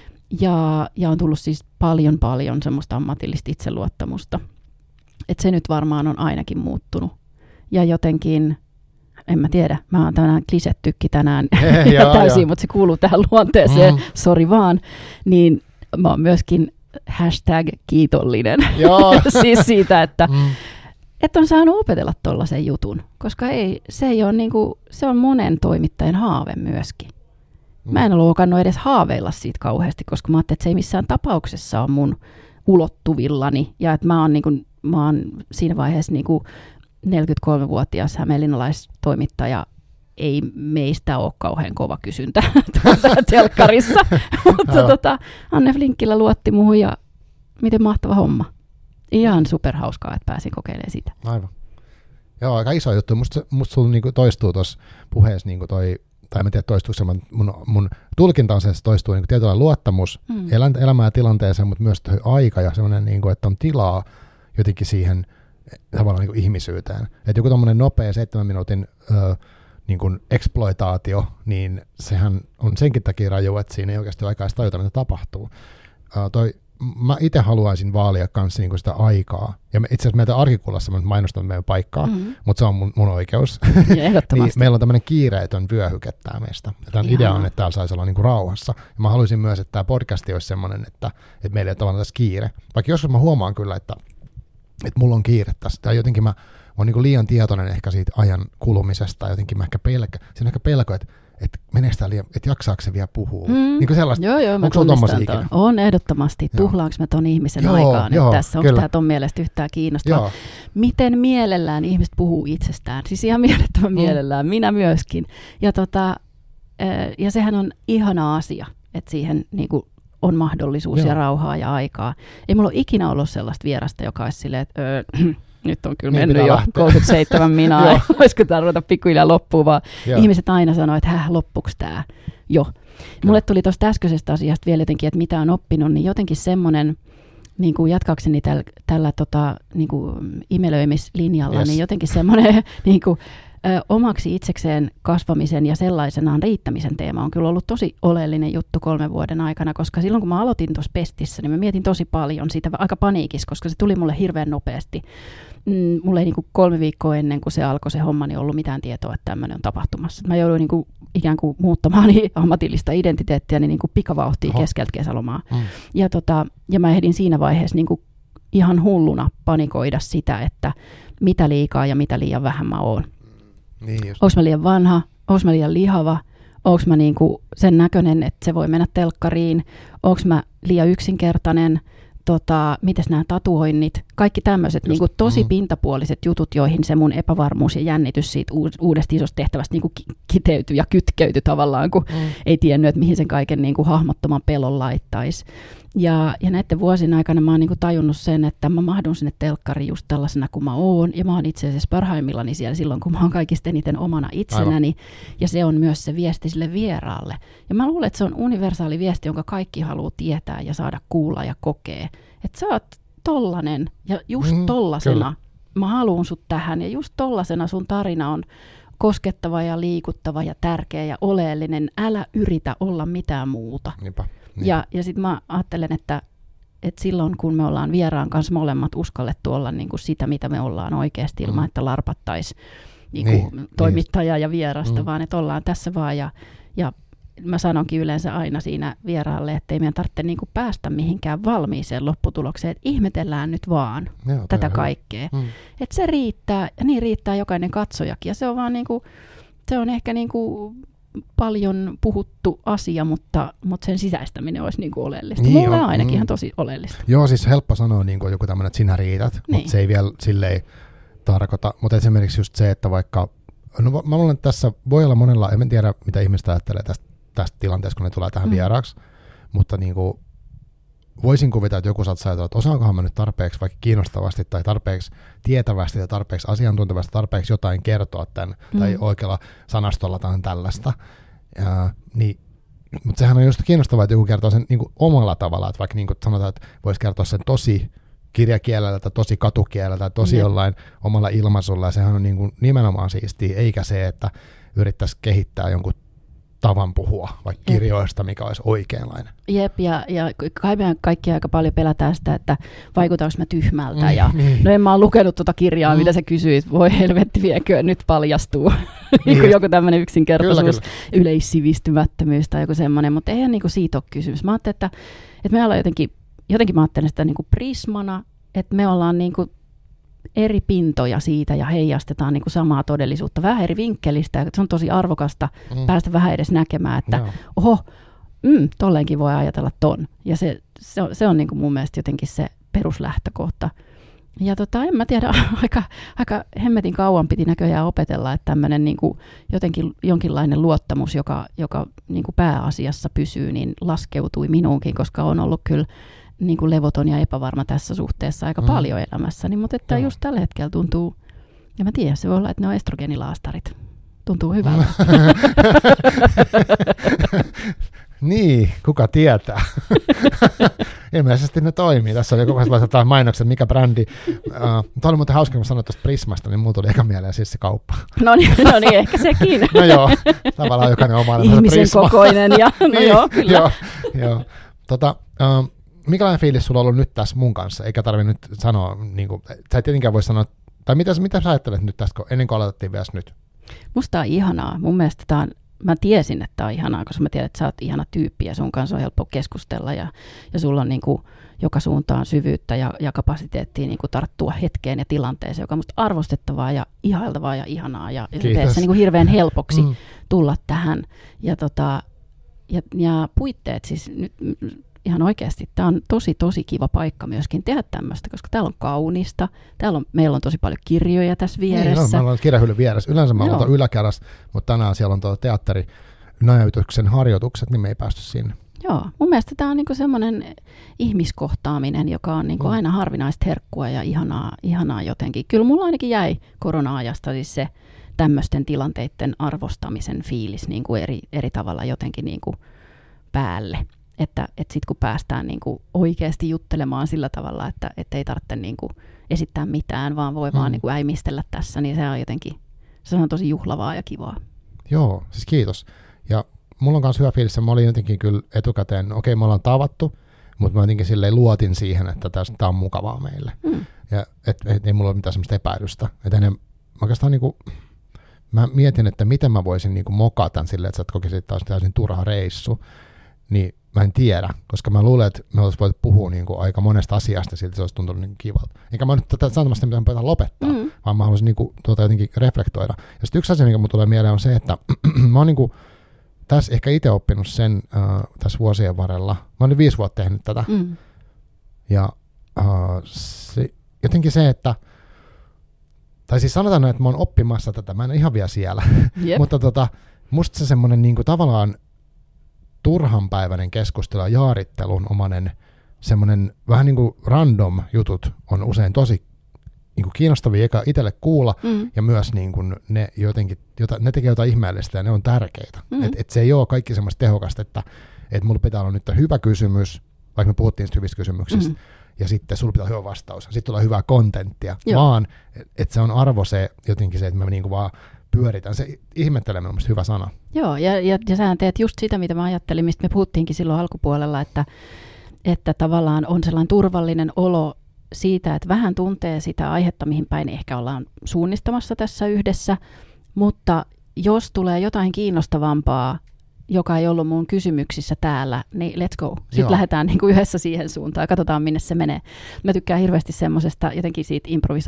Ja, ja on tullut siis paljon paljon semmoista ammatillista itseluottamusta. Että se nyt varmaan on ainakin muuttunut. Ja jotenkin, en mä tiedä, mä oon tänään klisettykki tänään ja täysin, mutta se kuuluu tähän luonteeseen, mm. sori vaan. Niin mä oon myöskin hashtag kiitollinen siis siitä, että mm. että on saanut opetella tollaisen jutun, koska ei, se, ei ole niinku, se on monen toimittajan haave myöskin. Mä en ole luokannut edes haaveilla siitä kauheasti, koska mä ajattelin, että se ei missään tapauksessa ole mun ulottuvillani. Ja että mä oon, niinku, mä oon siinä vaiheessa niinku neljäkymmentäkolmevuotias hämeenlinnalaistoimittaja. Ei meistä ole kauhean kova kysyntä telkkarissa. Mutta tota, Anne Flinkkilä luotti muuhun ja miten mahtava homma. Ihan superhauskaa, että pääsin kokeilemaan sitä. Aivan. Joo, aika iso juttu. Musta, musta sulla niinku toistuu tuossa puheessa niinku toi, tai en tiedä toistuuko se, mun, mun tulkinta on se, että se toistuu niinku tietynlainen luottamus mm. elämään ja tilanteeseen, mutta myös aika ja semmoinen, niinku, että on tilaa jotenkin siihen tavallaan niinku ihmisyyteen. Että joku tommoinen nopea seitsemän minuutin ö, niin kuin exploitaatio, niin sehän on senkin takia raju, että siinä ei oikeasti aikaa tajuta, mitä tapahtuu. Ö, toi Mä itse haluaisin vaalia kanssa niinku sitä aikaa. Ja me, itse asiassa meitä Arkikullassa mä mainostan meidän paikkaa, mm-hmm. mutta se on mun, mun oikeus. Niin meillä on tämmöinen kiireetön vyöhyke tää meistä. Ja tämän idea on, että täällä saisi olla niinku rauhassa. Ja mä haluaisin myös, että tämä podcasti olisi semmoinen, että, että meillä ei ole tavallaan tässä kiire. Vaikka joskus mä huomaan kyllä, että, että mulla on kiire tässä. Tai jotenkin mä, mä oon niinku liian tietoinen ehkä siitä ajan kulumisesta. Jotenkin mä ehkä pelkä. Siinä on ehkä pelko, että että menee sitä liian, että jaksaako se vielä puhua. Mm. Niin kuin sellaista. Joo, joo, mä onko tunnistan tuon. On ehdottomasti. Tuhlaanko mä ton ihmisen joo, aikaa nyt joo, tässä? Onko tämä ton mielestä yhtään kiinnostavaa? Miten mielellään ihmiset puhuu itsestään? Siis ihan mielettömän mm. mielellään. Minä myöskin. Ja, tota, ja sehän on ihana asia, että siihen niin kuin on mahdollisuus joo. ja rauhaa ja aikaa. Ei mulla ole ikinä ollut sellaista vierasta, joka olisi silleen, että öö, nyt on kyllä niin mennyt jo kolmekymmentäseitsemän minaa, olisiko tämä ruveta pikkuhiljaa loppuun, vaan joo. ihmiset aina sanoo, että häh, loppuuko tämä jo. Mulle tuli tuosta äskeisestä asiasta vielä jotenkin, että mitä on oppinut, niin jotenkin semmoinen, niin kuin jatkaakseni täl, tällä tota, niin kuin imelöimislinjalla, yes. niin jotenkin semmoinen niin kuin, ö, omaksi itsekseen kasvamisen ja sellaisenaan riittämisen teema on kyllä ollut tosi oleellinen juttu kolmen vuoden aikana, koska silloin kun mä aloitin tuossa Pestissä, niin mä mietin tosi paljon siitä aika paniikissa, koska se tuli mulle hirveän nopeasti. Mm, mulla ei niin kuin kolme viikkoa ennen kuin se alkoi se homma, niin ollut mitään tietoa, että tämmöinen on tapahtumassa. Mä jouduin niin kuin ikään kuin muuttamaan niin ammatillista identiteettiä niin kuin pikavauhtia Oho. keskeltä kesälomaa. Mm. Ja, tota, ja mä ehdin siinä vaiheessa niin kuin ihan hulluna panikoida sitä, että mitä liikaa ja mitä liian vähän mä oon. Niin onko mä liian vanha? Onko mä liian lihava? Onko mä niin kuin sen näköinen, että se voi mennä telkkariin? Onko mä liian yksinkertainen? Tota, mites nämä tatuoinnit, kaikki tämmöiset niin tosi mm. pintapuoliset jutut, joihin se mun epävarmuus ja jännitys siitä uudesta isosta tehtävästä niin kuin kiteytyi ja kytkeytyi tavallaan, kun mm. ei tiennyt, että mihin sen kaiken niin kuin hahmottoman pelon laittaisi. Ja, ja näiden vuosien aikana mä oon niin kuin tajunnut sen, että mä mahdun sinne telkkariin just tällaisena kuin mä oon, ja mä oon itse asiassa parhaimmillani siellä silloin, kun mä oon kaikista eniten omana itsenäni, Aivan. ja se on myös se viesti sille vieraalle. Ja mä luulen, että se on universaali viesti, jonka kaikki haluaa tietää ja saada kuulla ja kokea. Että sä oot tollanen, ja just mm, tollasena kyllä. mä haluun sut tähän, ja just tollasena sun tarina on koskettava ja liikuttava ja tärkeä ja oleellinen. Älä yritä olla mitään muuta. Niinpä. Niin. Ja, ja sitten mä ajattelen, että, että silloin kun me ollaan vieraan kanssa molemmat uskallettu olla niin kuin sitä, mitä me ollaan oikeasti ilman, mm. että larpattaisiin niin niin, toimittajaa niin. ja vierasta, mm. vaan että ollaan tässä vaan ja, ja mä sanonkin yleensä aina siinä vieraalle, että ei meidän tarvitse niin kuin päästä mihinkään valmiiseen lopputulokseen, että ihmetellään nyt vaan Joo, tätä kaikkea. Mm. Että se riittää, ja niin riittää jokainen katsojakin, ja se on vaan niin kuin, se on ehkä niin kuin paljon puhuttu asia, mutta, mutta sen sisäistäminen olisi niin kuin oleellista. Niin Mulle on ainakin mm. ihan tosi oleellista. Joo, siis helppo sanoa niin kuin joku tämmöinen, että sinä riität, niin. Mutta se ei vielä silleen tarkoita. Mutta esimerkiksi just se, että vaikka, no mä luulen, että tässä voi olla monella, en tiedä mitä ihmistä ajattelee tästä, tästä tilanteesta, kun ne tulee tähän mm. vieraaksi, mutta niin kuin voisin kuvitella, että joku saattaa ajatella, että osaankohan mä nyt tarpeeksi vaikka kiinnostavasti tai tarpeeksi tietävästi tai tarpeeksi asiantuntevasti, tarpeeksi jotain kertoa tämän mm. tai oikealla sanastolla tai tällaista. Ja, niin, mutta sehän on just kiinnostavaa, että joku kertoo sen niin kuin omalla tavalla, että vaikka niin kuin sanotaan, että voisi kertoa sen tosi kirjakielellä tai tosi katukielellä tai tosi mm. jollain omalla ilmaisulla, ja sehän on niin kuin nimenomaan siistiä, eikä se, että yrittäisi kehittää jonkun tavan puhua, vaikka kirjoista, mikä olisi oikeanlainen. Jep, ja, ja kai me kaikki aika paljon pelätään sitä, että vaikutaanko mä tyhmältä, ja no en mä ole lukenut tuota kirjaa, mm. mitä sä kysyit, voi helvetti viekö, nyt paljastuu, niin kuin joku tämmöinen yksinkertaisuus, kyllä, kyllä. yleissivistymättömyys tai joku semmoinen, mutta eihän niinku siitä ole kysymys. Mä ajattelin, että, että me ollaan jotenkin, jotenkin mä ajattelen sitä niinku prismana, että me ollaan niinku eri pintoja siitä ja heijastetaan niin kuin samaa todellisuutta vähän eri vinkkelistä. Ja se on tosi arvokasta mm. päästä vähän edes näkemään, että no. oho, mm, tolleenkin voi ajatella ton. Ja se, se on, se on niin kuin mun mielestä jotenkin se peruslähtökohta. Ja tota, en mä tiedä, aika, aika hemmetin kauan piti näköjään opetella, että tämmöinen niin kuin jotenkin jonkinlainen luottamus, joka, joka niin kuin pääasiassa pysyy, niin laskeutui minuunkin, koska on ollut kyllä niin kuin levoton ja epävarma tässä suhteessa aika mm. paljon elämässäni, mutta että just tällä hetkellä tuntuu, ja mä tiedän, se voi olla, että ne on estrogeenilaastarit. Tuntuu hyvältä. Niin, kuka tietää. Ilmeisesti ne toimii. Tässä oli koko ajan mainokset, mikä brändi. Uh, Tämä oli muuten hauska, kun sanoit tuosta Prismasta, niin mulla tuli eka mieleen siis se kauppa. No niin, no niin ehkä sekin. No joo, tavallaan jokainen oma ihmisen Prisma. Kokoinen. Ja, no niin, joo, kyllä. Joo, joo. Tota, um, mikälainen fiilis sulla on ollut nyt tässä mun kanssa? Eikä tarvitse nyt sanoa, niin kuin, sä ei tietenkään voi sanoa, tai mitä, mitä sä ajattelet nyt tästä, ennen kuin aloitettiin vielä nyt? Musta on ihanaa. Mun mielestä tää on, mä tiesin, että tää on ihanaa, koska mä tiedän, että sä oot ihana tyyppi ja sun kanssa on helppo keskustella ja, ja sulla on niin kuin joka suuntaan syvyyttä ja, ja kapasiteettia niin kuin tarttua hetkeen ja tilanteeseen, joka on musta arvostettavaa ja ihailtavaa ja ihanaa ja, ja se teet se niin kuin hirveän helpoksi mm. tulla tähän. Ja, tota, ja, ja puitteet siis nyt ihan oikeasti, tämä on tosi, tosi kiva paikka myöskin tehdä tämmöistä, koska täällä on kaunista, täällä on, meillä on tosi paljon kirjoja tässä vieressä. Niin, no, meillä on kirjahyllyn vieressä. Yleensä mä olen yläkerrassa, mutta tänään siellä on tuo teatterinäytöksen harjoitukset, niin me ei päästy sinne. Joo, mun mielestä tämä on niinku semmoinen ihmiskohtaaminen, joka on niinku mm. aina harvinaista herkkua ja ihanaa, ihanaa jotenkin. Kyllä mulla ainakin jäi korona-ajasta siis se tämmöisten tilanteiden arvostamisen fiilis niinku eri, eri tavalla jotenkin niinku päälle. Että, että sitten kun päästään niinku oikeasti juttelemaan sillä tavalla, että et ei tarvitse niinku esittää mitään, vaan voi mm. vaan niinku äimistellä tässä, niin se on jotenkin se on tosi juhlavaa ja kivaa. Joo, siis kiitos. Ja mulla on myös hyvä fiilis, mä olin jotenkin kyllä etukäteen, okei okay, me ollaan tavattu, mutta mä jotenkin silleen luotin siihen, että tämä on mukavaa meille. Mm. Ja et, et, ei mulla ole mitään semmoista epäilystä. Että ennen, mä oikeastaan niinku, mä mietin, että miten mä voisin niinku mokaa tämän silleen, että sä et kokisit, että olisi täysin turha reissu. Niin mä en tiedä, koska mä luulen, että me olisi voitu puhua niinku aika monesta asiasta, silti se olisi tuntunut niinku kivalta. Eikä mä nyt tätä sanomasta, mitä mä pitää lopettaa, mm. vaan mä haluaisin niinku tuota jotenkin reflektoida. Ja sitten yksi asia, mikä mun tulee mieleen, on se, että mä oon niinku tässä ehkä itse oppinut sen äh, tässä vuosien varrella. Mä olin viisi vuotta tehnyt tätä. Mm. Ja äh, se, jotenkin se, että tai siis sanotaan, että mä oon oppimassa tätä, mä en ole ihan vielä siellä. Yep. Mutta tota, musta se semmoinen niinku tavallaan turhanpäiväinen keskustelu ja jaarittelun omainen semmoinen vähän niin kuin random jutut on usein tosi niin kuin kiinnostavia eikä itselle kuulla mm. ja myös niin kuin ne, jotenkin, jota, ne tekee jotain ihmeellistä ja ne on tärkeitä. Mm. Että et se ei ole kaikki semmoista tehokasta, että et mulla pitää olla nyt hyvä kysymys, vaikka me puhuttiin hyvistä kysymyksistä, mm. ja sitten sulla pitää olla hyvä vastaus, sitten tulee hyvää kontenttia, vaan että se on arvo se jotenkin se, että me niin kuin vaan pyöritään. Se ihmetteleminen on hyvä sana. Joo, ja, ja, ja sä teet just sitä, mitä mä ajattelin, mistä me puhuttiinkin silloin alkupuolella, että, että tavallaan on sellainen turvallinen olo siitä, että vähän tuntee sitä aihetta, mihin päin ehkä ollaan suunnistamassa tässä yhdessä, mutta jos tulee jotain kiinnostavampaa joka ei ollut mun kysymyksissä täällä, niin let's go. Sitten Joo. lähdetään niin kuin yhdessä siihen suuntaan ja katsotaan, minne se menee. Mä tykkään hirveästi semmoisesta jotenkin siitä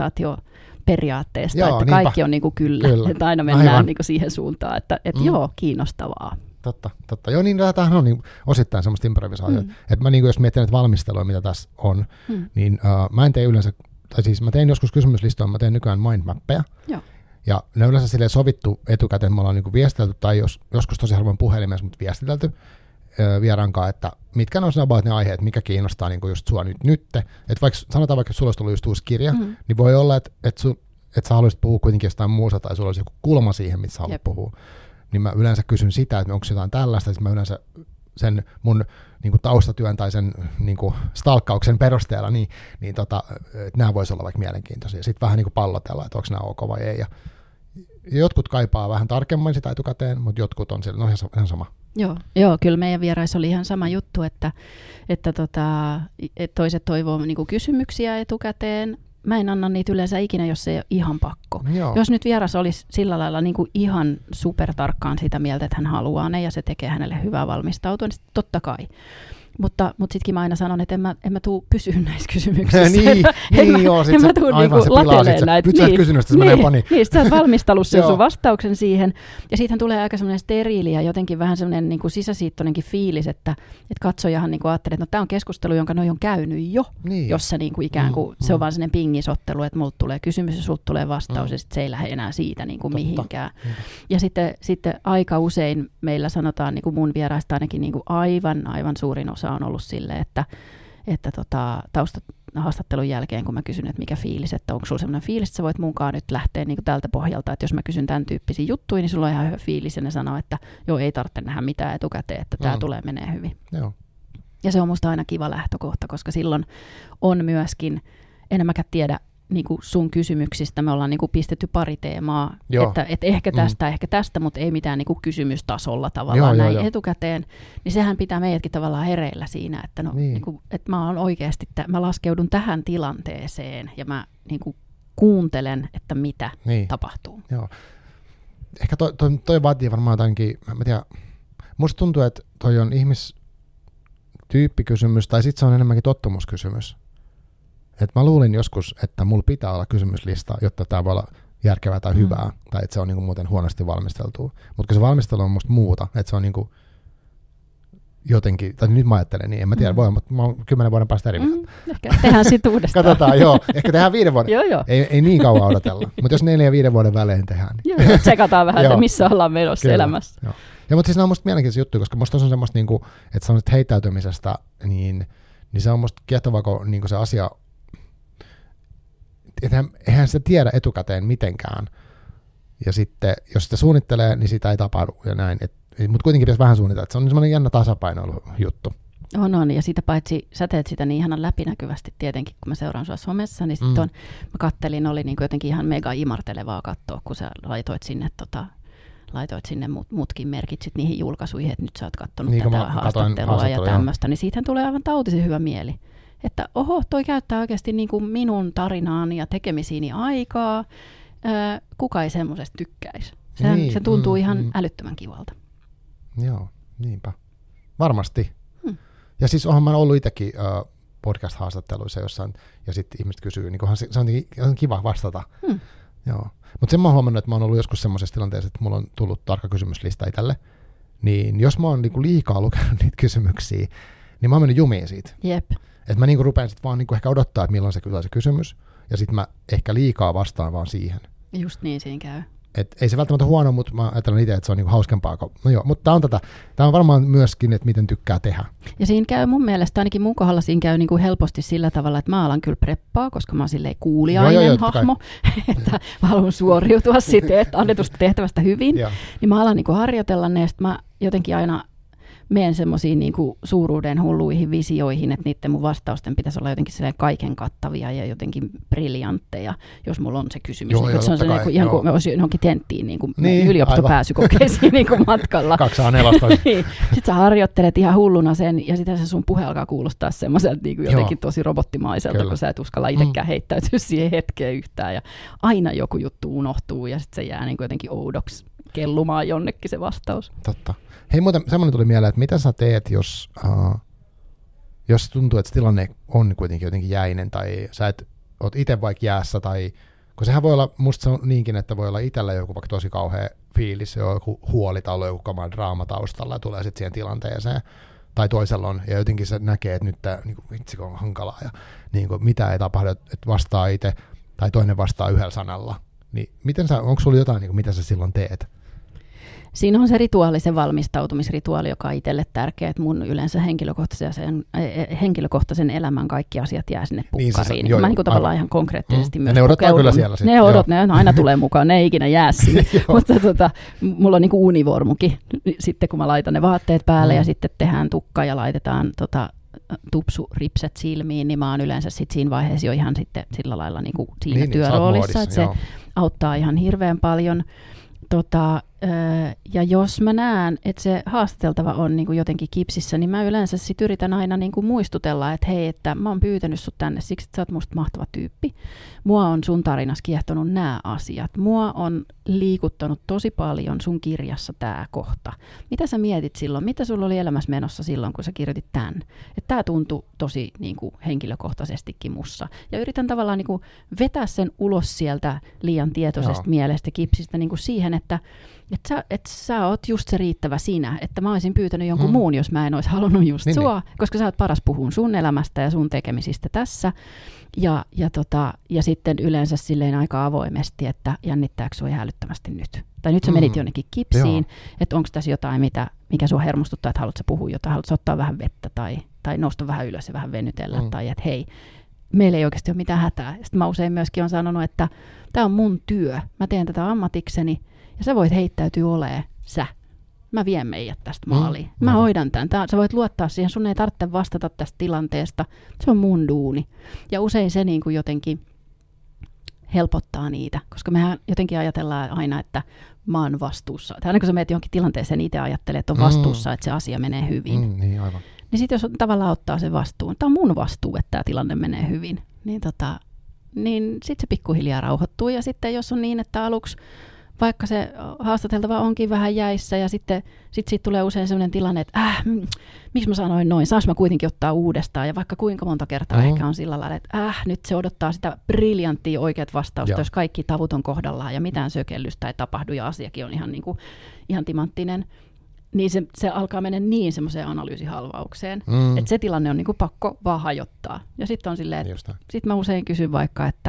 improvisaatioperiaatteesta, Joo, että niinpä. kaikki on niin kuin kyllä, Kyllä. että aina mennään Aivan. niin kuin siihen suuntaan, että, että Mm. joo, kiinnostavaa. Totta, totta. Joo, niin tämähän on niin osittain semmoista improvisaatiota. Mm. Että mä niin jos mietin näitä valmistelua, mitä tässä on, Mm. niin uh, mä en tee yleensä, tai siis mä teen joskus kysymyslistoja, mä teen nykyään mindmappeja. Joo. Ja ne on yleensä silleen sovittu etukäteen, me ollaan niin viestitelty, tai jos, joskus tosi harvoin puhelimessa, mutta viestitelty ö, vieraankaan, että mitkä ne on about ne aiheet, mikä kiinnostaa niin just sua nyt nytte. Että vaikka sanotaan vaikka, että sulla olisi tullut just uusi kirja, Mm. niin voi olla, että, että, su, että sä haluaisit puhua kuitenkin jostain muusta, tai sulla olisi joku kulma siihen, mitä sä haluat Jep. puhua. Niin mä yleensä kysyn sitä, että onko jotain tällaista, että mä yleensä sen mun niin kuin taustatyön tai sen niin kuin stalkkauksen perusteella, niin, niin tota, että nämä voisi olla vaikka mielenkiintoisia. Sitten vähän niin kuin pallotella, että onko nämä ok vai ei. Ja jotkut kaipaa vähän tarkemmin sitä etukäteen, mutta jotkut on siellä, no ihan, ihan sama. Joo, joo, kyllä meidän vieraissa oli ihan sama juttu, että, että tota, et toiset toivoo niinku kysymyksiä etukäteen. Mä en anna niitä yleensä ikinä, jos se ei ole ihan pakko. Joo. Jos nyt vieras olisi sillä lailla niinku ihan supertarkkaan sitä mieltä, että hän haluaa ne ja se tekee hänelle hyvää valmistautua, niin totta kai. Mutta, mutta sittenkin mä aina sanon, että en mä, en mä tuu pysyä näissä kysymyksissä. niin, en mä, niin en joo, mä, sit en se, mä tuu aivan niinku se pilaa, sit lateleen se, näitä. nyt sä et kysynyt, sitä, se menee pani. Niin, sä oot valmistellut sen sun Joo. vastauksen siihen, ja siitähän tulee aika semmoinen steriili ja jotenkin vähän semmoinen niin kuin sisäsiittoinenkin fiilis, että, että katsojahan niin kuin ajattelee, että no tämä on keskustelu, jonka noi on käynyt jo, Niin. jossa niin kuin ikään kuin Mm, se on mm. vaan sellainen pingisottelu, että multa tulee kysymys ja sulta tulee vastaus, Mm. ja sitten se ei lähde enää siitä niin kuin Totta. mihinkään. Mm. Ja sitten, sitten aika usein meillä sanotaan, niin kuin mun vieraista ainakin niin kuin aivan, aivan suurin osa on ollut silleen, että että tota, taustahaastattelun jälkeen, kun mä kysyn, että mikä fiilis, että onko sulla sellainen fiilis, että sä voit munkaan nyt lähteä niin kuin tältä pohjalta, että jos mä kysyn tämän tyyppisiä juttuja, niin sulla on ihan hyvä fiilis, ja ne sanoo, että joo, ei tarvitse nähdä mitään etukäteen, että tämä Mm. tulee menee hyvin. Joo. Ja se on musta aina kiva lähtökohta, koska silloin on myöskin, en mäkään tiedä niin kuin sun kysymyksistä, me ollaan niin kuin pistetty pari teemaa, Joo. että, että ehkä tästä, mm. ehkä tästä, mutta ei mitään niin kuin kysymystasolla tavallaan Joo, joo, näin joo. etukäteen, niin sehän pitää meidätkin tavallaan hereillä siinä, että, no, Niin. niin kuin, että mä oon oikeasti, mä laskeudun tähän tilanteeseen ja mä niin kuin kuuntelen, että mitä Niin. tapahtuu. Joo. Ehkä toi, toi, toi vaatii varmaan jotainkin, mä tiedän, musta tuntuu, että toi on ihmistyyppikysymys, tai sitten se on enemmänkin tottumuskysymys. Et mä luulin joskus, että mulla pitää olla kysymyslista, jotta tämä voi olla järkevää tai Mm. hyvää, tai että se on niinku muuten huonosti valmisteltua. Mutta kun se valmistelu on musta muuta, että se on niinku jotenkin, tai nyt mä ajattelen niin, en mä tiedä, Mm. voi, mutta mä oon kymmenen vuoden päästä eri mieltä. Mm, ehkä tehdään sitten uudestaan. Katsotaan, joo, ehkä tehdään viiden vuoden. Joo, joo. Ei, ei niin kauan odotella, mutta jos neljä ja viiden vuoden välein tehdään, niin Joo, joo, tsekataan vähän, että Joo. missä ollaan menossa Kyllä. elämässä. Joo. Ja mutta siis nämä on musta mielenkiintoisia juttuja, koska musta on semmoista, niinku, että semmoista heittäytymisestä, niin, niin se on musta kiehtovaa, kun niinku se asia, eihän, eihän se tiedä etukäteen mitenkään. Ja sitten, jos sitä suunnittelee, niin sitä ei tapahdu ja näin. Mutta kuitenkin pitäisi vähän suunnitella, että se on semmoinen jännä tasapainoilu juttu. On, on. Ja sitä paitsi sä teet sitä niin ihanan läpinäkyvästi tietenkin, kun mä seuraan sua somessa, niin sitten Mm. on, mä kattelin, oli niin kuin jotenkin ihan mega imartelevaa katsoa, kun sä laitoit sinne, tota, laitoit sinne mut, mutkin merkitsit niihin julkaisuihin, että nyt sä oot kattonut Niin, kun tätä mä katoin haastattelua ja haastattelua, joo. tämmöistä, niin siitähän tulee aivan tautisen hyvä mieli. Että oho, toi käyttää oikeasti niin kuin minun tarinaani ja tekemisiini aikaa. Öö, kuka ei semmoisesta tykkäisi? Sehän, Niin, se tuntuu mm, ihan mm. älyttömän kivalta. Joo, niinpä. Varmasti. Hmm. Ja siis onhan mä ollut itsekin uh, podcast-haastatteluissa jossain, ja sitten ihmiset kysyy, niin kunhan se, se on jotenkin kiva vastata. Hmm. Joo. Mutta sen mä oon huomannut, että mä oon ollut joskus semmoisessa tilanteessa, että mulla on tullut tarkka kysymyslista itselle, niin jos mä oon niinku liikaa lukenut niitä kysymyksiä, niin mä oon mennyt jumiin siitä. Jep. Että mä niinku rupean sit vaan niinku ehkä odottaa, että milloin se kyllä se kysymys, ja sitten mä ehkä liikaa vastaan vaan siihen. Just niin siinä käy. Et ei se välttämättä huono, mutta mä ajattelen itse, että se on niinku hauskempaa. No joo, mutta tää on tätä. Tää on varmaan myöskin, että miten tykkää tehdä. Ja siinä käy mun mielestä, ainakin mun kohdalla siinä käy niin kuin helposti sillä tavalla, että mä alan kyllä preppaa, koska mä oon silleen kuuliainen Joo, joo, joo, totta hahmo, että mä haluan suoriutua siitä että annetusta tehtävästä hyvin. Joo. Niin mä alan niin kuin harjoitella ne, ja sit mä jotenkin aina menen semmoisiin niin kuin suuruuden hulluihin visioihin, että niiden mun vastausten pitäisi olla jotenkin silleen kaiken kattavia ja jotenkin briljantteja, jos mulla on se kysymys. Joo, niin, joo, se on se totta niin kai, kuin, ihan joo. kuin olisi johonkin tenttiin niin kuin Niin, yliopistopääsykokeisiin niin kuin matkalla. Kaksi A neljä. Niin. Sitten sä harjoittelet ihan hulluna sen, ja sitten se sun puhe alkaa kuulostaa semmoiselta niin kuin jotenkin tosi robottimaiselta, Kyllä. kun sä et uskalla itsekään mm. heittäytyä siihen hetkeen yhtään, ja aina joku juttu unohtuu, ja sitten se jää niin kuin jotenkin oudoksi kellumaan jonnekin se vastaus. Totta. Hei, muuten semmoinen tuli mieleen, että mitä sä teet, jos, uh, jos tuntuu, että se tilanne on kuitenkin jotenkin jäinen, tai sä et oot itse vaikka jäässä, tai kun sehän voi olla, musta se on niinkin, että voi olla itsellä joku vaikka tosi kauhea fiilis, joku huoli tai joku kaman draama taustalla ja tulee sitten siihen tilanteeseen, tai toisella on, ja jotenkin se näkee, että nyt tämä niin vitsi on hankalaa, ja niin kuin, mitä ei tapahdu, että vastaa itse, tai toinen vastaa yhdellä sanalla. Niin miten sä, onko sulla jotain, niin kuin, mitä sä silloin teet? Siinä on se rituaali, se valmistautumisrituaali, joka on itselle tärkeä, että mun yleensä henkilökohtaisen, henkilökohtaisen elämän kaikki asiat jää sinne pukkariin. Niin, joo, mä niin kuin tavallaan ihan konkreettisesti mm. myös ne odottaa kyllä siellä sitten. Ne odot, ne aina tulee mukaan, ne ei ikinä jää sinne. Mutta tota, mulla on niin kuin univormukin sitten, kun mä laitan ne vaatteet päälle mm. ja sitten tehdään tukka ja laitetaan tota, tupsuripset silmiin, niin mä oon yleensä sit siinä vaiheessa jo ihan sitten sillä lailla niin kuin siinä niin, työroolissa, että se joo. auttaa ihan hirveän paljon. Tota, ja jos mä näen, että se haastateltava on niin kuin jotenkin kipsissä, niin mä yleensä sit yritän aina niin kuin muistutella, että hei, että mä oon pyytänyt sut tänne siksi, että sä oot musta mahtava tyyppi. Mua on sun tarinassa kiehtonut nämä asiat. Mua on liikuttanut tosi paljon sun kirjassa tää kohta. Mitä sä mietit silloin? Mitä sulla oli elämässä menossa silloin, kun sä kirjoitit tän? Että tää tuntui tosi niin kuin henkilökohtaisestikin mussa. Ja yritän tavallaan niin kuin vetää sen ulos sieltä liian tietoisesta Joo. mielestä kipsistä niin kuin siihen, että Että sä, et sä oot just se riittävä sinä, että mä olisin pyytänyt jonkun mm. muun, jos mä en olisi halunnut just niin, sua, niin. koska sä oot paras puhun sun elämästä ja sun tekemisistä tässä. Ja, ja, tota, ja sitten yleensä silleen aika avoimesti, että jännittääkö sua hälyttömästi nyt. Tai nyt sä menit mm. jonnekin kipsiin, Joo. että onko tässä jotain, mitä, mikä sua hermostuttaa, että haluatko sä puhua jotain, haluatko ottaa vähän vettä tai, tai nousta vähän ylös ja vähän venytellä. Mm. Tai että hei, meillä ei oikeasti ole mitään hätää. Sitten mä usein myöskin olen sanonut, että tämä on mun työ, mä teen tätä ammatikseni. Ja sä voit heittäytyä olemaan sä. Mä vien meidät tästä maaliin. Mm, mä no. hoidan tämän. Tää, sä voit luottaa siihen. Sun ei tarvitse vastata tästä tilanteesta. Se on mun duuni. Ja usein se niin kuin jotenkin helpottaa niitä. Koska mehän jotenkin ajatellaan aina, että mä oon vastuussa. Tai aina kun sä menet johonkin tilanteeseen, niin itse ajattelee, että on vastuussa, mm. että se asia menee hyvin. Mm, niin, aivan. Niin sitten jos tavallaan ottaa sen vastuun. Tämä on mun vastuu, että tämä tilanne menee hyvin. Niin, tota, niin sitten se pikkuhiljaa rauhoittuu. Ja sitten jos on niin, että aluksi vaikka se haastateltava onkin vähän jäissä ja sitten sit siitä tulee usein sellainen tilanne, että äh, miksi mä sanoin noin, saas mä kuitenkin ottaa uudestaan ja vaikka kuinka monta kertaa mm-hmm. ehkä on sillä lailla, että äh, nyt se odottaa sitä briljanttia oikeat vastausta, Joo. jos kaikki tavut on kohdallaan ja mitään sökellystä ei tapahdu ja asiakin on ihan, niin kuin, ihan timanttinen, niin se, se alkaa mennä niin semmoiseen analyysihalvaukseen, mm. että se tilanne on niin kuin pakko vaan hajottaa. Ja sitten on silleen, että sit mä usein kysyn vaikka, että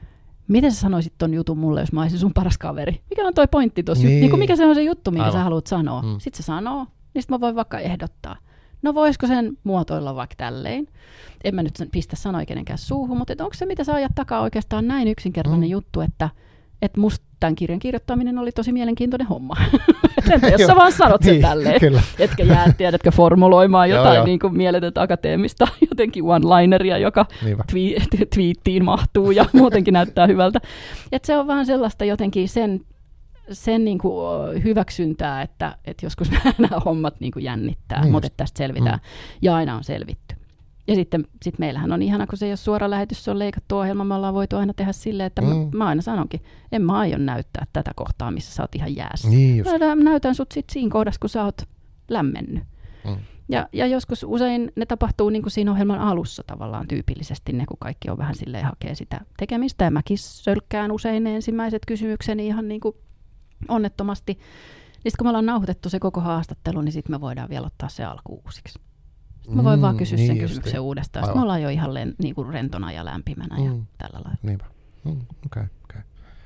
miten sä sanoisit ton jutun mulle, jos mä olisin sun paras kaveri? Mikä on toi pointti tuossa? Niin. Niin mikä se on se juttu, minkä Aivan. sä haluat sanoa? Mm. Sitten se sanoo, niin sit mä voin vaikka ehdottaa. No voisiko sen muotoilla vaikka tälleen? En mä nyt pistä sanoa kenenkään suuhun, mutta onko se, mitä sä ajat takaa oikeastaan näin yksinkertainen mm. juttu, että et musta tämän kirjan kirjoittaminen oli tosi mielenkiintoinen homma. Entä jos sä vaan sanot sen niin, tälleen, kyllä. etkä jää, tiedätkö, formuloimaan jotain joo, niin kuin mieletöntä akateemista, jotenkin one-lineria, joka twi- twiittiin mahtuu ja muutenkin näyttää hyvältä. Et se on vaan sellaista jotenkin sen, sen niin kuin hyväksyntää, että, että joskus nämä hommat niin kuin jännittää, niin mutta että tästä selvitään. Mm. Ja aina on selvitty. Ja sitten sit meillähän on ihana, kun se ei ole suora lähetys, se on leikattu ohjelma, me ollaan voitu aina tehdä silleen, että mm. mä, mä aina sanonkin, en mä aion näyttää tätä kohtaa, missä sä oot ihan jäässä. Niin mä näytän sut sit siinä kohdassa, kun sä oot lämmennyt. Mm. Ja, ja joskus usein ne tapahtuu niin kuin siinä ohjelman alussa tavallaan tyypillisesti, ne kun kaikki on vähän silleen hakee sitä tekemistä. Ja mäkin sölkkään usein ne ensimmäiset kysymykseni ihan niin kuin onnettomasti. Niin kun me ollaan nauhoitettu se koko haastattelu, niin sitten me voidaan vielä ottaa se alku uusiksi. Sitten mä voin mm, vaan kysyä niin sen kysymyksen justiin. uudestaan. Sitten me ollaan jo ihan len, niin kuin rentona ja lämpimänä mm. ja tällä lailla. Niinpä. Mm, okay, okay.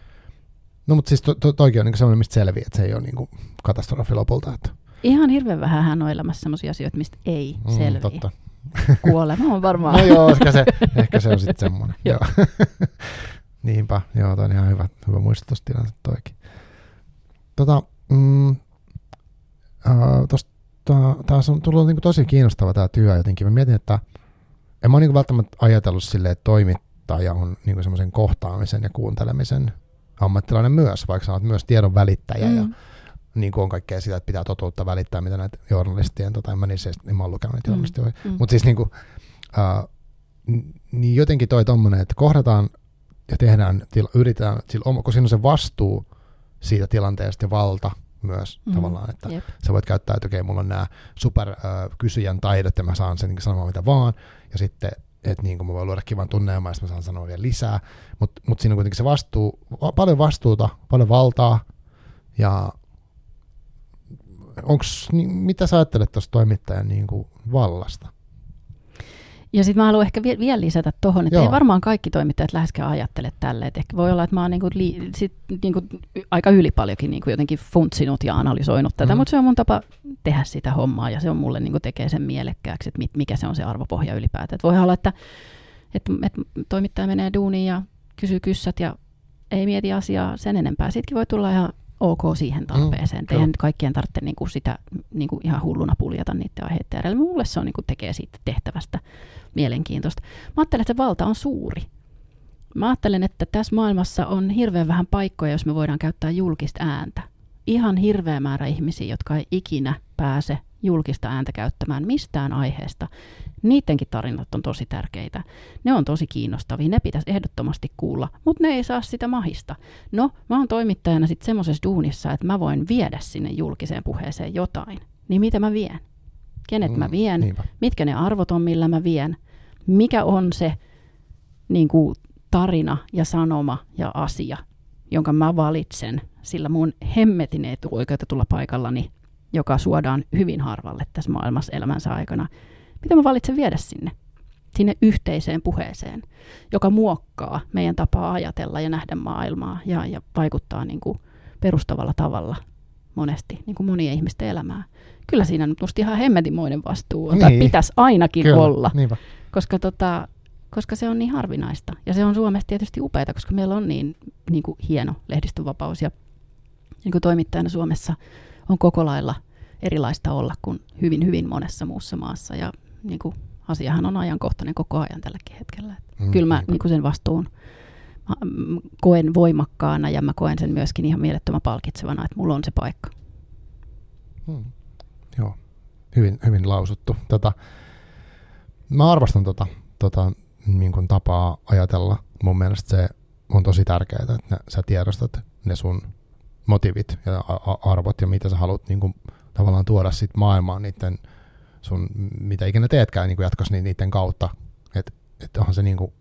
No mutta siis to, to, toikin on niin sellainen, mistä selviää, että se ei ole niin kuin katastrofi lopulta. Että ihan hirveän vähän hän on elämässä sellaisia asioita, mistä ei mm, selviä. Totta. Kuolema on varmaan. No joo, ehkä se, ehkä se on sitten semmoinen. joo. Niinpä, joo, toi on ihan hyvä, hyvä muistutus tilanne toikin. Tota, mm, äh, tosta Taas on tullut niin kuin tosi kiinnostava tämä työ jotenkin. Mä mietin, että en mä ole niin välttämättä ajatellut silleen, että toimittaja on niin semmoisen kohtaamisen ja kuuntelemisen ammattilainen myös, vaikka sä oot myös tiedon välittäjä mm. ja niin kuin on kaikkea sitä, että pitää totuutta välittää, mitä näitä journalistien, tota, en mä niissä, niin mä oon lukenut niitä journalistia, mm. mm. mutta siis niin kuin, äh, niin jotenkin toi tommonen, että kohdataan ja tehdään, tila, yritetään, kun siinä on se vastuu siitä tilanteesta ja valta, myös Mm, tavallaan, että jep. sä voit käyttää, että okei, mulla on nämä superkysyjän taidot ja mä saan sen niin sanomaan mitä vaan, ja sitten, että niin kuin mä voin luoda kivan tunnelman, ja sitten mä saan sanoa vielä lisää, mutta mut siinä on kuitenkin se vastuu, paljon vastuuta, paljon valtaa, ja onks, niin, mitä sä ajattelet tuosta toimittajan niin kuin vallasta? Ja sitten mä haluan ehkä vie- vielä lisätä tuohon, että Joo. ei varmaan kaikki toimittajat läheskään ajattele tälleen. Et ehkä voi olla, että mä oon niinku li- sit niinku aika ylipaljonkin niinku jotenkin funtsinut ja analysoinut tätä, Mm. mutta se on mun tapa tehdä sitä hommaa ja se on mulle niinku tekee sen mielekkääksi, että mit- mikä se on se arvopohja ylipäätään. Et voi olla, että et, et toimittaja menee duuniin ja kysyy kyssät ja ei mieti asiaa sen enempää. Sittenkin voi tulla ihan ok siihen tarpeeseen. Mm, Teidän kaikkien tarvitse niinku sitä niinku ihan hulluna puljata niiden aiheiden äärellä. Mulle se on niinku tekee siitä tehtävästä mielenkiintoista. Mä ajattelen, että se valta on suuri. Mä ajattelen, että tässä maailmassa on hirveän vähän paikkoja, jos me voidaan käyttää julkista ääntä. Ihan hirveä määrä ihmisiä, jotka ei ikinä pääse julkista ääntä käyttämään mistään aiheesta. Niidenkin tarinat on tosi tärkeitä. Ne on tosi kiinnostavia, ne pitäisi ehdottomasti kuulla, mutta ne ei saa sitä mahista. No, mä oon toimittajana sitten semmoisessa duunissa, että mä voin viedä sinne julkiseen puheeseen jotain. Niin mitä mä vien? Kenet Mm, mä vien? niinpä. Mitkä ne arvot on, millä mä vien? Mikä on se niin kuin, tarina ja sanoma ja asia, jonka mä valitsen sillä mun hemmetin etuoikeutetulla paikallani, joka suodaan hyvin harvalle tässä maailmassa elämänsä aikana. Mitä mä valitsen viedä sinne? Sinne yhteiseen puheeseen, joka muokkaa meidän tapaa ajatella ja nähdä maailmaa ja, ja vaikuttaa niin kuin perustavalla tavalla monesti niin kuin monien ihmisten elämään. Kyllä siinä nyt musta ihan hemmetimoinen vastuu on, niin. Tai pitäisi ainakin Kyllä, olla, niinpä. koska, tota, koska se on niin harvinaista. Ja se on Suomessa tietysti upeata, koska meillä on niin, niin kuin hieno lehdistönvapaus ja niin kuin toimittajana Suomessa on koko lailla erilaista olla kuin hyvin, hyvin monessa muussa maassa. Ja niin kuin, asiahan on ajankohtainen koko ajan tälläkin hetkellä. Mm, Kyllä mä niinpä. niin kuin sen vastuun mä, mm, koen voimakkaana ja mä koen sen myöskin ihan mielettömän palkitsevana, että mulla on se paikka. Hmm. Joo, hyvin, hyvin lausuttu. Tota, mä arvostan tota, tota niin kuin tapaa ajatella. Mun mielestä se on tosi tärkeää, että ne, sä tiedostat ne sun motiivit ja a- arvot ja mitä sä haluat niin kuin, tavallaan tuoda sit maailmaan niiden sun, mitä ikinä teetkään niin kuin jatkossa niiden kautta. Että et onhan se niin kuin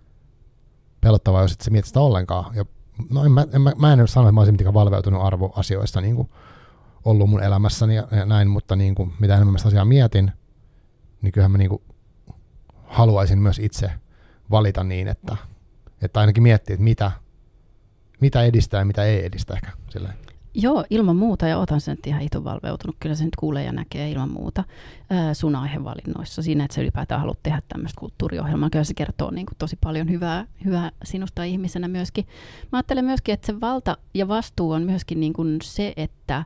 pelottavaa, jos et sä mietit sitä ollenkaan. Ja, no en mä, en mä, mä en sano, että mä olisin mitenkään valveutunut arvoasioista niin kuin ollut mun elämässäni ja, ja näin, mutta niin kuin, mitä enemmän mä sitä asiaa mietin, niin kyllähän mä niin kuin haluaisin myös itse valita niin, että, että ainakin miettiä, että mitä, mitä edistää ja mitä ei edistä ehkä silleen. Joo, ilman muuta, ja otan sen nyt ihan itun valveutunut. Kyllä se nyt kuulee ja näkee ilman muuta ää, sun aihevalinnoissa. Siinä, että sä ylipäätään haluat tehdä tämmöistä kulttuuriohjelmaa. Kyllä se kertoo niin kuin tosi paljon hyvää, hyvää sinusta ihmisenä myöskin. Mä ajattelen myöskin, että se valta ja vastuu on myöskin niin kuin se, että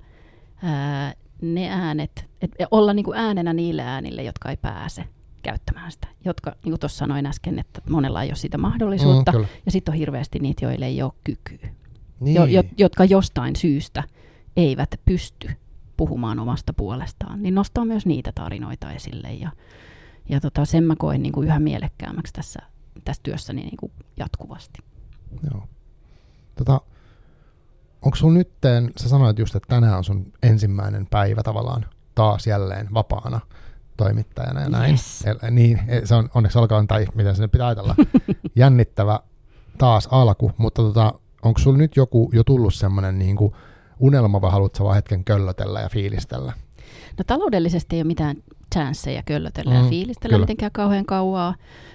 ää, ne äänet, että olla niin kuin äänenä niille äänille, jotka ei pääse käyttämään sitä. Jotka, niin kuin tuossa sanoin äsken, että monella ei ole sitä mahdollisuutta. Mm, ja sitten on hirveästi niitä, joille ei ole kykyä. Niin. Jo, jo, jotka jostain syystä eivät pysty puhumaan omasta puolestaan, niin nostaa myös niitä tarinoita esille. Ja, ja tota, sen mä koen niin kuin yhä mielekkäämmäksi tässä, tässä työssäni niin kuin jatkuvasti. Joo. Tota, onko sun nytten, sä sanoit just, että tänään on sun ensimmäinen päivä tavallaan taas jälleen vapaana toimittajana ja näin. Yes. El, niin, se on onneksi olkoon, tai miten se nyt pitää ajatella, jännittävä taas alku, mutta tota, onko sulla nyt joku jo tullut semmoinen niin kuin unelma vai haluatko vaan hetken köllötellä ja fiilistellä? No taloudellisesti ei ole mitään chanceja köllötellä Mm, ja fiilistellä kyllä. mitenkään kauhean kauaa.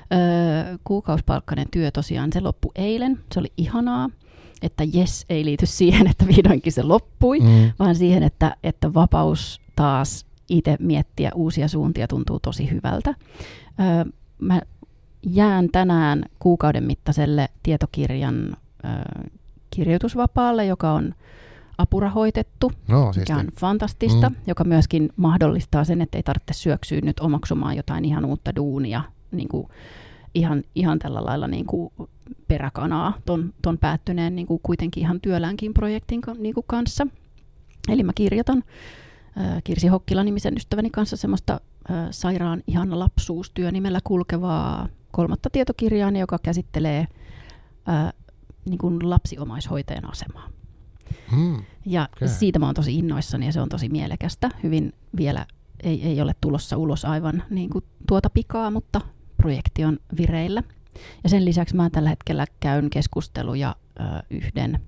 Öö, kuukausipalkkainen työ tosiaan, se loppui eilen. Se oli ihanaa, että jes ei liity siihen, että vihdoinkin se loppui, Mm. vaan siihen, että, että vapaus taas itse miettiä uusia suuntia tuntuu tosi hyvältä. Öö, mä jään tänään kuukauden mittaiselle tietokirjan öö, kirjoitusvapaalle, joka on apurahoitettu, No, siis mikä on fantastista, Mm. joka myöskin mahdollistaa sen, että ei tarvitse syöksyä nyt omaksumaan jotain ihan uutta duunia, niin kuin ihan, ihan tällä lailla niin kuin peräkanaa ton, ton päättyneen niin kuin kuitenkin ihan työläänkin projektin niin kuin kanssa. Eli mä kirjoitan äh, Kirsi Hokkila-nimisen ystäväni kanssa semmoista äh, sairaan ihana lapsuustyönimellä kulkevaa kolmatta tietokirjaa, joka käsittelee äh, niin kuin lapsiomaishoitajan asemaa. Mm. Ja okay. Siitä mä oon tosi innoissani ja se on tosi mielekästä. Hyvin vielä ei, ei ole tulossa ulos aivan niin kuin tuota pikaa, mutta projekti on vireillä. Ja sen lisäksi mä tällä hetkellä käyn keskusteluja ö, yhden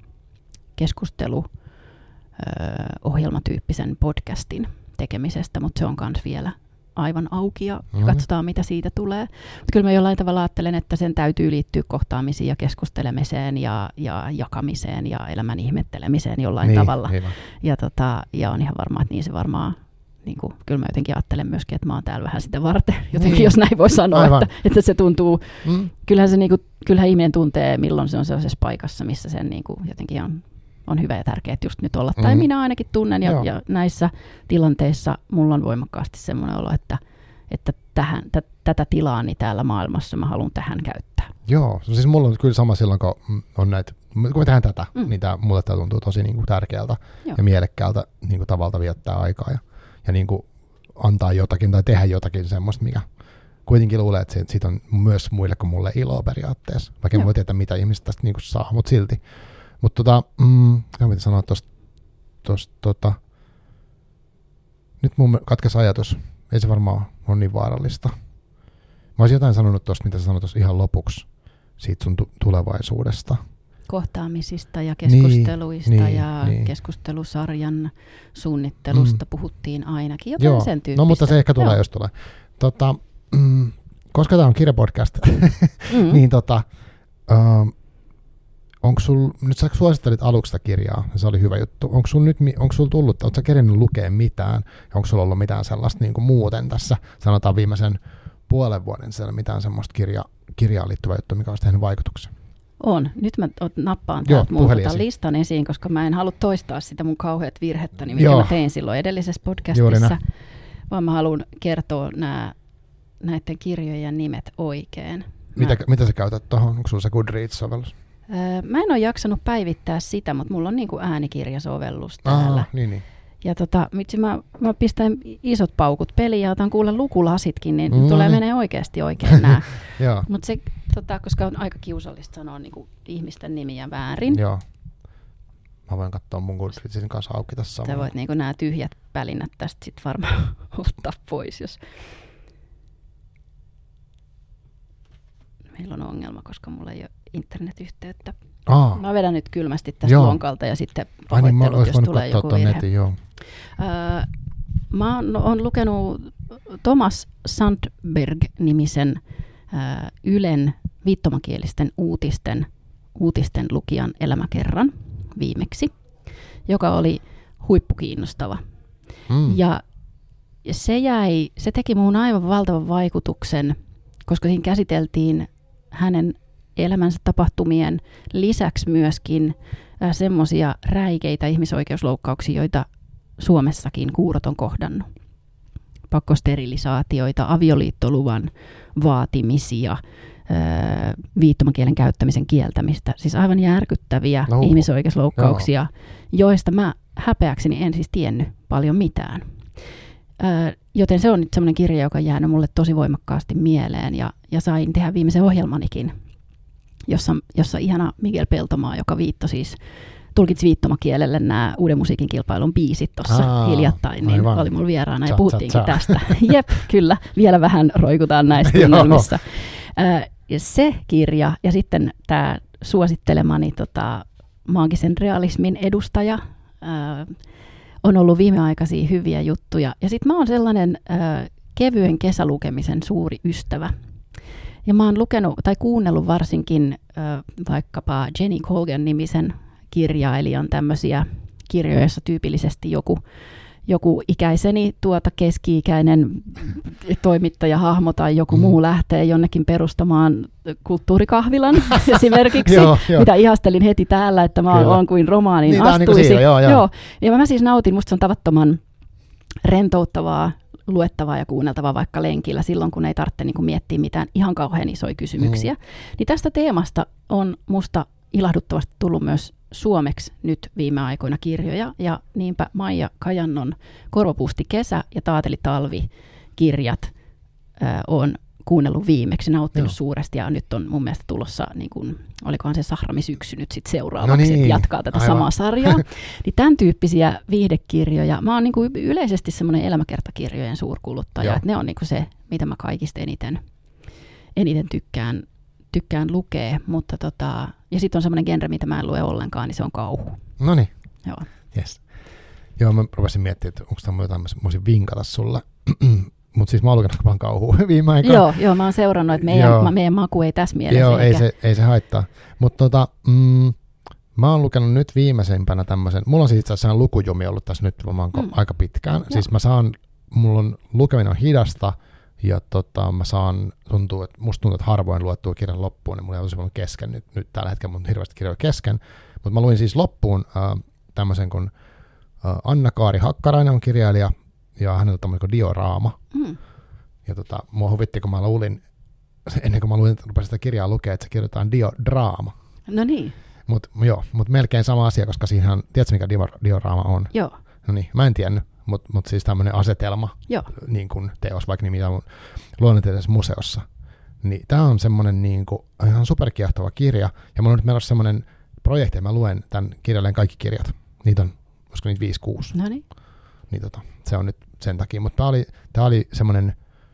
keskusteluohjelmatyyppisen podcastin tekemisestä, mutta se on myös vielä aivan auki ja mm-hmm. katsotaan, mitä siitä tulee. Mutta kyllä mä jollain tavalla ajattelen, että sen täytyy liittyä kohtaamisiin ja keskustelemiseen ja, ja jakamiseen ja elämän ihmettelemiseen jollain niin, tavalla. Niin. Ja, tota, ja on ihan varma, että niin se varmaan, niin kuin, kyllä mä jotenkin ajattelen myöskin, että mä oon täällä vähän sitä varten, jotenkin niin. Jos näin voi sanoa, että, että se tuntuu, mm. kyllähän, se, niin kuin, kyllähän ihminen tuntee, milloin se on sellaisessa paikassa, missä sen niin kuin, jotenkin on, on hyvä ja tärkeää just nyt olla. Mm. Tai minä ainakin tunnen ja, ja näissä tilanteissa mulla on voimakkaasti semmoinen olo, että, että tähän, t- tätä tilaani täällä maailmassa mä haluan tähän käyttää. Joo, siis mulla on kyllä sama silloin, kun on näitä, kun me tehdään tätä, mm. niin tää, mulle tämä tuntuu tosi niin kuin tärkeältä Joo. ja mielekkäältä niin kuin tavalta viettää aikaa ja, ja niin kuin antaa jotakin tai tehdä jotakin semmoista, mikä kuitenkin luulee, että siitä on myös muille kuin mulle iloa periaatteessa. Vaikka en voi tietää, mitä ihmiset tästä niin kuin saa, mutta silti. Mutta tota, mm, mitä sanoa tuosta, tota, nyt mun katkesi ajatus, ei se varmaan ole niin vaarallista. Mä olisin jotain sanonut tuosta, mitä sä sanoit tuossa ihan lopuksi, siitä sun tu- tulevaisuudesta. Kohtaamisista ja keskusteluista niin, ja niin. keskustelusarjan suunnittelusta mm. puhuttiin ainakin, jotain Joo. sen tyyppistä. No mutta se ehkä tulee, Joo. jos tulee. Tota, mm, koska tämä on kirjapodcast, mm. niin tota... Um, onko sul, nyt sä suosittelit aluksi sitä kirjaa, ja se oli hyvä juttu. Onko sul nyt, onko sul tullut, onko sä kerennyt lukea mitään, ja onko sulla ollut mitään sellaista niin kuin muuten tässä, sanotaan viimeisen puolen vuoden siellä mitään semmoista kirja, kirjaan liittyvää juttua, mikä olisi tehnyt vaikutuksen? On. Nyt mä nappaan täältä mun tota listan esiin, koska mä en halua toistaa sitä mun kauheat virhettäni, mikä Joo. mä tein silloin edellisessä podcastissa, vaan mä haluan kertoa nää, näiden kirjojen nimet oikein. Mitä, mä... mitä sä käytät tuohon? Onko sulla se Goodreads-sovellus? Mä en ole jaksanut päivittää sitä, mutta mulla on niin kuin äänikirjasovellus täällä. Aa, niin, niin. Ja tota, mitsi mä, mä pistän isot paukut peliin ja otan kuulla lukulasitkin, niin mm. tulee menee oikeasti oikein nää. Mutta se, tota, koska on aika kiusallista sanoa niin kuin ihmisten nimiä väärin. Joo. Mä voin katsoa mun Goodreadsin kanssa auki tässä samalla. Sä voit niin kuin nämä tyhjät pälinnät tästä sit varmaan ottaa pois, jos... Meillä on ongelma, koska mulla ei ole internetyhteyttä. Aa. Mä vedän nyt kylmästi tästä Joo. lonkalta ja sitten pahoittelut, niin, jos tulee joku virhe. Netin, joo. Öö, mä oon, oon lukenut Thomas Sandberg-nimisen öö, Ylen viittomakielisten uutisten, uutisten lukijan elämäkerran viimeksi, joka oli huippukiinnostava. Mm. Ja se, jäi, se teki muun aivan valtavan vaikutuksen, koska siinä käsiteltiin hänen elämänsä tapahtumien lisäksi myöskin äh, semmoisia räikeitä ihmisoikeusloukkauksia, joita Suomessakin kuurot on kohdannut. Pakkosterilisaatioita, avioliittoluvan vaatimisia, äh, viittomakielen käyttämisen kieltämistä. Siis aivan järkyttäviä no, ihmisoikeusloukkauksia, joo. joista mä häpeäkseni en siis tiennyt paljon mitään. Äh, joten se on nyt semmoinen kirja, joka on jäänyt mulle tosi voimakkaasti mieleen ja, ja sain tehdä viimeisen ohjelmanikin, jossa, jossa ihana Miguel Peltomaa, joka viitto siis, tulkitsi viittomakielelle nämä uuden musiikin kilpailun biisit tuossa hiljattain, niin aivan. Oli mulla vieraana ja puhuttiinkin tästä. Jep, kyllä, vielä vähän roikutaan näistä tunnelmissa. Äh, se kirja ja sitten tämä suosittelemani tota, maagisen realismin edustaja, äh, on ollut viimeaikaisia hyviä juttuja. Ja sitten mä oon sellainen äh, kevyen kesälukemisen suuri ystävä. Ja mä oon lukenut tai kuunnellut varsinkin äh, vaikkapa Jenny Colgan-nimisen kirjailijan tämmöisiä kirjoja, joissa tyypillisesti joku, joku ikäiseni tuota keski-ikäinen toimittajahahmo tai joku mm. muu lähtee jonnekin perustamaan kulttuurikahvilan esimerkiksi, joo, jo. mitä ihastelin heti täällä, että mä oon kuin romaanin niin, astuisi. Niin siinä, joo, joo. Joo. Ja mä siis nautin, musta se on tavattoman rentouttavaa, luettavaa ja kuunneltavaa vaikka lenkillä silloin, kun ei tarvitse niin kuin miettiä mitään ihan kauhean isoja kysymyksiä. Mm. Niin tästä teemasta on musta ilahduttavasti tullut myös suomeksi nyt viime aikoina kirjoja, ja niinpä Maija Kajannon Korvapuusti kesä ja Taateli talvi kirjat äh, on kuunnellut viimeksi, nauttinut Joo. suuresti ja nyt on mun mielestä tulossa, niin kuin, olikohan se Sahrami-syksy nyt sitten seuraavaksi, no niin, että jatkaa tätä aivan. samaa sarjaa. Niin tämän tyyppisiä viihdekirjoja. Mä oon niin kuin yleisesti semmoinen elämäkertakirjojen suurkuluttaja, että ne on niin kuin se, mitä mä kaikista eniten, eniten tykkään, tykkään lukea, mutta tota, ja sitten on semmoinen genre, mitä mä en lue ollenkaan, niin se on kauhu. No niin. Joo. Yes. Joo, mä rupesin miettimään, että onko tämä jotain, mä voisin vinkata sulle. Mutta siis mä oon lukenut vaan kauhua viime aikoina. Joo, joo, mä oon seurannut, että meidän, ma, meidän maku ei tässä mielessä. Joo, eikä... ei, se, ei se haittaa. Mutta tota, mm, mä oon lukenut nyt viimeisempänä tämmöisen, mulla on siis itse asiassa lukujumi ollut tässä nyt varmaan mm. aika pitkään. Joo. Siis mä saan, mulla on, lukeminen on hidasta, ja tota, mä saan, tuntuu, että musta tuntuu, että harvoin luettua kirjan loppuun, niin mulla ei ole tosi paljon kesken, nyt, nyt tällä hetkellä mun on hirveästi kirjoja kesken. Mutta mä luin siis loppuun äh, tämmöisen, kun äh, Anna-Kaari Hakkarainen on kirjailija, ja hänellä on tämmöinen kuin dioraama. Mm. Ja tota, mua huvitti, kun mä luulin, ennen kuin mä luin, rupesin sitä kirjaa lukea, että se kirjoitetaan diodraama. No niin. Mutta joo, mut melkein sama asia, koska siinä on, tiedätkö mikä dio, dioraama on? Joo. No niin, mä en tiennyt, mutta mut siis tämmöinen asetelma, joo. Niin kuin teos, vaikka nimi on luonnontieteellisessä museossa. Niin tää on semmoinen niin kuin, ihan superkiehtova kirja, ja mulla on nyt menossa semmoinen projekti, mä luen tämän kirjalleen kaikki kirjat. Niitä on, olisiko niitä viisi, kuusi. No niin. Niin tota, se on nyt sen takia, mutta tää oli, tää oli semmoinen,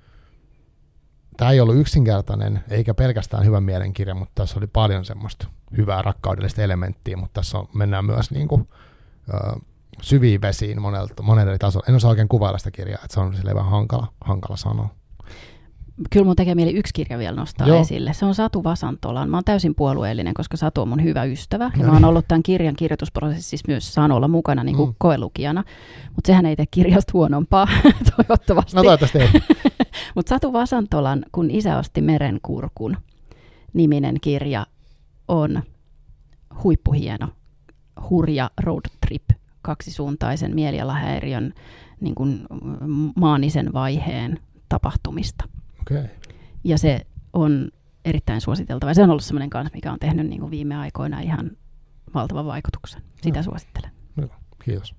tämä ei ollut yksinkertainen, eikä pelkästään hyvän mielen kirja, mutta tässä oli paljon semmoista hyvää rakkaudellista elementtiä, mutta tässä on, mennään myös niin kuin, ö, syviin vesiin monelta, monella eri tasolla. En osaa oikein kuvailla sitä kirjaa, että se on silleen vähän hankala, hankala sanoa. Kyllä mun tekee mieli yksi kirja vielä nostaa Joo. esille. Se on Satu Vasantolan. Mä oon täysin puolueellinen, koska Satu on mun hyvä ystävä. Ja no mä oon niin. ollut tämän kirjan kirjoitusprosessissa myös Sanolla mukana niin kuin mm. koelukijana. Mutta sehän ei tee kirjasta huonompaa, toivottavasti. No toivottavasti ei. Mutta Satu Vasantolan Kun isä osti merenkurkun -niminen kirja on huippuhieno, hurja road trip, kaksisuuntaisen mielialahäiriön niin kuin maanisen vaiheen tapahtumista. Okay. Ja se on erittäin suositeltava. Se on ollut sellainen kanssa, mikä on tehnyt niin kuin viime aikoina ihan valtavan vaikutuksen. Sitä no. suosittelen. No, kiitos.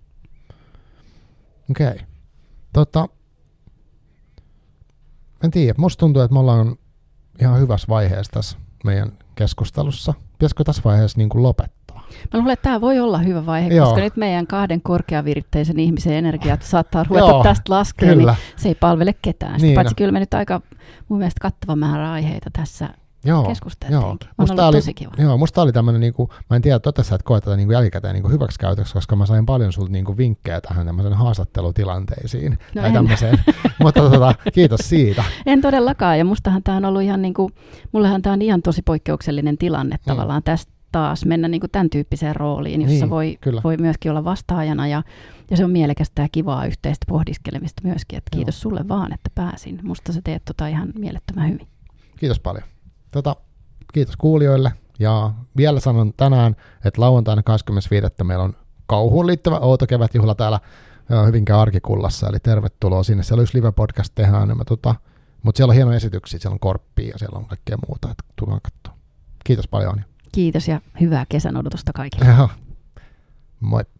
Okei. Okay. Tota, en tiedä. Musta tuntuu, että me ollaan ihan hyvässä vaiheessa tässä meidän keskustelussa. Pitäisikö tässä vaiheessa niin kuin lopettaa? Mä luulen, että tämä voi olla hyvä vaihe, Joo. koska nyt meidän kahden korkeaviritteisen ihmisen energiat saattaa ruveta Joo, tästä laskea, kyllä. niin se ei palvele ketään. Niin paitsi no. kyllä me nyt aika mun mielestä kattava määrä aiheita tässä joo, keskusteltiinkin. Joo. On ollut oli, tosi kiva. Joo, musta oli tämmöinen, niinku, mä en tiedä, että sä et koe tätä niinku jälkikäteen niinku hyväksikäytöksi, koska mä sain paljon sulta niinku vinkkejä tähän tämmöisen haastattelutilanteisiin. No tai en. tämmöiseen. Mutta tota, kiitos siitä. En todellakaan, ja mustahan tämä on ollut ihan niin kuin, mullehan tämä on ihan tosi poikkeuksellinen tilanne mm. tavallaan tästä taas mennä niin kuin tämän tyyppiseen rooliin, jossa niin, voi, voi myöskin olla vastaajana, ja, ja se on mielekästä ja kivaa yhteistä pohdiskelemista myöskin, että kiitos Joo. sulle vaan, että pääsin. Musta sä teet tota ihan mielettömän hyvin. Kiitos paljon. Tota, kiitos kuulijoille, ja vielä sanon tänään, että lauantaina kahdeskymmenesviides meillä on kauhuun liittyvä outo kevätjuhla täällä Hyvinkään Arkikullassa, eli tervetuloa sinne. Siellä yksi live-podcast tehdään, niin tota, mutta siellä on hienoja esityksiä, siellä on korppia ja siellä on kaikkea muuta, että tullaan katsomaan. Kiitos paljon. Kiitos ja hyvää kesän odotusta kaikille. Joo. Moi.